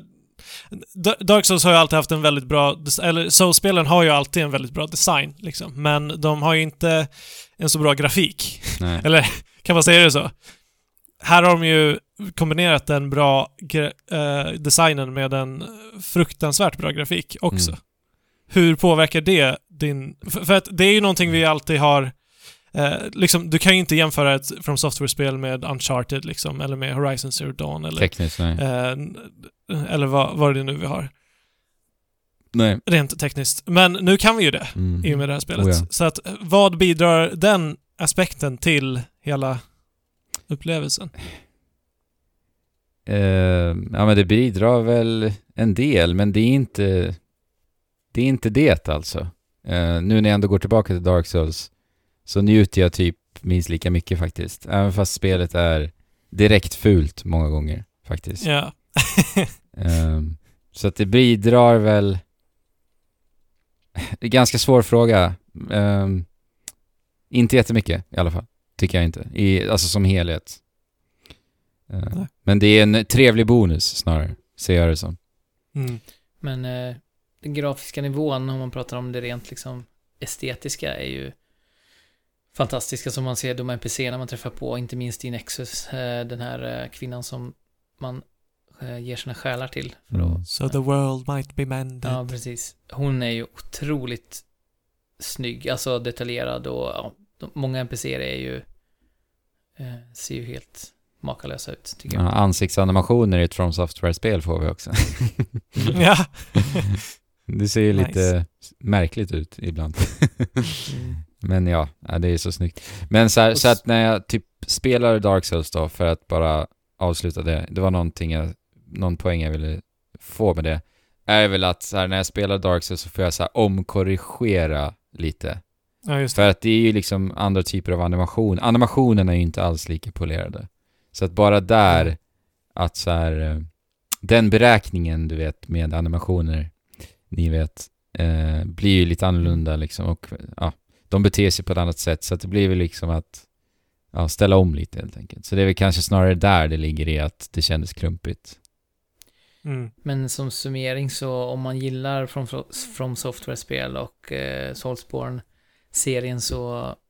Dark Souls har ju alltid haft en väldigt bra... Eller Souls-spelen har ju alltid en väldigt bra design, liksom. Men de har ju inte en så bra grafik. Nej. Eller kan man säga det så? Här har de ju kombinerat den bra designen med en fruktansvärt bra grafik också. Hur påverkar det din... För att det är ju någonting vi alltid har... liksom, du kan ju inte jämföra ett From Software-spel med Uncharted liksom, eller med Horizon Zero Dawn eller... Tekniskt, nej. Eller vad är det nu vi har? Nej. Rent tekniskt. Men nu kan vi ju det i och med det här spelet. Ja. Så att, vad bidrar den aspekten till hela upplevelsen? Ja, men det bidrar väl en del, men det är inte det alltså. Nu när jag ändå går tillbaka till Dark Souls, så njuter jag typ minst lika mycket faktiskt. Även fast spelet är direkt fult många gånger faktiskt. Ja. Så att det bidrar väl... Det är ganska svår fråga. Inte jättemycket i alla fall, tycker jag inte. Alltså som helhet. Men det är en trevlig bonus snarare, ser jag det som. Men den grafiska nivån, om man pratar om det rent liksom estetiska, är ju fantastiska, som man ser de NPC när man träffar på, inte minst i Nexus, den här kvinnan som man ger sina själar till för att, So the world might be mended. Ja, precis. Hon är ju otroligt snygg, alltså detaljerad, och många NPC:er är ju ser ju helt makalösa ut, tycker jag. Ansiktsanimationer i ett From Software-spel får vi också. Ja. Det ser ju lite märkligt ut ibland. Men ja, det är så snyggt. Men så att när jag typ spelar Dark Souls då, för att bara avsluta det var någon poäng jag ville få med det, är väl att så här, när jag spelar Dark Souls så får jag så här omkorrigera lite. Ja, just det. För att det är ju liksom andra typer av animation. Animationerna är ju inte alls lika polerade. Så att bara där, att så här, den beräkningen, du vet, med animationer, ni vet, blir ju lite annorlunda liksom, och ja, de beter sig på ett annat sätt, så att det blir väl liksom att ställa om lite helt enkelt. Så det är väl kanske snarare där det ligger i att det kändes klumpigt. Men som summering, så om man gillar From Software-spel och Soulsborne-serien, så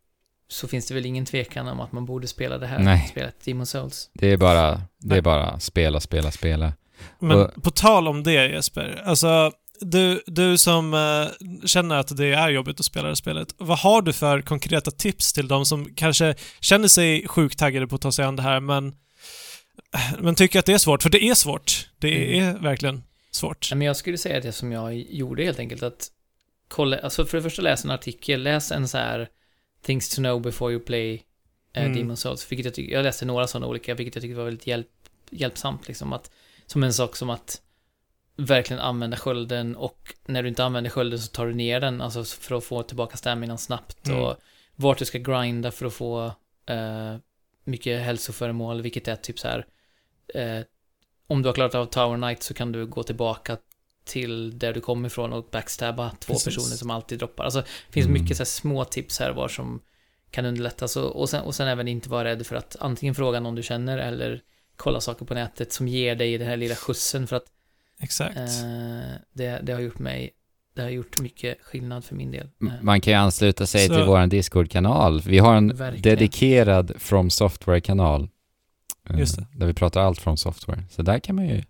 så finns det väl ingen tvekan om att man borde spela det här spelet, Demon's Souls. Det är bara spela. Men på tal om det, Jesper, alltså du som känner att det är jobbigt att spela det här spelet, vad har du för konkreta tips till de som kanske känner sig sjukt taggade på att ta sig an det här, men tycker att det är svårt? För det är svårt. Det är verkligen svårt. Men jag skulle säga att det som jag gjorde helt enkelt, att kolla, alltså för det första läs en artikel, läs en så här Things to know before you play Demon's Souls, vilket jag läste några sådana olika, vilket jag tyckte var väldigt hjälpsamt liksom, att som en sak som att verkligen använda skölden, och när du inte använder skölden så tar du ner den, alltså för att få tillbaka stamminan snabbt, och vart du ska grinda för att få mycket hälsoföremål, vilket är typ så här om du har klarat av Tower Knight så kan du gå tillbaka till där du kommer ifrån och backstabba två personer som alltid droppar. Alltså det finns mycket så här små tips här var som kan underlätta, och sen även inte vara rädd för att antingen fråga någon du känner eller kolla saker på nätet som ger dig den här lilla skjutsen, för att exakt. Det har gjort mycket skillnad för min del. Man kan ju ansluta sig till vår Discord-kanal. Vi har en dedikerad From Software-kanal. Just det. Där vi pratar allt från software. Så där kan man ju...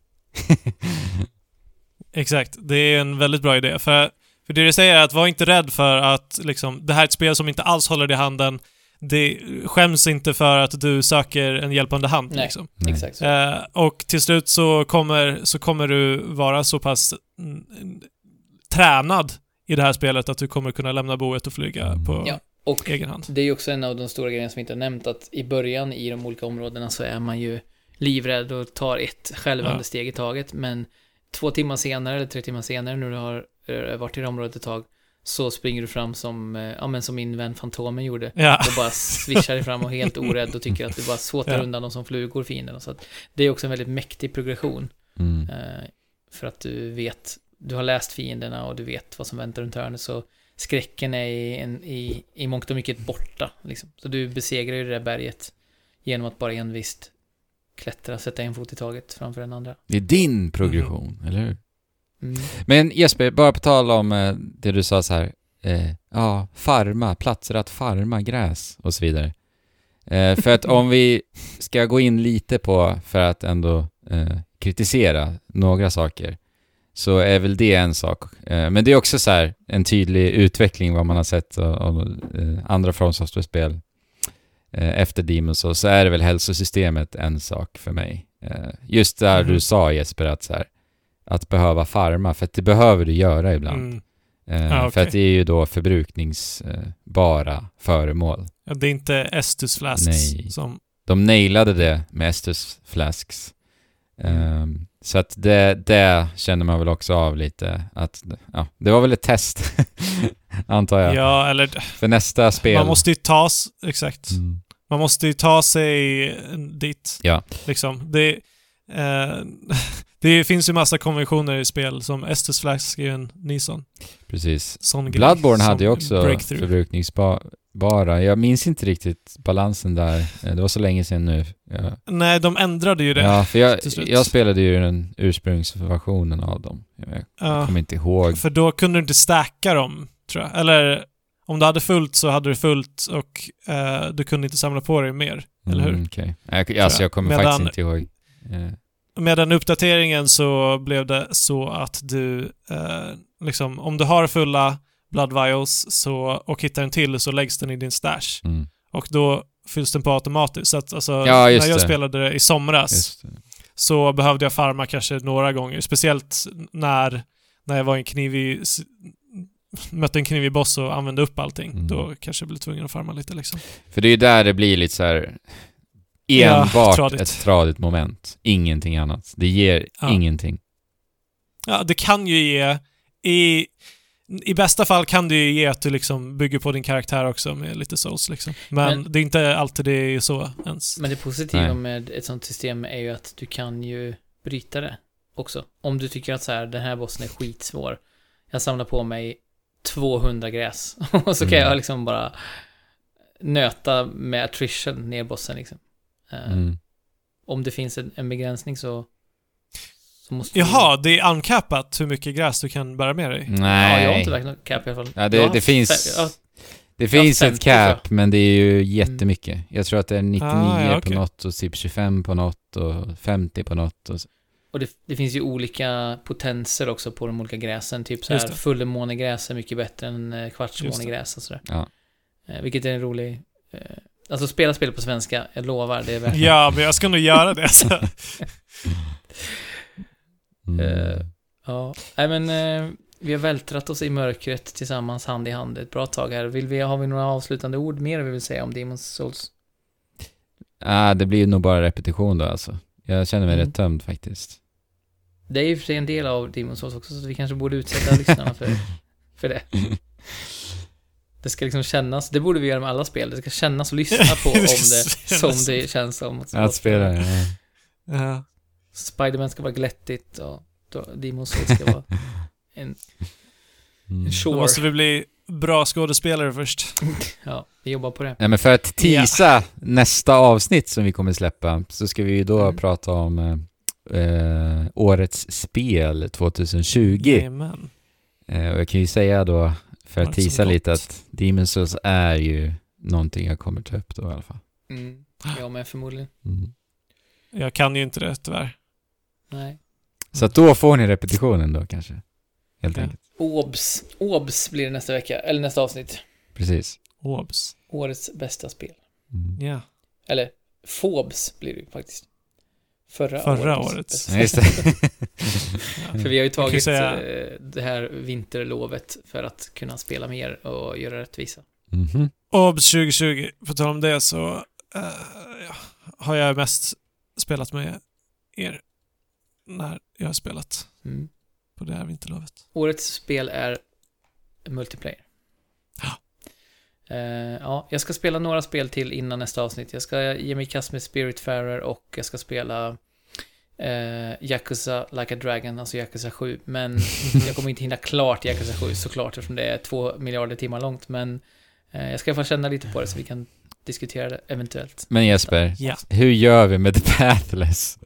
Exakt. Det är en väldigt bra idé. För det du säger är att var inte rädd för att liksom, det här är ett spel som inte alls håller dig i handen. Det skäms inte för att du söker en hjälpande hand. Nej, liksom. exakt. Och till slut så kommer du vara så pass tränad i det här spelet att du kommer kunna lämna boet och flyga på egen hand. Det är ju också en av de stora grejerna som vi inte har nämnt, att i början i de olika områdena så är man ju livrädd och tar ett självande steg i taget, men 2 timmar senare eller 3 timmar senare, när du har varit i det området ett tag, så springer du fram som min vän Fantomen gjorde, och bara swishar fram och helt orädd och tycker att du bara såtar undan dem som flugor, fienden. Så att det är också en väldigt mäktig progression, för att du har läst fienderna och du vet vad som väntar runt hörnet, så skräcken är i mångt och mycket borta liksom. Så du besegrar ju det där berget genom att bara envist klättra, sätta en fot i taget framför den andra. Det är din progression, eller hur? Men Jesper, bara på tal om det du sa så här, platser att farma gräs och så vidare. För att om vi ska gå in lite på, för att ändå kritisera några saker, så är väl det en sak. Men det är också så här en tydlig utveckling vad man har sett av andra From Software-spel efter Demon's, så är det väl hälsosystemet en sak för mig. Just där du sa, Jesper, att så här, att behöva farma, för att det behöver du göra ibland. Okay. För att det är ju då förbrukningsbara föremål. Ja, det är inte Estus Flasks. De nailade det med Estus Flasks. Så att det känner man väl också av lite, att det var väl ett test antar jag. Ja, eller för nästa spel. Man måste ju exakt. Man måste ju ta sig dit. Ja. Liksom. Det finns ju massa konventioner i spel, som Estus Flask är ju en ny sån. Precis. Bloodborne hade ju också förbrukningsbara. Jag minns inte riktigt balansen där. Det var så länge sedan nu. Nej, de ändrade ju det. Ja, för jag spelade ju den ursprungsversionen av dem. Jag kommer inte ihåg. För då kunde du inte stacka dem, tror jag. Eller om du hade fullt så hade du fullt, och du kunde inte samla på dig mer. Eller hur? Okej. Alltså jag kommer faktiskt inte ihåg. Med den uppdateringen så blev det så att du liksom, om du har fulla blood vials och hittar en till, så läggs den i din stash. Och då fylls den på automatiskt. Så att, alltså, när jag spelade det i somras så behövde jag farma kanske några gånger. Speciellt när jag var mötte en knivig boss och använde upp allting. Då kanske jag blev tvungen att farma lite liksom. För det är ju där det blir lite så här enbart ett tradigt moment. Ingenting annat. Det ger ingenting. Ja, det kan ju ge i bästa fall kan det ju ge att du liksom bygger på din karaktär också med lite souls liksom. Men det är inte alltid det är så ens. Men det positiva med ett sånt system är ju att du kan ju bryta det också. Om du tycker att så här, den här bossen är skitsvår. Jag samlar på mig 200 gräs och så kan jag liksom bara nöta med attrition ner bossen liksom. Om det finns en begränsning så måste det är uncappat hur mycket gräs du kan bära med dig. Nej. Ja, jag har inte verkligen cap i alla fall. Ja, det finns Det finns 50, ett cap, men det är ju jättemycket. Jag tror att det är 99 på okej. något och typ 25 på något och 50 på något. Och det finns ju olika potenser också på de olika gräsen. Typ så Just här, det. fullmånegräs är mycket bättre än kvartsmånegräs och sådär. Ja. Vilket är en rolig... Alltså spela spel på svenska, jag lovar, det är värt. Ja, men jag ska nog göra det. Så. Ja, nej men vi har vältrat oss i mörkret tillsammans hand i hand ett bra tag här. Har vi några avslutande ord mer vi vill säga om Demon's Souls? Det blir nog bara repetition då alltså. Jag känner mig rätt tömd faktiskt. Det är ju för sig en del av Demon's Souls också, så vi kanske borde utsätta lyssnarna för det. Det ska liksom kännas, det borde vi göra med alla spel. Det ska kännas och lyssna på om det som det känns som att spela, ja. Ja. Spider-Man ska vara glättigt och Demon's Souls ska vara en Då shore. måste vi bli bra skådespelare först. Ja, vi jobbar på det. Nej, men för att teasa nästa avsnitt som vi kommer släppa så ska vi ju då prata om årets spel 2020. Amen. Och jag kan ju säga då, för att teasa lite, att Demon's Souls är ju någonting jag kommer ta upp då i alla fall. Ja, men förmodligen. Jag kan ju inte det tyvärr. Nej. Så att då får ni repetitionen då kanske. Helt enkelt. Obs blir det nästa vecka, eller nästa avsnitt. Precis. Obs. Årets bästa spel. Ja. Eller Fobs blir det ju faktiskt. Förra årets. Ja, just det. För vi har ju tagit säga... det här vinterlovet för att kunna spela mer och göra rättvisa. Obs 2020. För att tala om det så har jag mest spelat med er när jag har spelat på det här vinterlovet. Årets spel är multiplayer. Ja, jag ska spela några spel till innan nästa avsnitt. Jag ska ge mig i kast med Spiritfarer och jag ska spela Yakuza Like a Dragon, alltså Yakuza 7. Men jag kommer inte hinna klart Yakuza 7 såklart, eftersom det är 2 miljarder timmar långt. Men jag ska få känna lite på det så vi kan diskutera det eventuellt. Men Jesper, hur gör vi med The Pathless?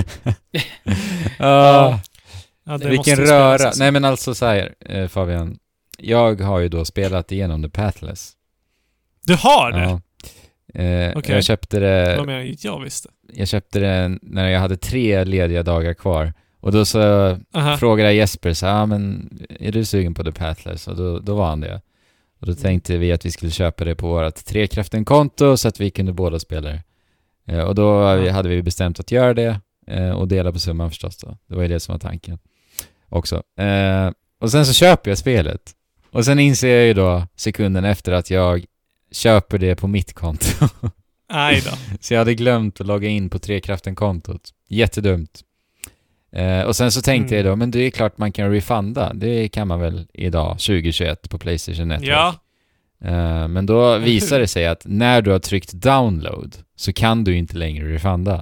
Vilken röra. Nej, men alltså så här, Fabian. Jag har ju då spelat igenom The Pathless. Du har det? Ja. Okay. Jag köpte det... Vad menar jag visste? Jag köpte det när jag hade 3 lediga dagar kvar. Och då så frågade jag Jesper så här, men är du sugen på The Pathless? Och då var han det. Och då tänkte vi att vi skulle köpa det på vårt Trekraften-konto så att vi kunde båda spela det. Och då hade vi bestämt att göra det och dela på summan förstås då. Det var ju det som var tanken också. Och sen så köper jag spelet. Och sen inser jag ju då sekunden efter att jag köper det på mitt konto. Nej då. Så jag hade glömt att logga in på Trekraften-kontot. Jättedumt. Och sen så tänkte jag då, men det är klart man kan refunda. Det kan man väl idag, 2021 på PlayStation Network. Ja. Men då visar det sig att när du har tryckt download så kan du inte längre refunda.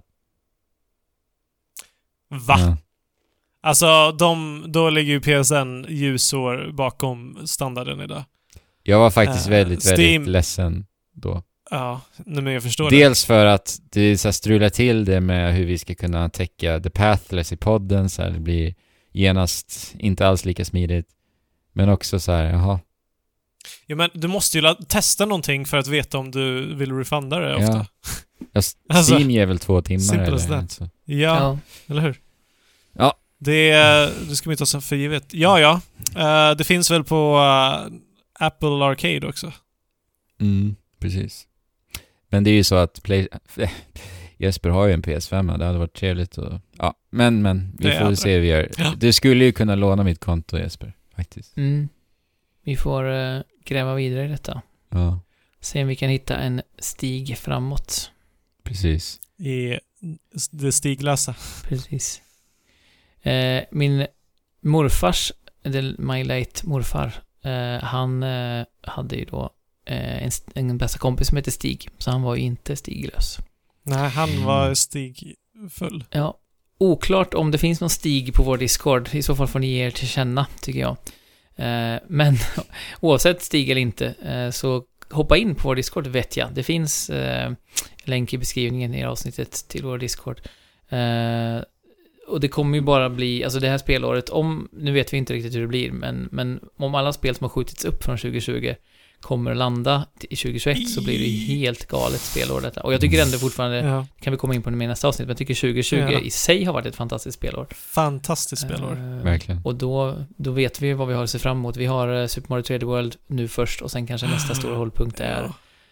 Va? Ja. Alltså, då ligger ju PSN ljusår bakom standarden idag. Jag var faktiskt väldigt ledsen då. Ja, men jag förstår Dels för att det så här strular till det med hur vi ska kunna täcka The Pathless i podden, så här, det blir genast inte alls lika smidigt. Men också så här, jaha. Ja, men du måste ju testa någonting för att veta om du vill refunda det ofta. Ja, Steam ger väl 2 timmar eller alltså. Ja, eller hur? Ja. Det ska vi ta som för givet. Ja. Det finns väl på Apple Arcade också. Precis. Men det är ju så att Jesper har ju en PS5, det hade varit trevligt och, ja, men vi får väl se hur vi gör. Ja. Du skulle ju kunna låna mitt konto, Jesper, faktiskt. Vi får gräva vidare i detta. Ja. Se om vi kan hitta en stig framåt. Precis. I det stiglösa. Precis. Min morfars, my late morfar, han hade ju då en bästa kompis som heter Stig, så han var ju inte stiglös. Nej, han var stigfull. Ja, oklart om det finns någon stig på vår Discord. I så fall får ni ge er till känna, tycker jag. Men oavsett stig eller inte, så hoppa in på vår Discord, vet jag. Det finns länk i beskrivningen i avsnittet till vår Discord. Och det kommer ju bara bli, alltså det här spelåret, nu vet vi inte riktigt hur det blir, men om alla spel som har skjutits upp från 2020 kommer landa i 2021 så blir det helt galet spelår detta. Och jag tycker ändå fortfarande, kan vi komma in på det med nästa avsnitt, men jag tycker 2020 i sig har varit ett fantastiskt spelår. Fantastiskt spelår. Verkligen. Och då vet vi vad vi har att se fram emot. Vi har Super Mario 3D World nu först och sen kanske nästa stora hållpunkt är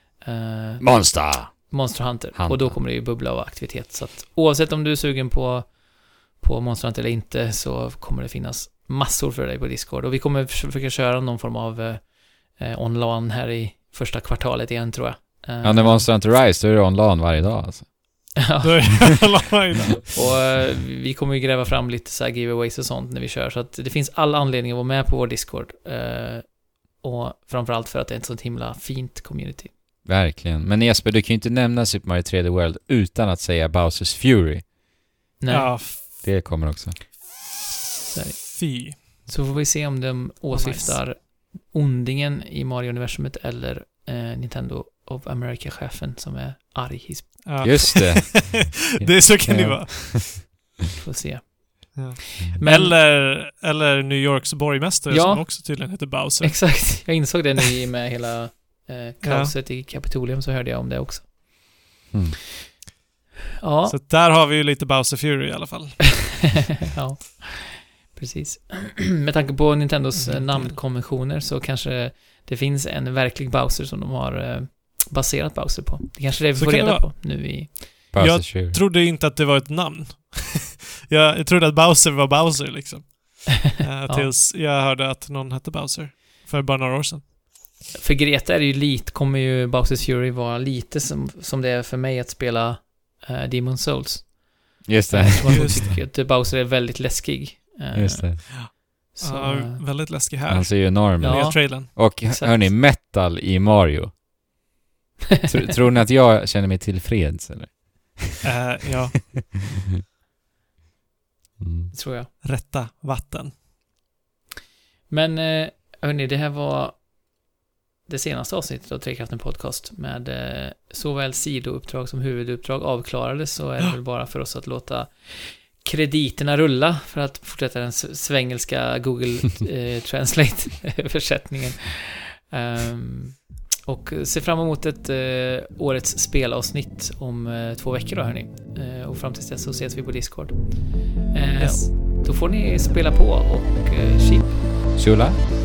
Monster Hunter. Och då kommer det ju bubbla av aktivitet. Så att oavsett om du är sugen på Monster Hunter eller inte så kommer det finnas massor för dig på Discord. Och vi kommer försöka köra någon form av online här i första kvartalet igen, tror jag. Ja, när Monster Hunter Rise, då är det online varje dag alltså. Och vi kommer ju gräva fram lite så här giveaways och sånt när vi kör. Så att det finns alla anledningar att vara med på vår Discord. Och framförallt för att det är ett sånt himla fint community. Verkligen. Men Jesper, du kan ju inte nämna Super Mario 3D World utan att säga Bowser's Fury. Nej. Ja, det kommer också. Fy. Så får vi se om de åsyftar ondingen i Mario-universumet eller Nintendo of America-chefen som är arg. Ja. Just det. Det är så kan det vara. Får se. Ja. Men, eller New Yorks borgmästare som också tydligen heter Bowser. Exakt. Jag insåg det nu med hela kaoset i Kapitolium, så hörde jag om det också. Ja. Så där har vi ju lite Bowser Fury i alla fall. Ja. Precis. Med tanke på Nintendos namnkonventioner så kanske det finns en verklig Bowser som de har baserat Bowser på. Det kanske det vi får reda på nu i... Jag trodde inte att det var ett namn. jag trodde att Bowser var Bowser liksom. Tills jag hörde att någon hette Bowser för bara några år sedan. För Greta är det ju kommer ju Bowser's Fury vara lite som det är för mig att spela Demon's Souls. Just det. Jag tycker att Bowser är väldigt läskig. Just det. Så, väldigt läskig här. Han ser ju enorm. Ja. Och hörni, metal i Mario. Tror ni att jag känner mig tillfreds eller? Ja. Det tror jag. Rätta vatten. Men hörni, det här var det senaste avsnittet av Trekraften Podcast med såväl sidouppdrag som huvuduppdrag avklarades, så är det väl bara för oss att låta krediterna rulla för att fortsätta den svengelska Google Translate-översättningen. Och se fram emot ett årets spelavsnitt om 2 veckor då, hörni. Och fram tills dess så ses vi på Discord. Då får ni spela på och chip. Shula.